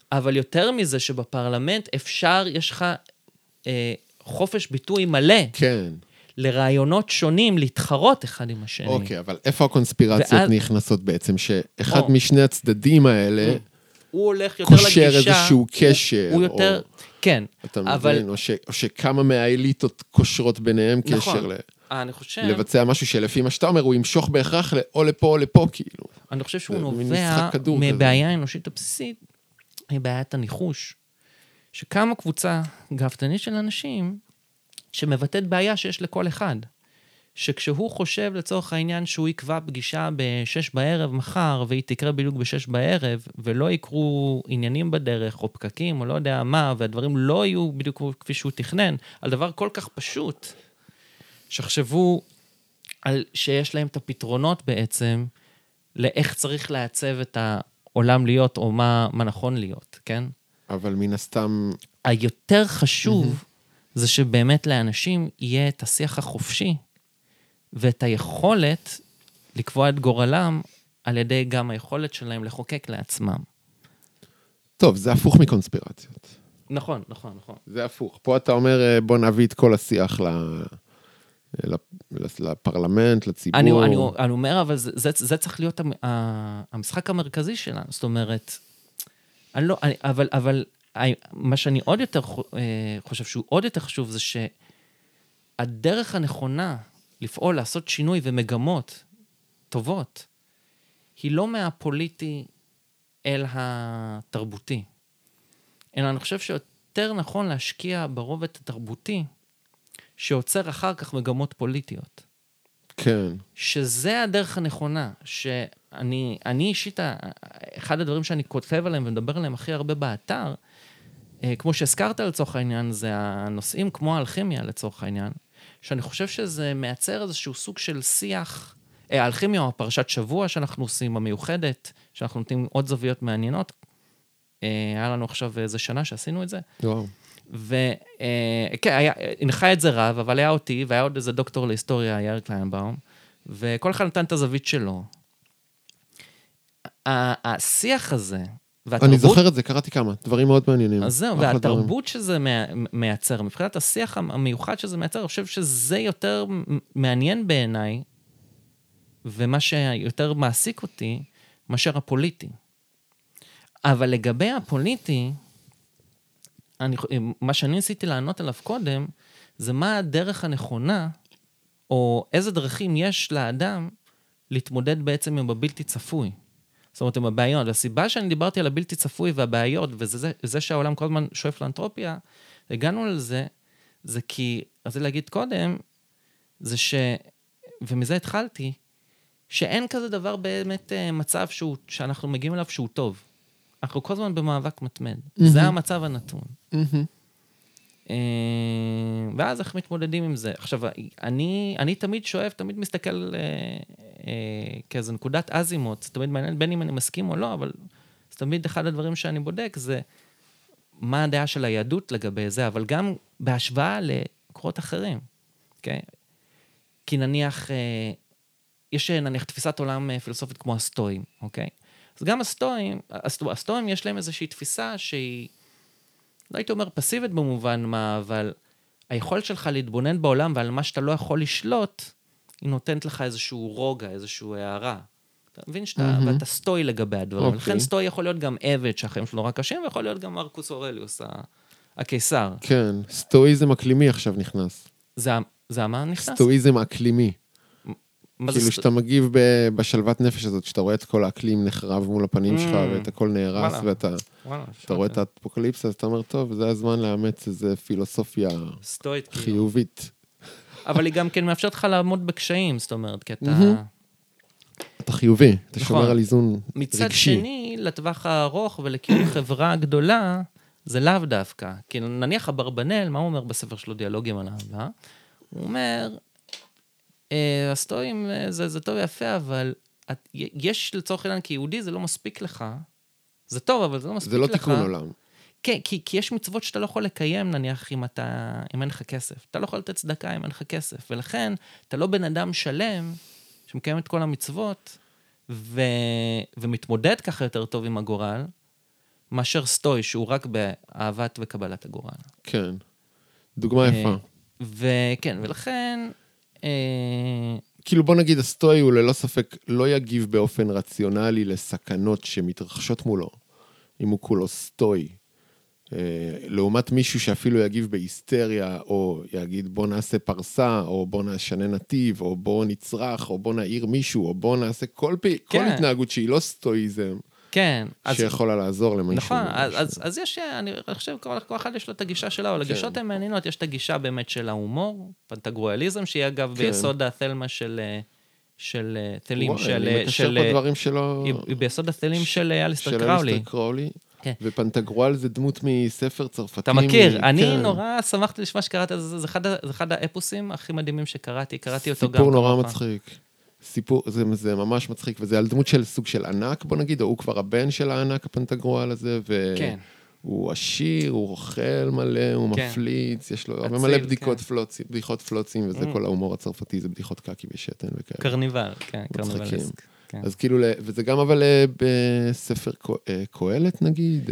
אבל יותר מזה שבפרלמנט אפשר, יש לך אה, חופש ביטוי מלא. כן. לרעיונות שונים, להתחרות אחד עם השני. אוקיי, אבל איפה הקונספירציות ואז... נכנסות בעצם? שאחד או. משני הצדדים האלה... הוא הולך יותר לגישה... קושר איזשהו קשר. הוא יותר... או... כן. אתה אבל... מבין, או, ש... או שכמה מהאליטות קושרות ביניהם נכון. קשר ל... אני חושב... לבצע משהו שלפי מה שאתה אומר, הוא ימשוך בהכרח או לפה או לפה, כאילו. אני חושב שהוא נובע מבעיה האנושית הבסיסית, היא בעיית הניחוש. שקמה קבוצה גאוותנית של אנשים, שמבטאת בעיה שיש לכל אחד. שכשהוא חושב לצורך העניין שהוא יקבע פגישה בשש בערב מחר, והיא תקרה בדיוק בשש בערב, ולא יקרו עניינים בדרך, או פקקים, או לא יודע מה, והדברים לא יהיו בדיוק כפי שהוא תכנן, על דבר כל כך פשוט, שחשבו על שיש להם את הפתרונות בעצם, לאיך צריך לעצב את העולם להיות, או מה, מה נכון להיות, כן? אבל מן הסתם... היותר חשוב, זה שבאמת לאנשים יהיה את השיח החופשי, ואת היכולת לקבוע את גורלם, על ידי גם היכולת שלהם לחוקק לעצמם. טוב, זה הפוך מקונספירציות. נכון, נכון, נכון. זה הפוך. פה אתה אומר, בוא נביא את כל השיח לפרלמנט, לציבור. אני, אני, אני אומר, אבל זה, זה, זה צריך להיות המשחק המרכזי שלנו. זאת אומרת, אני לא, אני, אבל, אבל, מה שאני עוד יותר חושב שהוא עוד יותר חשוב, זה שהדרך הנכונה לפעול, לעשות שינוי ומגמות טובות, היא לא מהפוליטי אל התרבותי. אלא אני חושב שיותר נכון להשקיע ברובד התרבותי, שיוצר אחר כך מגמות פוליטיות. כן. שזה הדרך הנכונה, שאני אני אישית, אחד הדברים שאני כותב עליהם ומדבר עליהם הכי הרבה באתר, כמו שהזכרת לצורך העניין, זה הנושאים כמו האלכימיה לצורך העניין, שאני חושב שזה מייצר איזשהו סוג של שיח, האלכימיה או הפרשת שבוע שאנחנו עושים, המיוחדת, שאנחנו נותנים עוד זוויות מעניינות, היה לנו עכשיו איזה שנה שעשינו את זה. וואו. וכן, הנחה את זה רב, אבל היה אותי, והיה עוד איזה דוקטור להיסטוריה, יאיר קליינבאום, וכל אחד נתן את הזווית שלו. השיח הזה, והתרבות... אני זוכר את זה, קראתי כמה, דברים מאוד מעניינים. אז זהו, והתרבות שזה מייצר, מבחינת השיח המיוחד שזה מייצר, אני חושב שזה יותר מעניין בעיניי, ומה שיותר מעסיק אותי, מאשר הפוליטי. אבל לגבי הפוליטי, אני, מה שאני ניסיתי לענות עליו קודם, זה מה הדרך הנכונה, או איזה דרכים יש לאדם להתמודד בעצם עם הבלתי צפוי. זאת אומרת, עם הבעיות. והסיבה שאני דיברתי על הבלתי צפוי והבעיות, וזה זה, זה שהעולם כל הזמן שואף לאנתרופיה, הגענו לזה, זה כי, אז זה להגיד קודם, זה ש, ומזה התחלתי, שאין כזה דבר באמת מצב שהוא, שאנחנו מגיעים אליו שהוא טוב. אנחנו כל הזמן במאבק מתמד. Mm-hmm. זה המצב הנתון. Mm-hmm. ואז איך מתמודדים עם זה? עכשיו, אני, אני תמיד שואף, תמיד מסתכל אה, אה, כאיזו נקודת אזימות, תמיד מעניין, בין אם אני מסכים או לא, אבל זה תמיד אחד הדברים שאני בודק, זה מה הדעה של היהדות לגבי זה, אבל גם בהשוואה לקורות אחרים. Okay? כי נניח, אה, יש נניח תפיסת עולם פילוסופית כמו הסטואים, אוקיי? Okay? אז גם הסטואים, הסטואים יש להם איזושהי תפיסה שהיא, לא הייתי אומר פסיבית במובן מה, אבל היכולת שלך להתבונן בעולם ועל מה שאתה לא יכול לשלוט, היא נותנת לך איזשהו רוגע, איזשהו הערה. אתה מבין שאתה, mm-hmm. ואתה סטוי לגבי הדברים. Okay. לכן סטוי יכול להיות גם עבד שהחיים שלו רק קשים, ויכול להיות גם מרקוס אורליוס, הקיסר. כן, סטואיזם אקלימי עכשיו נכנס. זה, זה מה נכנס? סטואיזם אקלימי. כאילו שאתה מגיב בשלוות נפש הזאת, שאתה רואה את כל האקלים נחרב מול הפנים שלך, ואת הכל נהרס, ואתה רואה את האפוקליפסה, אז אתה אומר, טוב, זה הזמן לאמץ איזו פילוסופיה חיובית. אבל היא גם כן מאפשרת לך לעמוד בקשיים, זאת אומרת, כי אתה... אתה חיובי, אתה שומר על איזון רגשי. מצד שני, לטווח הארוך ולקיום חברה גדולה, זה לאו דווקא. כי נניח אברבנאל, מה הוא אומר בספר שלו דיאלוגים על אהבה? הוא אומר... הסטואים זה, זה טוב ויפה, אבל את, יש לצורך העניין כיהודי, זה לא מספיק לך. זה טוב, אבל זה לא מספיק לך. זה לא תיקון עולם. כן, כי, כי יש מצוות שאתה לא יכול לקיים, נניח, אם, אתה, אם אין לך כסף. אתה לא יכול לתת צדקה אם אין לך כסף. ולכן, אתה לא בן אדם שלם שמקיים את כל המצוות, ו, ומתמודד ככה יותר טוב עם הגורל, מאשר סטוי, שהוא רק באהבת וקבלת הגורל. כן. דוגמה יפה. וכן, ולכן... כאילו בוא נגיד, הסטוי הוא ללא ספק לא יגיב באופן רציונלי לסכנות שמתרחשות מולו, אם הוא כולו סטוי. לעומת מישהו שאפילו יגיב בהיסטריה, או יגיד בוא נעשה פרסה, או בוא נשנה נתיב, או בוא נצרח, או בוא נעיר מישהו, או בוא נעשה כל, פי, כל התנהגות שהיא לא סטואיזם, כן, שיכולה לעזור למישהו. נכון, אז, אז, אז יש, אני חושב, כל אחד יש לו את הגישה שלה, אבל הגישות הן מעניינות, יש את הגישה באמת של ההומור, פנטגרואליזם, שהיא אגב ביסוד התלמה של... של תלים, של... אני מקשר בדברים שלו... היא ביסוד התלים של אליסטר של קראולי. אליסטר קראולי, ופנטגרואל זה דמות מספר צרפתי. אתה מכיר, אני נורא שמחתי לשמוע שקראת, זה אחד האפוסים הכי מדהימים שקראתי, קראתי אותו גם. סיפור נורא מצחיק. סיפור, זה ממש מצחיק, וזה על דמות של סוג של ענק, בוא נגיד, או הוא כבר הבן של הענק, הפנטגרואל הזה, והוא עשיר, הוא אוכל מלא, הוא מפליץ, יש לו הרבה מלא בדיחות פלוצים, וזה כל ההומור הצרפתי, זה בדיחות קקי ושתן וכאלה. קרניבל, כן, קרניבלסק. אז כאילו, וזה גם אבל בספר קהלת נגיד.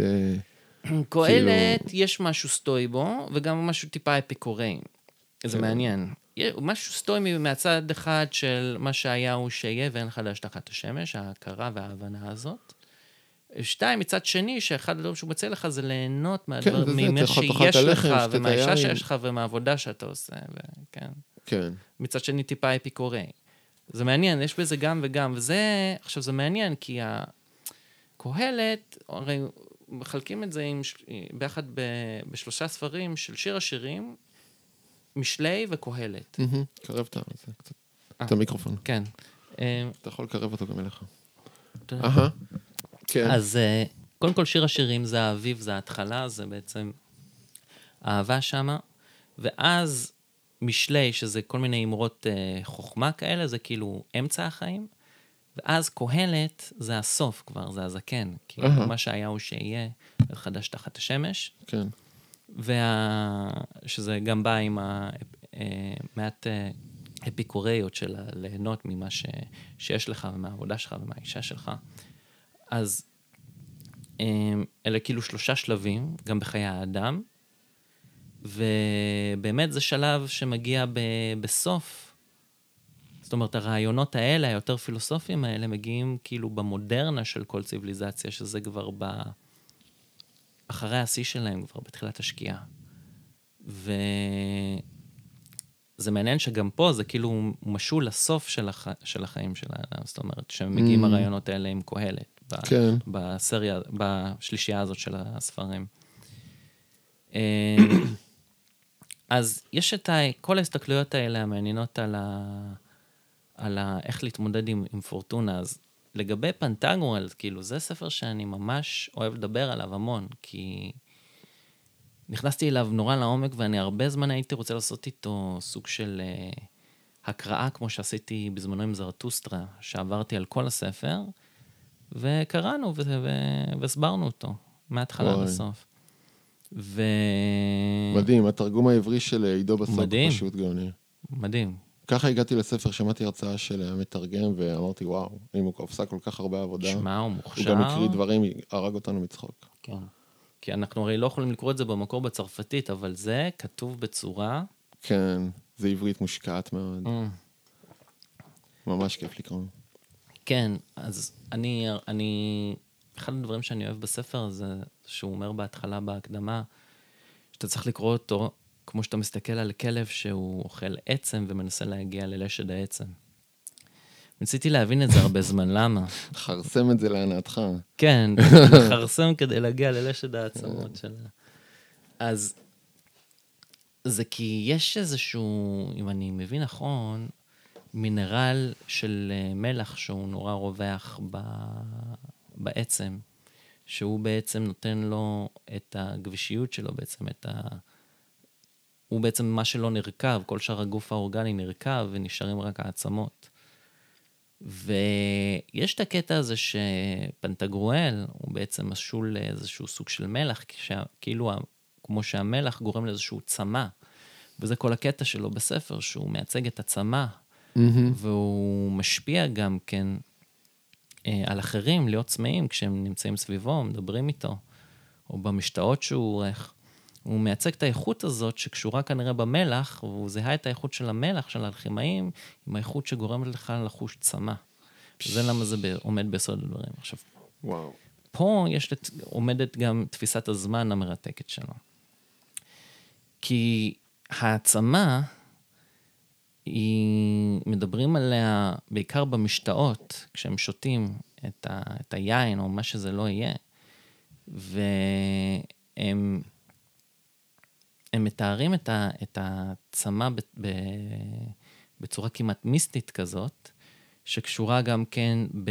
קהלת, יש משהו סטוי בו, וגם משהו טיפה אפיקורי. זה מעניין. משהו סטוי מהצד אחד של מה שהיה הוא שיהיה, ואין חדש תחת השמש, ההכרה וההבנה הזאת. שתיים, מצד שני, שאחד הדברים שהוא מציע לך זה ליהנות ממה שיש לך, ומהאישה שיש לך, ומהעבודה שאתה עושה, וכן. כן. מצד שני, טיפה אפיקורי. זה מעניין, יש בזה גם וגם, וזה, עכשיו זה מעניין, כי הקהלת, הרי מחלקים את זה עם, ביחד ב, בשלושה ספרים של שיר השירים, משלי וקהלת. קרבת את המיקרופון. כן. אתה יכול לקרב אותו גם אליך. אהה. כן. אז קודם כל שיר השירים זה האביב, זה ההתחלה, זה בעצם אהבה שמה, ואז משלי, שזה כל מיני אמרות חוכמה כאלה, זה כאילו אמצע החיים, ואז קהלת זה הסוף כבר, זה הזקן, כאילו מה שהיה הוא שיהיה, חדש תחת השמש. כן. שזה גם בא עם מעט אפיקוריות של ליהנות ממה שיש לך, ומהעבודה שלך, ומהאישה שלך. אז אלה כאילו שלושה שלבים, גם בחיי האדם, ובאמת זה שלב שמגיע ב- בסוף, זאת אומרת, הרעיונות האלה, היותר פילוסופיים האלה, מגיעים כאילו במודרנה של כל ציוויליזציה, שזה כבר ב... אחרי השיא שלהם, כבר בתחילת השקיעה. וזה מעניין שגם פה זה כאילו משול לסוף של, הח... של החיים של האדם, זאת אומרת, שמגיעים mm. הרעיונות האלה עם קהלת, ב... כן. בסריה, בשלישייה הזאת של הספרים. אז יש את ה... כל ההסתכלויות האלה המעניינות על, ה... על ה... איך להתמודד עם, עם פורטונה, אז לגבי פנטגרואל, כאילו, זה ספר שאני ממש אוהב לדבר עליו המון, כי נכנסתי אליו נורא לעומק, ואני הרבה זמן הייתי רוצה לעשות איתו סוג של uh, הקראה, כמו שעשיתי בזמנו עם זרטוסטרה, שעברתי על כל הספר, וקראנו ו- ו- והסברנו אותו, מההתחלה לסוף. ו... מדהים, התרגום העברי של עידו בסוק מדהים. פשוט גאוני. מדהים. ככה הגעתי לספר, שמעתי הרצאה של המתרגם, ואמרתי, וואו, אם הוא עושה כל כך הרבה עבודה, שמה, הוא מוכשר. הוא גם הקריא דברים, הרג אותנו מצחוק. כן. כי אנחנו הרי לא יכולים לקרוא את זה במקור בצרפתית, אבל זה כתוב בצורה... כן, זה עברית מושקעת מאוד. Mm. ממש כיף לקרוא. כן, אז אני, אני... אחד הדברים שאני אוהב בספר הזה, שהוא אומר בהתחלה, בהקדמה, שאתה צריך לקרוא אותו, כמו שאתה מסתכל על כלב שהוא אוכל עצם ומנסה להגיע ללשד העצם. ניסיתי להבין את זה הרבה זמן, למה? חרסם את זה להנאתך. כן, חרסם כדי להגיע ללשד העצמות שלה. אז זה כי יש איזשהו, אם אני מבין נכון, מינרל של מלח שהוא נורא רווח ב... בעצם, שהוא בעצם נותן לו את הגבישיות שלו, בעצם את ה... הוא בעצם מה שלא נרכב, כל שאר הגוף האורגני נרכב, ונשארים רק העצמות. ויש את הקטע הזה שפנטגרואל, הוא בעצם משול לאיזשהו סוג של מלח, כאילו כמו שהמלח גורם לאיזשהו צמא, וזה כל הקטע שלו בספר, שהוא מייצג את הצמא, mm-hmm. והוא משפיע גם כן על אחרים, להיות צמאים, כשהם נמצאים סביבו, מדברים איתו. או במשתאות שהוא עורך, הוא מייצג את האיכות הזאת שקשורה כנראה במלח, והוא זהה את האיכות של המלח, של האלכימאים, עם האיכות שגורמת לך לחוש צמא. זה למה זה עומד ביסוד הדברים. עכשיו, וואו. פה יש, עומדת גם תפיסת הזמן המרתקת שלו. כי העצמה, היא, מדברים עליה בעיקר במשתאות, כשהם שותים את, ה, את היין, או מה שזה לא יהיה, והם הם מתארים את, ה, את העצמה ב, ב, בצורה כמעט מיסטית כזאת, שקשורה גם כן ב,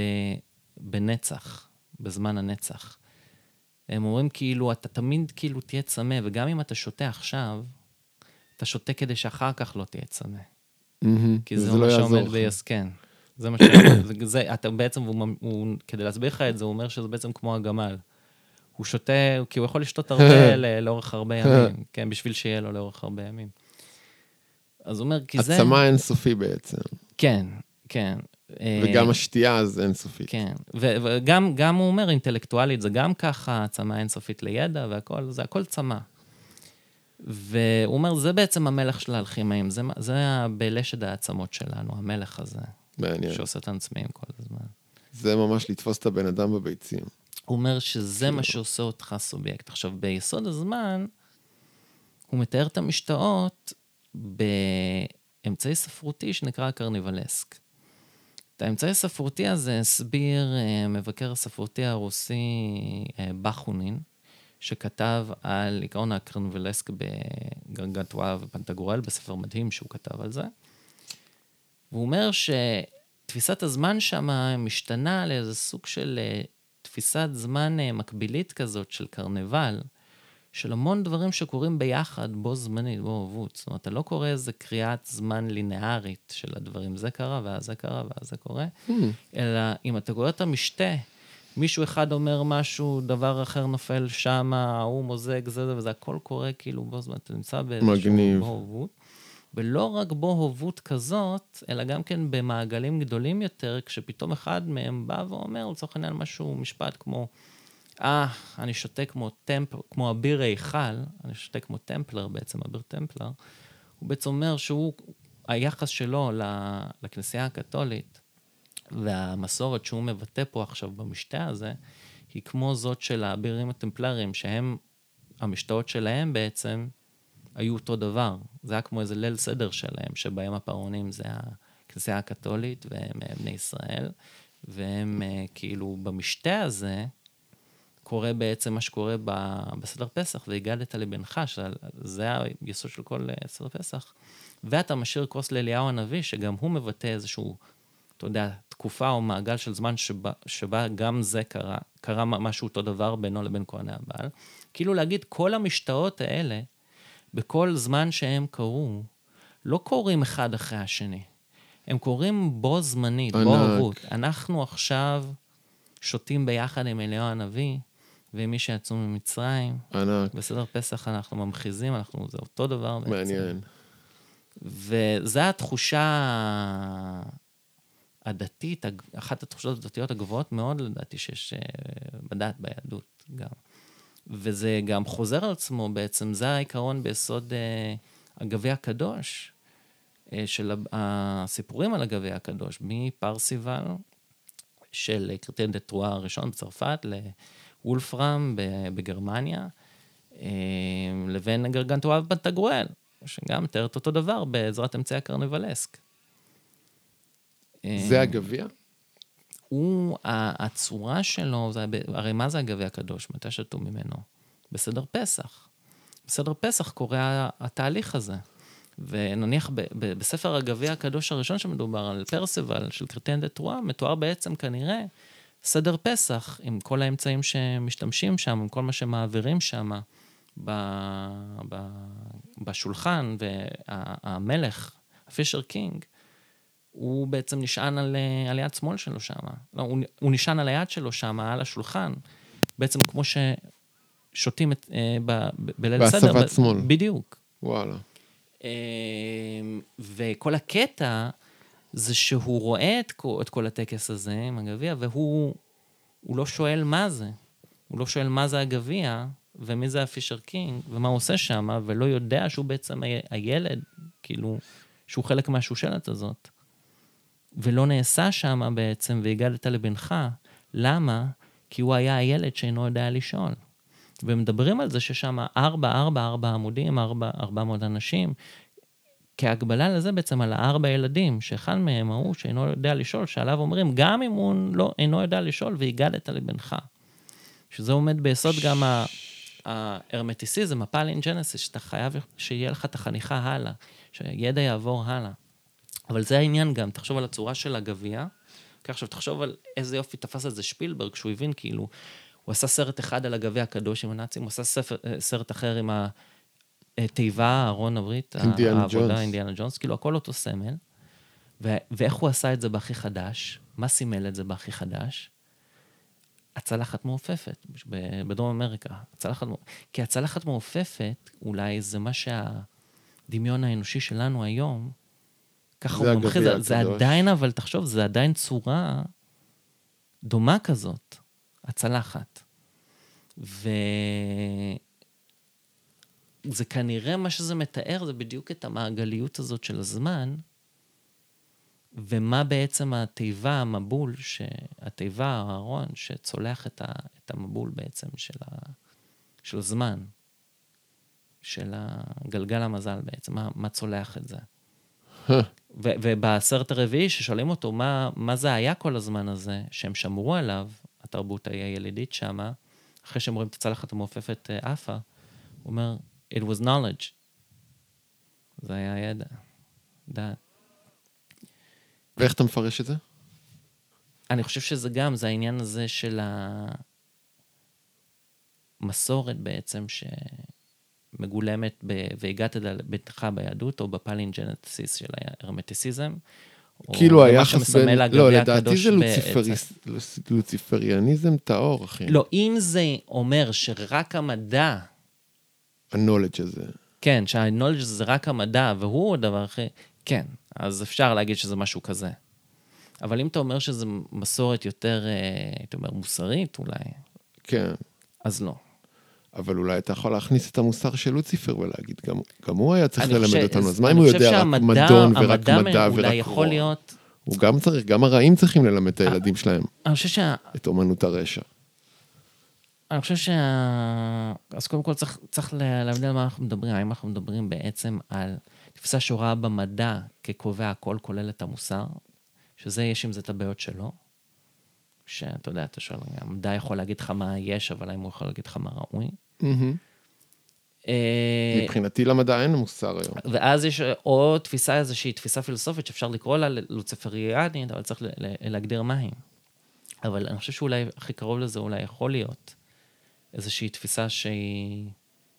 בנצח, בזמן הנצח. הם אומרים כאילו, אתה תמיד כאילו תהיה צמא, וגם אם אתה שותה עכשיו, אתה שותה כדי שאחר כך לא תהיה צמא. כי זה מה שעומד ביסקן. זה מה שזה, אתה בעצם, כדי להסביר לך את זה, הוא אומר שזה בעצם כמו הגמל. הוא שותה, כי הוא יכול לשתות הרבה לאורך הרבה ימים, כן, בשביל שיהיה לו לאורך הרבה ימים. אז הוא אומר, כי זה... עצמה אינסופי בעצם. כן, כן. וגם השתייה אז אינסופית. כן, וגם גם הוא אומר, אינטלקטואלית, זה גם ככה, עצמה אינסופית לידע, והכל, זה הכל צמא. והוא אומר, זה בעצם המלך של האלכימאים, זה, זה בלשד העצמות שלנו, המלך הזה. מעניין. שעושה את עצמאים כל הזמן. זה ממש לתפוס את הבן אדם בביצים. הוא אומר שזה מה שעושה אותך סובייקט. עכשיו, ביסוד הזמן, הוא מתאר את המשתאות באמצעי ספרותי שנקרא קרניבלסק. את האמצעי הספרותי הזה הסביר מבקר הספרותי הרוסי בחונין, שכתב על עיקרון הקרניבלסק בגרגנטואה ופנטגורל, בספר מדהים שהוא כתב על זה. והוא אומר שתפיסת הזמן שם משתנה לאיזה סוג של תפיסת זמן מקבילית כזאת של קרנבל, של המון דברים שקורים ביחד, בו זמנית, בו הובות. זאת אומרת, אתה לא קורא איזה קריאת זמן לינארית של הדברים, זה קרה, ואז זה קרה, ואז זה קורה, mm. אלא אם אתה קורא את המשתה, מישהו אחד אומר משהו, דבר אחר נופל שם, הוא מוזג, זה זה, וזה הכל קורה כאילו בו זמן, אתה נמצא באיזשהו בו הובות, ולא רק בו הובות כזאת, אלא גם כן במעגלים גדולים יותר, כשפתאום אחד מהם בא ואומר, לצורך העניין משהו, משפט כמו, אה, אני שותה כמו טמפלר, כמו אביר היכל, אני שותה כמו טמפלר בעצם, אביר טמפלר, הוא בעצם אומר שהוא, היחס שלו לכנסייה הקתולית, והמסורת שהוא מבטא פה עכשיו במשתה הזה, היא כמו זאת של האבירים הטמפלרים, שהם, המשתאות שלהם בעצם, היו אותו דבר. זה היה כמו איזה ליל סדר שלהם, שבהם הפרעונים זה הכנסייה הקתולית, והם בני ישראל, והם כאילו במשתה הזה, קורה בעצם מה שקורה בסדר פסח, והגדת לבנך, שזה היסוד של כל סדר פסח, ואתה משאיר כוס לאליהו הנביא, שגם הוא מבטא איזשהו, אתה יודע, תקופה או מעגל של זמן שבה, שבה גם זה קרה, קרה משהו אותו דבר בינו לבין כהני הבעל. כאילו להגיד, כל המשתאות האלה, בכל זמן שהם קרו, לא קורים אחד אחרי השני. הם קורים בו זמנית, בו ערבות. אנחנו עכשיו שותים ביחד עם אליהו הנביא, ומי שיצאו ממצרים. ענק. בסדר פסח אנחנו ממחיזים, אנחנו, זה אותו דבר. מעניין. וזו התחושה הדתית, אחת התחושות הדתיות הגבוהות מאוד לדעתי שיש בדת ביהדות גם. וזה גם חוזר על עצמו בעצם, זה העיקרון ביסוד הגביע הקדוש, של הסיפורים על הגביע הקדוש, מפרסיבל, של קריטיין דה טרואה הראשון בצרפת, לוולפרם בגרמניה, לבין גרגנטואה ופנטגורל, שגם מתארת אותו דבר בעזרת אמצעי הקרניבלסק. זה הגביע? הוא, הצורה שלו, זה, הרי מה זה הגביע הקדוש? מתי שתו ממנו? בסדר פסח. בסדר פסח קורה התהליך הזה. ונניח ב, ב, בספר הגביע הקדוש הראשון שמדובר על פרסיבל של קריטיין דה טרואה, מתואר בעצם כנראה סדר פסח, עם כל האמצעים שמשתמשים שם, עם כל מה שמעבירים שם ב, ב, בשולחן, והמלך, הפישר קינג, הוא בעצם נשען על, על יד שמאל שלו שם. לא, הוא, הוא נשען על היד שלו שם, על השולחן. בעצם כמו ששותים את, אה, ב, ב, בליל סדר. בהסבת שמאל. בדיוק. וואלה. אה, וכל הקטע זה שהוא רואה את, את כל הטקס הזה עם הגביע, והוא הוא לא שואל מה זה. הוא לא שואל מה זה הגביע, ומי זה הפישר קינג, ומה הוא עושה שם, ולא יודע שהוא בעצם הילד, כאילו, שהוא חלק מהשושלת הזאת. ולא נעשה שם בעצם, והגדת לבנך. למה? כי הוא היה הילד שאינו יודע לשאול. ומדברים על זה ששם ארבע, ארבע, ארבע עמודים, ארבע, ארבע מאות אנשים, כהגבלה לזה בעצם על הארבע ילדים, שאחד מהם הוא שאינו יודע לשאול, שעליו אומרים, גם אם הוא לא, אינו יודע לשאול, והגדת לבנך. שזה עומד ביסוד גם ההרמטיסיזם, הפלינג'נסיס, שאתה חייב שיהיה לך את החניכה הלאה, שהידע יעבור הלאה. אבל זה העניין גם, תחשוב על הצורה של הגביע, כי עכשיו תחשוב על איזה יופי תפס את זה שפילברג, שהוא הבין כאילו, הוא עשה סרט אחד על הגביע הקדוש עם הנאצים, הוא עשה ספר, סרט אחר עם התיבה, הארון הברית, העבודה, אינדיאנה ג'ונס, כאילו הכל אותו סמל, ו- ואיך הוא עשה את זה בהכי חדש, מה סימל את זה בהכי חדש? הצלחת מעופפת, בדרום אמריקה, הצלחת, כי הצלחת מעופפת, אולי זה מה שהדמיון האנושי שלנו היום, ככה הוא ממחז, זה, זה עדיין, אבל תחשוב, זה עדיין צורה דומה כזאת, הצלחת. וזה כנראה מה שזה מתאר, זה בדיוק את המעגליות הזאת של הזמן, ומה בעצם התיבה, המבול, התיבה, הארון, שצולח את, ה, את המבול בעצם של, ה, של הזמן, של הגלגל המזל בעצם, מה, מה צולח את זה. ו- ובסרט הרביעי ששואלים אותו מה, מה זה היה כל הזמן הזה, שהם שמרו עליו, התרבות הילידית שמה, אחרי שהם רואים את הצלחת המעופפת אפה, הוא אומר, it was knowledge. זה היה ידע, דעת. ואיך אתה מפרש את זה? אני חושב שזה גם, זה העניין הזה של המסורת בעצם, שמגולמת והגעת לבטחה ביהדות, או בפלינג'נסיס של ההרמטיסיזם. כאילו היחס בין, לא, לדעתי זה לוציפריאניזם טהור, אחי. לא, אם זה אומר שרק המדע, ה-knowledge הזה. כן, שה-knowledge זה רק המדע, והוא הדבר אחרי, כן, אז אפשר להגיד שזה משהו כזה. אבל אם אתה אומר שזה מסורת יותר, אתה אומר, מוסרית אולי, כן. אז לא. אבל אולי אתה יכול להכניס את המוסר של לוציפר ולהגיד, גם, גם הוא היה צריך ללמד אותנו. אז מה אם הוא יודע רק מדון ורק מדע ורק רוע? להיות... הוא גם צריך, גם הרעים צריכים ללמד את הילדים שלהם. אני חושב שה... את אומנות הרשע. אני חושב שה... אז קודם כל צריך, צריך להבין על מה אנחנו מדברים. האם אנחנו מדברים בעצם על תפיסה שהוראה במדע כקובע הכל, כולל את המוסר, שזה יש עם זה את הבעיות שלו, שאתה יודע, אתה שואל, המדע יכול להגיד לך מה יש, אבל האם הוא יכול להגיד לך מה ראוי. מבחינתי למדע אין מוסר היום. ואז יש עוד תפיסה איזושהי תפיסה פילוסופית, שאפשר לקרוא לה לוצפריאנית, אבל צריך להגדיר מהי. אבל אני חושב שאולי הכי קרוב לזה אולי יכול להיות איזושהי תפיסה שהיא,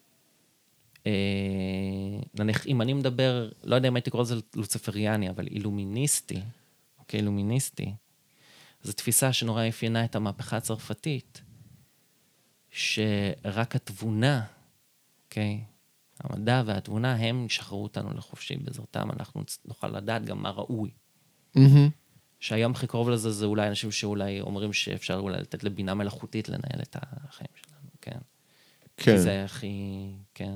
נניח, אם אני מדבר, לא יודע אם הייתי קורא לזה לוצפריאני, אבל אילומיניסטי, אוקיי, אילומיניסטי, זו תפיסה שנורא אפיינה את המהפכה הצרפתית, שרק התבונה, אוקיי, המדע והתבונה, הם שחררו אותנו לחופשי בעזרתם, אנחנו נוכל לדעת גם מה ראוי. שהיום הכי קרוב לזה, זה אולי אנשים שאולי אומרים שאפשר אולי לתת לבינה מלאכותית לנהל את החיים שלנו, כן? כן. זה הכי, כן.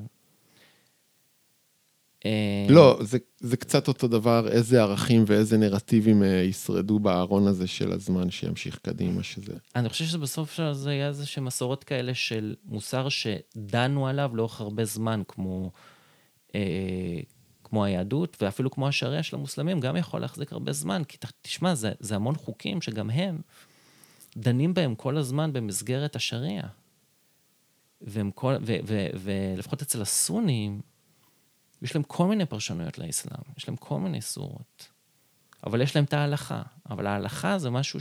לא, זה, זה קצת אותו דבר, איזה ערכים ואיזה נרטיבים ישרדו בארון הזה של הזמן שימשיך קדימה שזה. אני חושב שבסוף של זה היה איזה שמסורות כאלה של מוסר שדנו עליו לאורך הרבה זמן, כמו, אה, כמו היהדות, ואפילו כמו השריעה של המוסלמים, גם יכול להחזיק הרבה זמן, כי תשמע, זה, זה המון חוקים שגם הם דנים בהם כל הזמן במסגרת השריעה. והם כל, ו, ו, ולפחות אצל הסונים, יש להם כל מיני פרשנויות לאסלאם, יש להם כל מיני סורות, אבל יש להם את ההלכה. אבל ההלכה זה משהו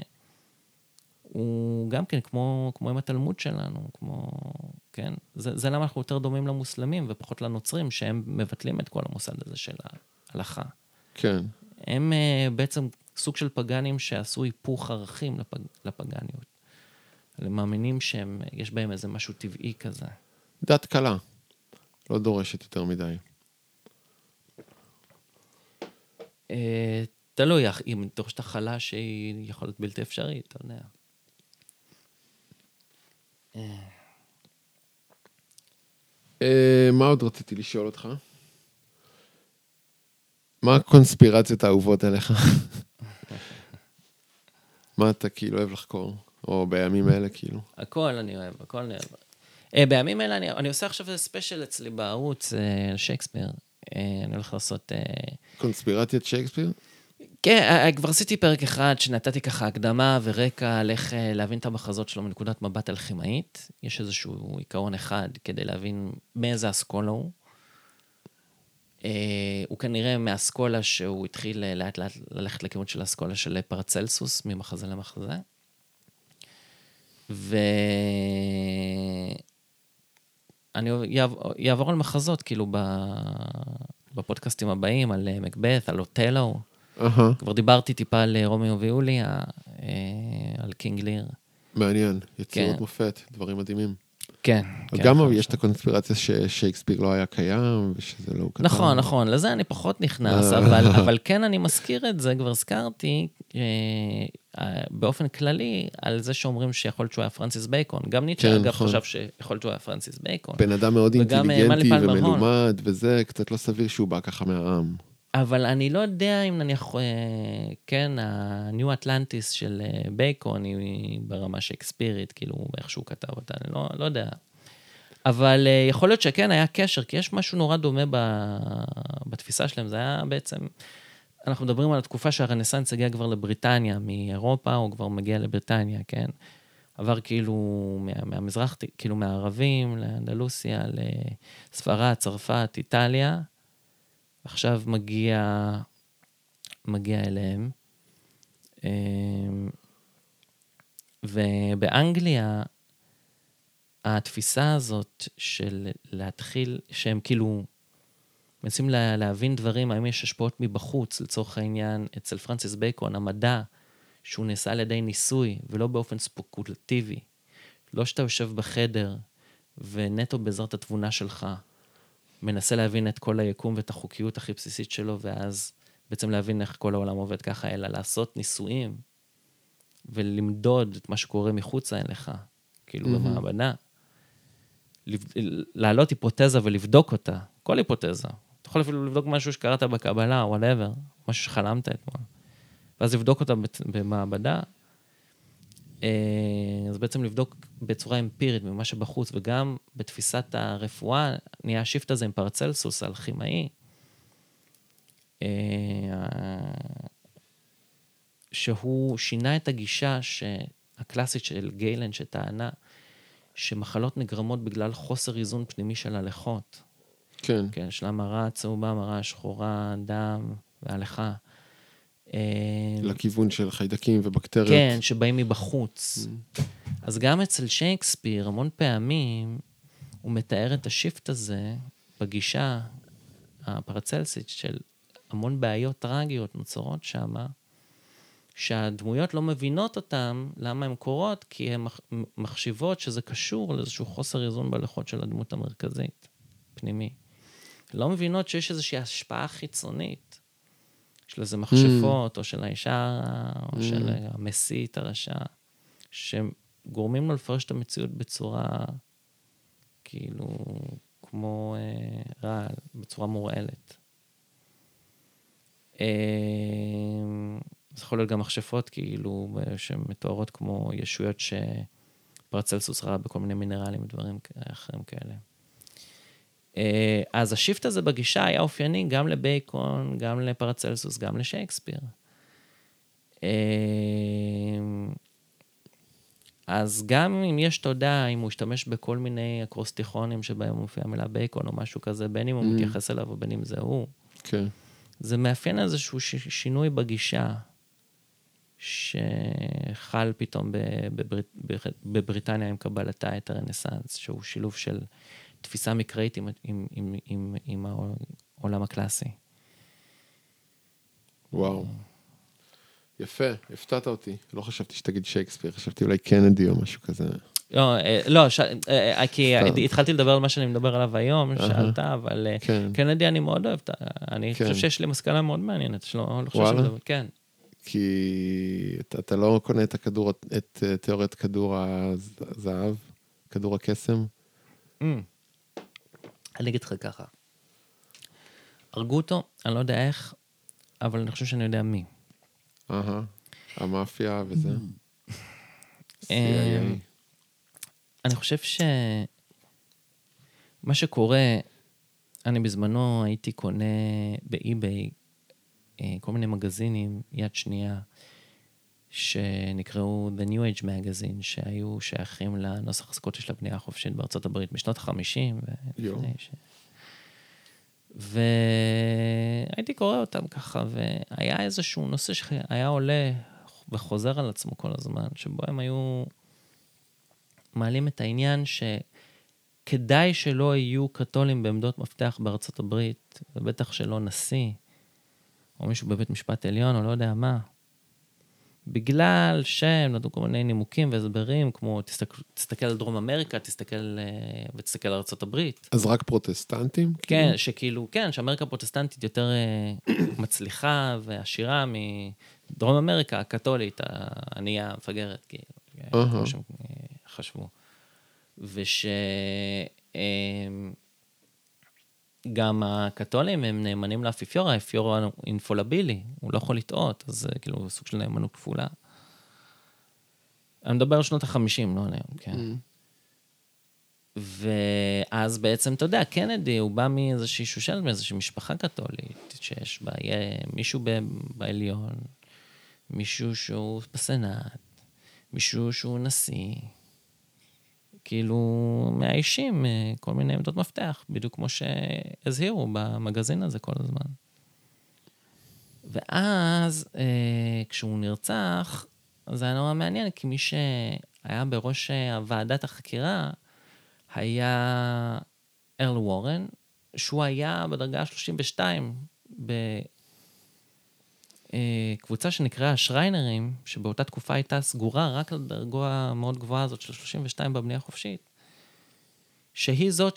שהוא גם כן כמו, כמו עם התלמוד שלנו, כמו, כן? זה, זה למה אנחנו יותר דומים למוסלמים ופחות לנוצרים, שהם מבטלים את כל המוסד הזה של ההלכה. כן. הם בעצם סוג של פגנים שעשו היפוך ערכים לפג, לפגניות. הם מאמינים שיש בהם איזה משהו טבעי כזה. דת קלה. לא דורשת יותר מדי. תלוי, אם דורשת החלה שהיא יכולת בלתי אפשרית, אתה יודע. מה עוד רציתי לשאול אותך? מה הקונספירציות האהובות עליך? מה אתה כאילו אוהב לחקור? או בימים האלה כאילו? הכל אני אוהב, הכל אני אוהב. בימים האלה אני, אני עושה עכשיו איזה ספיישל אצלי בערוץ, על שייקספיר. אני הולך לעשות... קונספירציית שייקספיר? כן, כבר עשיתי פרק אחד שנתתי ככה הקדמה ורקע על איך להבין את המחזות שלו מנקודת מבט אלכימאית. יש איזשהו עיקרון אחד כדי להבין מאיזה אסכולה הוא. הוא כנראה מהאסכולה שהוא התחיל לאט לאט ללכת לכיוון של האסכולה של פרצלסוס, ממחזה למחזה. ואני אעבור על מחזות, כאילו, בפודקאסטים הבאים, על מקבת, על אוטלו. כבר דיברתי טיפה על רומיו ויוליה, על קינג ליר. מעניין, יצירות מופת, דברים מדהימים. כן. גם יש את הקונספירציה ששייקספיר לא היה קיים, ושזה לא כתב. נכון, נכון, לזה אני פחות נכנס, אבל כן אני מזכיר את זה, כבר הזכרתי, באופן כללי, על זה שאומרים שיכול להיות שהוא היה פרנסיס בייקון. גם ניטשה, אגב, חשב שיכול להיות שהוא היה פרנסיס בייקון. בן אדם מאוד אינטליגנטי ומלומד, וזה קצת לא סביר שהוא בא ככה מהעם. אבל אני לא יודע אם נניח, כן, ה-New Atlantis של בייקון היא ברמה שייקספירית, כאילו, איך שהוא כתב אותה, אני לא, לא יודע. אבל יכול להיות שכן, היה קשר, כי יש משהו נורא דומה בתפיסה שלהם, זה היה בעצם, אנחנו מדברים על התקופה שהרנסנס הגיע כבר לבריטניה, מאירופה, הוא כבר מגיע לבריטניה, כן? עבר כאילו מהמזרח, כאילו מהערבים, לאנדלוסיה, לספרד, צרפת, איטליה, עכשיו מגיע, מגיע אליהם, ובאנגליה, התפיסה הזאת של להתחיל, שהם כאילו, מנסים לה, להבין דברים, האם יש השפעות מבחוץ, לצורך העניין, אצל פרנסיס בייקון, המדע, שהוא נעשה על ידי ניסוי, ולא באופן ספקולטיבי. לא שאתה יושב בחדר, ונטו בעזרת התבונה שלך, מנסה להבין את כל היקום ואת החוקיות הכי בסיסית שלו, ואז בעצם להבין איך כל העולם עובד ככה, אלא לעשות ניסויים, ולמדוד את מה שקורה מחוץ אליך, כאילו mm-hmm. במעבדה. לעלות היפותזה ולבדוק אותה, כל היפותזה. אתה יכול אפילו לבדוק משהו שקראת בקבלה, או whatever, משהו שחלמת אתמול. ואז לבדוק אותה במעבדה, אז בעצם לבדוק בצורה אמפירית ממה שבחוץ, וגם בתפיסת הרפואה, נהיה השיפט הזה עם פרצלסוס, האלכימאי, שהוא שינה את הגישה הקלאסית של גיילן, שטענה, שמחלות נגרמות בגלל חוסר איזון פנימי של הלכות. כן. כן, של המראה הצהובה, מראה שחורה, דם והלכה. לכיוון של חיידקים ובקטריות. כן, שבאים מבחוץ. Mm. אז גם אצל שייקספיר, המון פעמים, הוא מתאר את השיפט הזה בגישה הפרצלסית של המון בעיות טרגיות נוצרות שם, שהדמויות לא מבינות אותם, למה הן קורות, כי הן מחשיבות שזה קשור לאיזשהו חוסר איזון בלכות של הדמות המרכזית, פנימי. לא מבינות שיש איזושהי השפעה חיצונית, של איזה מכשפות, mm. או של האישה, או mm. של המסית, הרשע, שגורמים לו לפרש את המציאות בצורה, כאילו, כמו אה, רעל, בצורה מורעלת. אה... זה יכול להיות גם מכשפות, כאילו, שמתוארות כמו ישויות שפרצלסוס ראה בכל מיני מינרלים ודברים אחרים כאלה. אז השיפט הזה בגישה היה אופייני גם לבייקון, גם לפרצלסוס, גם לשייקספיר. אז גם אם יש תודה, אם הוא השתמש בכל מיני אקרוסטיכונים שבהם מופיע המילה בייקון או משהו כזה, בין אם הוא מתייחס אליו או בין אם זה הוא. כן. זה מאפיין איזשהו שינוי בגישה, שחל פתאום בברית, בבריטניה עם קבלתה את הרנסנס, שהוא שילוב של תפיסה מקראית עם, עם, עם, עם, עם העולם הקלאסי. וואו. יפה, הפתעת אותי. לא חשבתי שתגיד שייקספיר, חשבתי אולי קנדי או משהו כזה. לא, לא, ש... כי התחלתי לדבר על מה שאני מדבר עליו היום, שאלת, אבל קנדי אני מאוד אוהב, אני חושב שיש לי מסקנה מאוד מעניינת, שלא חושב שזה, כן. כי אתה לא קונה את הכדור, את תיאוריית כדור הזהב, כדור הקסם? אני אגיד לך ככה. הרגו אותו, אני לא יודע איך, אבל אני חושב שאני יודע מי. אהה, המאפיה וזה. סי איי איי. אני חושב שמה שקורה, אני בזמנו הייתי קונה באי-ביי כל מיני מגזינים, יד שנייה, שנקראו The New Age Magazine, שהיו שייכים לנוסח הסקוטי של הבנייה החופשית בארצות הברית, משנות ה-חמישים. ש... והייתי קורא אותם ככה, והיה איזשהו נושא שהיה עולה וחוזר על עצמו כל הזמן, שבו הם היו מעלים את העניין שכדאי שלא יהיו קתולים בעמדות מפתח בארצות הברית, ובטח שלא נשיא, או מישהו בבית משפט עליון, או לא יודע מה, בגלל שהם נתנו כל מיני נימוקים והסברים, כמו תסתכל, תסתכל על דרום אמריקה, תסתכל ותסתכל על ארצות הברית. אז רק פרוטסטנטים? כן, כאילו? שכאילו, כן, שאמריקה פרוטסטנטית יותר מצליחה ועשירה מדרום אמריקה הקתולית, הענייה, המפגרת, כאילו, uh-huh. כמו שהם חשבו. וש... גם הקתולים הם נאמנים לאפיפיור, האפיפיור הוא אינפולבילי, הוא לא יכול לטעות, אז זה כאילו סוג של נאמנות כפולה. אני מדבר על שנות החמישים, לא היום, כן. Mm. ואז בעצם, אתה יודע, קנדי, הוא בא מאיזושהי שושלת, מאיזושהי משפחה קתולית, שיש בה, יהיה מישהו בעליון, מישהו שהוא בסנאט, מישהו שהוא נשיא, כאילו מאיישים כל מיני עמדות מפתח, בדיוק כמו שהזהירו במגזין הזה כל הזמן. ואז, כשהוא נרצח, זה היה נורא מעניין, כי מי שהיה בראש ועדת החקירה, היה ארל וורן, שהוא היה בדרגה שלושים ושתיים, בקבוצה שנקראה השריינרים, שבאותה תקופה הייתה סגורה רק לדרגה המאוד גבוהה הזאת של שלושים ושתיים בבנייה חופשית, שהיא זאת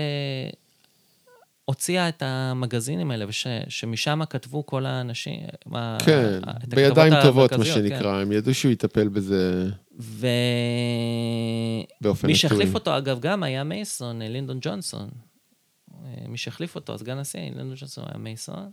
שהוציאה את המגזינים האלה, ושמשם כתבו כל האנשים, כן, בידיים טובות מה שנקרא, הם ידעו שהוא יטפל בזה באופן מי שהחליף אותו אגב גם היה מייסון, לינדון ג'ונסון, מי שהחליף אותו, הסגן נשיא, לינדון ג'ונסון היה מייסון,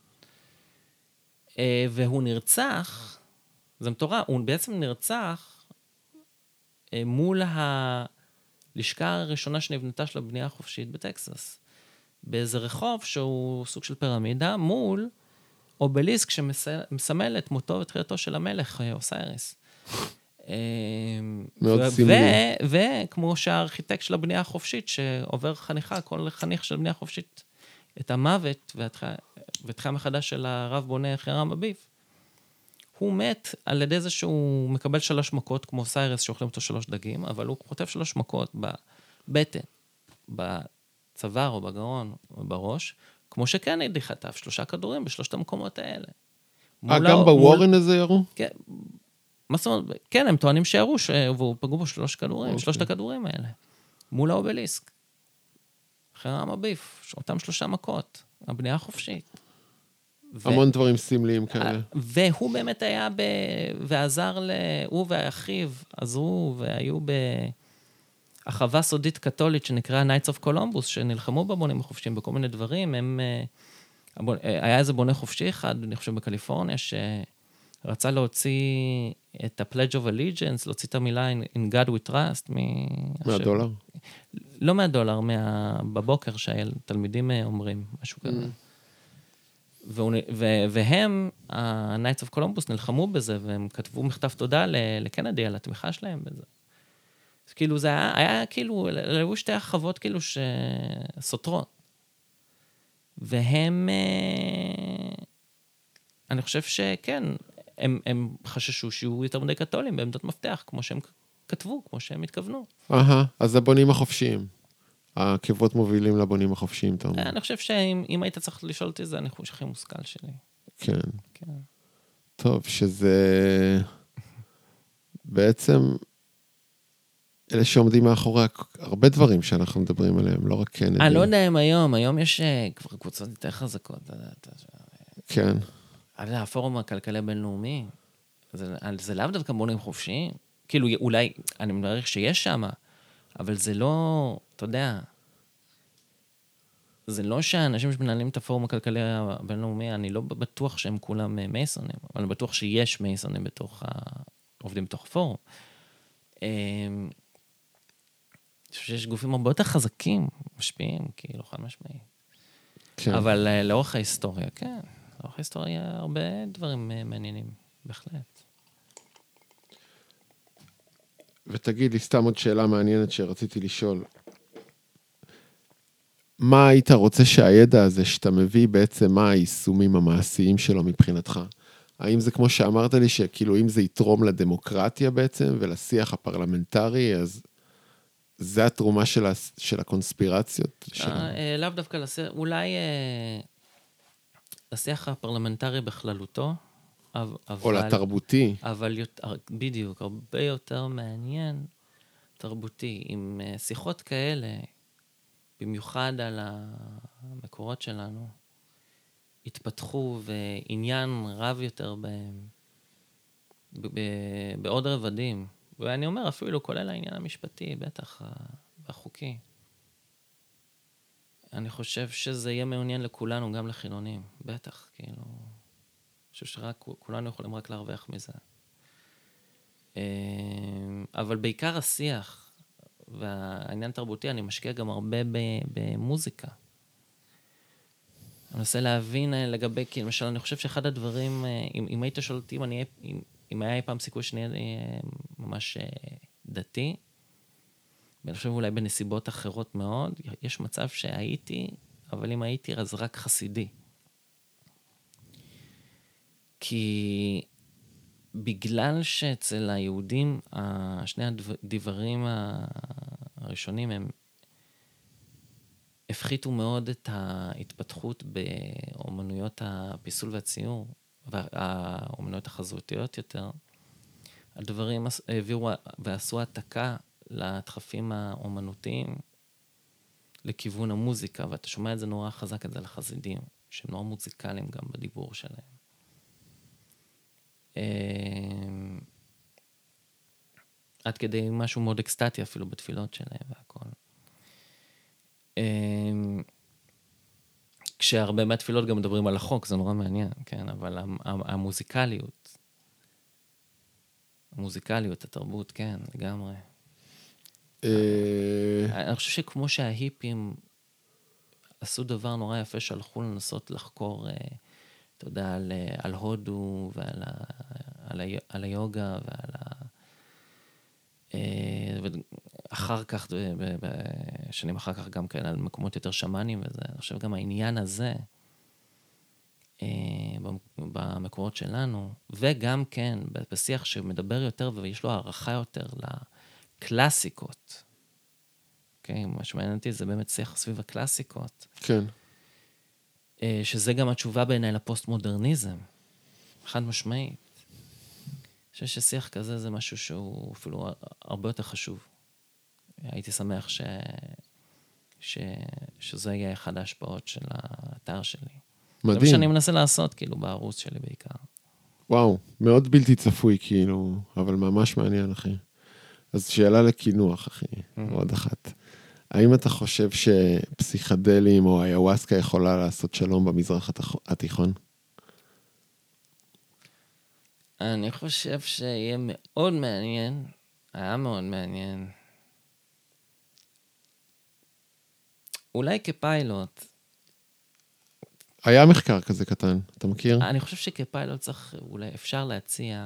והוא נרצח, זה מטורף, הוא בעצם נרצח מול הלשכה הראשונה שנבנתה של הבנייה החופשית בטקסס, באיזה רחוב שהוא סוג של פירמידה, מול אובליסק שמסמל את מותו ותחילתו של המלך, אוסייריס. מאוד סמלי. וכמו שהארכיטקט של הבנייה החופשית, שעובר חניכה, כל חניך של הבנייה החופשית, את המוות ותחייה מחדש של הרב בונה חירם אביב, הוא מת על ידי זה שהוא מקבל שלוש מכות, כמו סיירס שאוכלים אותו שלוש דגים, אבל הוא חוטף שלוש מכות בבטן, בצוואר או בגרון או בראש, כמו שקנדי חטף שלושה כדורים בשלושת המקומות האלה. אה, גם בוורן הזה ירו? כן, מה זאת אומרת? כן, הם טוענים שירו, והוא פגעו בו שלוש כדורים, שלושת הכדורים האלה, מול האובליסק. חירם אביב, אותם שלושה מכות, הבנייה החופשית. המון דברים סמליים כאלה. והוא באמת היה, ועזר ל... הוא ואחיו עזרו, והיו באחווה סודית קתולית, שנקרא Knights of Columbus, שנלחמו בבונים החופשיים בכל מיני דברים. הם... היה איזה בונה חופשי אחד, אני חושב בקליפורניה, שרצה להוציא את ה-Pledge of Allegiance, להוציא את המילה In God We Trust. מהדולר? לא מהדולר, בבוקר שהתלמידים אומרים, משהו כזה. והם, ה-Knights of Columbus, נלחמו בזה, והם כתבו מכתב תודה לקנדי על התמיכה שלהם בזה. כאילו זה היה, היה כאילו, היו שתי החוות כאילו שסותרות. והם, אני חושב שכן, הם, הם חששו שיהיו יותר מדי קתולים בעמדות מפתח, כמו שהם כתבו, כמו שהם התכוונו. אהה, אז הבונים החופשיים. העקבות מובילים לבונים החופשיים, אתה אומר. אני חושב שאם היית צריך לשאול אותי זה, אני חושב שהכי מושכל שלי. כן. כן. טוב, שזה בעצם אלה שעומדים מאחורי הרבה דברים שאנחנו מדברים עליהם, לא רק קנדי. אני לא יודע אם היום, היום יש כבר קבוצות יותר חזקות. כן. הפורום הכלכלי הבינלאומי, זה לאו דווקא בונים חופשיים. כאילו, אולי, אני מעריך שיש שם, אבל זה לא, אתה יודע, זה לא שהאנשים שמנהלים את הפורום הכלכלי הבינלאומי, אני לא בטוח שהם כולם מייסונים, אבל אני בטוח שיש מייסונים בתוך העובדים בתוך הפורום. אני חושב שיש גופים הרבה יותר חזקים, משפיעים, כאילו, חד משמעי. כן. אבל לאורך ההיסטוריה, כן, לאורך ההיסטוריה הרבה דברים מעניינים, בהחלט. ותגיד לי סתם עוד שאלה מעניינת שרציתי לשאול. מה היית רוצה שהידע הזה שאתה מביא בעצם, מה היישומים המעשיים שלו מבחינתך? האם זה כמו שאמרת לי, שכאילו אם זה יתרום לדמוקרטיה בעצם ולשיח הפרלמנטרי, אז זה התרומה של, של הקונספירציות? אה, לאו דווקא לשיח, אולי אה, לשיח הפרלמנטרי בכללותו, אבל, או לתרבותי. אבל בדיוק, הרבה יותר מעניין תרבותי, עם שיחות כאלה, במיוחד על המקורות שלנו, התפתחו ועניין רב יותר בהם, בעוד רבדים. ואני אומר אפילו, כולל העניין המשפטי, בטח, והחוקי. אני חושב שזה יהיה מעוניין לכולנו, גם לחילונים, בטח, כאילו. אני חושב שרק, כולנו יכולים רק להרוויח מזה. אבל בעיקר השיח, והעניין תרבותי, אני משקיע גם הרבה במוזיקה. אני מנסה להבין לגבי, כי למשל, אני חושב שאחד הדברים, אם, אם היית שואל אותי, אם, אני, אם, אם היה אי פעם סיכוי שאני ממש דתי, ואני חושב אולי בנסיבות אחרות מאוד, יש מצב שהייתי, אבל אם הייתי, אז רק חסידי. כי בגלל שאצל היהודים, שני הדברים הראשונים הם הפחיתו מאוד את ההתפתחות באומנויות הפיסול והציור, והאומנויות החזותיות יותר. הדברים העבירו ועשו התקה לדחפים האומנותיים לכיוון המוזיקה, ואתה שומע את זה נורא חזק, את זה לחסידים, שהם נורא מוזיקליים גם בדיבור שלהם. עד כדי משהו מאוד אקסטטי אפילו בתפילות שלהם והכל. כשהרבה מהתפילות גם מדברים על החוק, זה נורא מעניין, כן? אבל המוזיקליות, המוזיקליות, התרבות, כן, לגמרי. אני חושב שכמו שההיפים עשו דבר נורא יפה, שהלכו לנסות לחקור, אתה יודע, על, על הודו ועל ה, על ה, על היוגה ועל ה... ואחר כך, בשנים אחר כך גם כן על מקומות יותר שמאנים וזה. אני חושב גם העניין הזה במקומות שלנו, וגם כן בשיח שמדבר יותר ויש לו הערכה יותר לקלאסיקות. אוקיי, מה שמעניין אותי זה באמת שיח סביב הקלאסיקות. כן. שזה גם התשובה בעיניי לפוסט-מודרניזם. חד משמעית. אני חושב ששיח כזה זה משהו שהוא אפילו הרבה יותר חשוב. הייתי שמח ש... ש... שזה יהיה אחד ההשפעות של האתר שלי. מדהים. זה מה שאני מנסה לעשות, כאילו, בערוץ שלי בעיקר. וואו, מאוד בלתי צפוי, כאילו, אבל ממש מעניין, אחי. אז שאלה לכינוח, אחי, עוד אחת. האם אתה חושב שפסיכדלים או איוואסקה יכולה לעשות שלום במזרח התיכון? אני חושב שיהיה מאוד מעניין, היה מאוד מעניין. אולי כפיילוט. היה מחקר כזה קטן, אתה מכיר? אני חושב שכפיילוט צריך, אולי אפשר להציע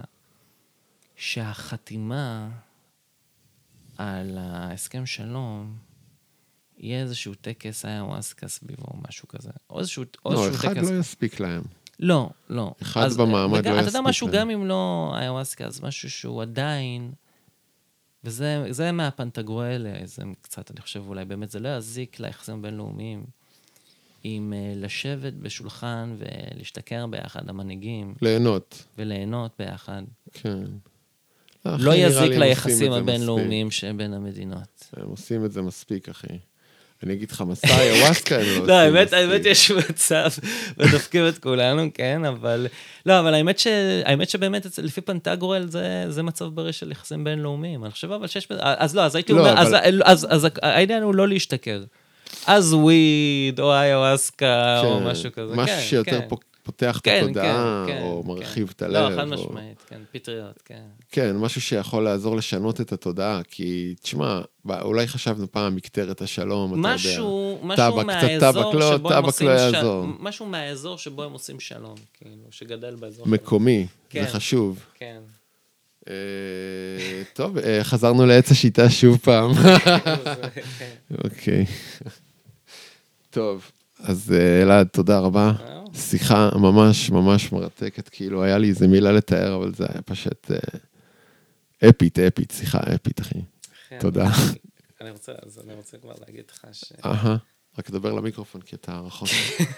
שהחתימה על ההסכם שלום, יהיה איזשהו טקס איוואסקה סביבו או משהו כזה. או איזשהו, או לא, איזשהו אחד טקס... לא יספיק להם. לא, לא. אחד אז, במעמד לא יספיק להם. אתה יודע משהו, גם אם לא איוואסקה, אז משהו שהוא עדיין, וזה זה מהפנטגואלה, זה קצת, אני חושב אולי באמת, זה לא יזיק ליחסים בינלאומיים, עם לשבת בשולחן ולהשתכר ביחד, המנהיגים. ליהנות. וליהנות ביחד. כן. לא יזיק ליחסים הבינלאומיים שבין המדינות. הם עושים את זה מספיק, אחי. אני אגיד לך, מסע איוואסקה, הם לא עושים מספיק. לא, האמת, האמת יש מצב, ודופקים את כולנו, כן, אבל... לא, אבל האמת ש... האמת שבאמת, לפי פנטגורל, זה, זה מצב בריא של יחסים בינלאומיים. אני חושב, אבל שיש... אז לא, אז הייתי אומר... אז העניין הוא לא להשתכר. אז וויד, או איוואסקה, או כן, משהו כזה. משהו כן, שיותר כן. פ- פותח את כן, התודעה, כן, או כן, מרחיב כן. את הלב. לא, חד או... משמעית, כן, פטריות, כן. כן, משהו שיכול לעזור לשנות את התודעה, כי, תשמע, אולי חשבנו פעם מקטרת השלום, אתה יודע. משהו, משהו טבק, קצת טבק מהאזור לא, שבו הם טבק עושים לא ש... יעזור. משהו מהאזור שבו הם עושים שלום, כאילו, שגדל באזור. מקומי, כן. זה חשוב. כן. אה, טוב, אה, חזרנו לעץ השיטה שוב פעם. אוקיי. טוב, אז אה, אלעד, תודה רבה. שיחה ממש ממש מרתקת, כאילו היה לי איזה מילה לתאר, אבל זה היה פשוט אה, אפית, אפית, שיחה אפית, אחי. תודה. אני רוצה, אז אני רוצה כבר להגיד לך ש... אהה, רק תדבר למיקרופון, כי אתה רחוק.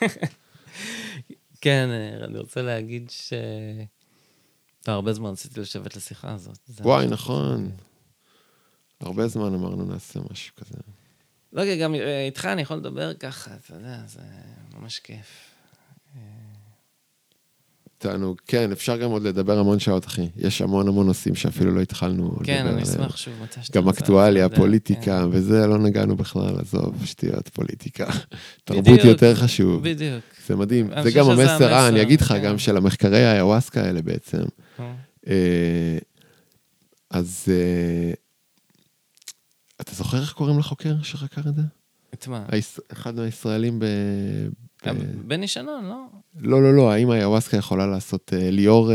כן, אני רוצה להגיד ש... לא, הרבה זמן רציתי לשבת לשיחה הזאת. וואי, נכון. הרבה זמן אמרנו נעשה משהו כזה. לא, כי גם איתך אני יכול לדבר ככה, אתה יודע, זה ממש כיף. תענוג, כן, אפשר גם עוד לדבר המון שעות, אחי. יש המון המון נושאים שאפילו לא התחלנו לדבר עליהם. כן, אני אשמח שוב, מתי שאתה... גם אקטואליה, פוליטיקה, וזה לא נגענו בכלל, עזוב, שטויות, פוליטיקה. תרבות יותר חשוב. בדיוק. זה מדהים. זה גם המסר, אה, אני אגיד לך גם של המחקרי האיוואסקה האלה בעצם. אז אתה זוכר איך קוראים לחוקר שחקר את זה? את מה? אחד מהישראלים ב... בני שנון, לא? לא, לא, לא, האם האיוואסקה יכולה לעשות ליאור...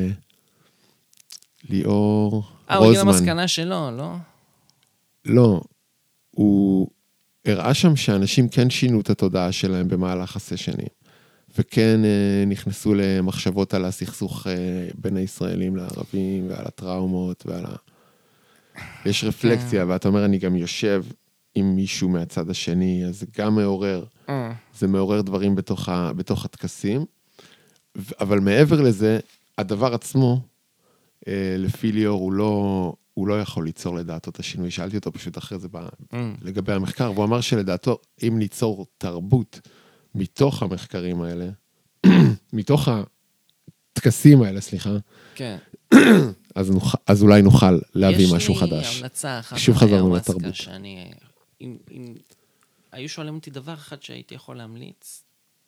ליאור רוזמן. אה, הוא הגיע למסקנה שלו, לא? לא, הוא הראה שם שאנשים כן שינו את התודעה שלהם במהלך הסשנים, וכן נכנסו למחשבות על הסכסוך בין הישראלים לערבים, ועל הטראומות, ועל ה... יש רפלקציה, ואתה אומר, אני גם יושב עם מישהו מהצד השני, אז זה גם מעורר, זה מעורר דברים בתוך, ה... בתוך התקסים, אבל מעבר לזה, הדבר עצמו, לפי ליאור, הוא לא, הוא לא יכול ליצור לדעתו את השינוי. שאלתי אותו פשוט אחרי זה בא, mm. לגבי המחקר, והוא אמר שלדעתו, אם ניצור תרבות מתוך המחקרים האלה, מתוך התקסים האלה, סליחה, כן. אז, נוכל, אז אולי נוכל להביא משהו חדש. יש לי המלצה אחת שוב חזרנו לתרבות. שאני, אם, אם היו שואלים אותי דבר אחד שהייתי יכול להמליץ,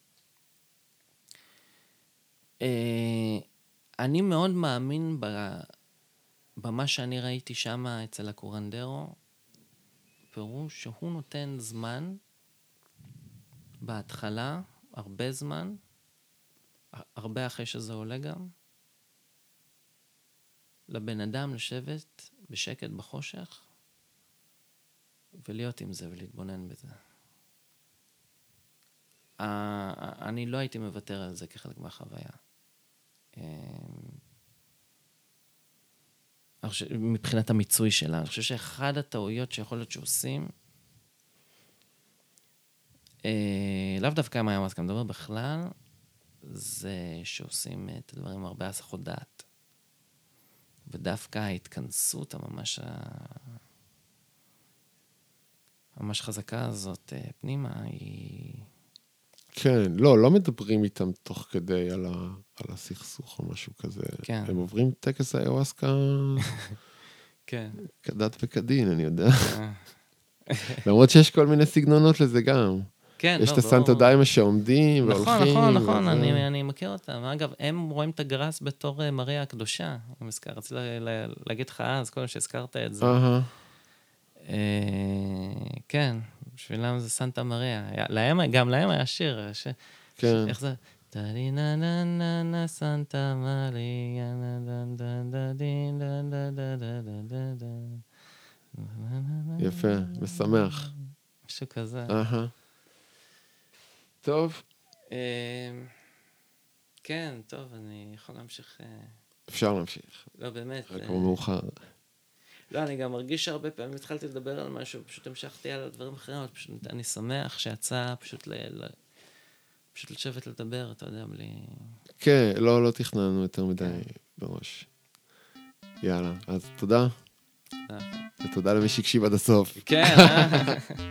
אה... אני מאוד מאמין במה שאני ראיתי שם אצל הקורנדרו, פירוש שהוא נותן זמן, בהתחלה, הרבה זמן, הרבה אחרי שזה עולה גם, לבן אדם לשבת בשקט בחושך, ולהיות עם זה ולהתבונן בזה. אני לא הייתי מוותר על זה כחלק מהחוויה. מבחינת המיצוי שלה, אני חושב שאחד הטעויות שיכול להיות שעושים, לאו דווקא מה ימאס, גם מדבר בכלל, זה שעושים את הדברים הרבה הסחות דעת. ודווקא ההתכנסות הממש ממש חזקה הזאת פנימה היא... כן, לא, לא מדברים איתם תוך כדי על, ה, על הסכסוך או משהו כזה. כן. הם עוברים טקס האיוואסקה כן. כדת וכדין, אני יודע. למרות שיש כל מיני סגנונות לזה גם. כן, יש לא, את הסנטו לא... דיימה שעומדים נכון, והולכים. נכון, נכון, וזה... אני, אני מכיר אותם. אגב, הם רואים את הגרס בתור מריה הקדושה. רציתי לה, לה, להגיד לך אז, קודם שהזכרת את זה. אהה. כן, בשבילם זה סנטה מריה. להם, גם להם היה שיר. ש... כן. איך זה? טלי נה נה נה נה סנטה מריה נה נה נה נה נה נה נה נה נה. יפה, משמח. משהו כזה. אהה. טוב. כן, טוב, אני יכול להמשיך... אפשר להמשיך. לא, באמת. רק כמו מאוחר. לא, אני גם מרגיש שהרבה פעמים התחלתי לדבר על משהו, פשוט המשכתי על הדברים אחרים, אבל פשוט אני שמח שיצא פשוט ל... פשוט לשבת לדבר, אתה יודע, בלי... כן, לא, לא תכננו יותר מדי בראש. יאללה, אז תודה. ותודה למי שהקשיב עד הסוף. כן, אה.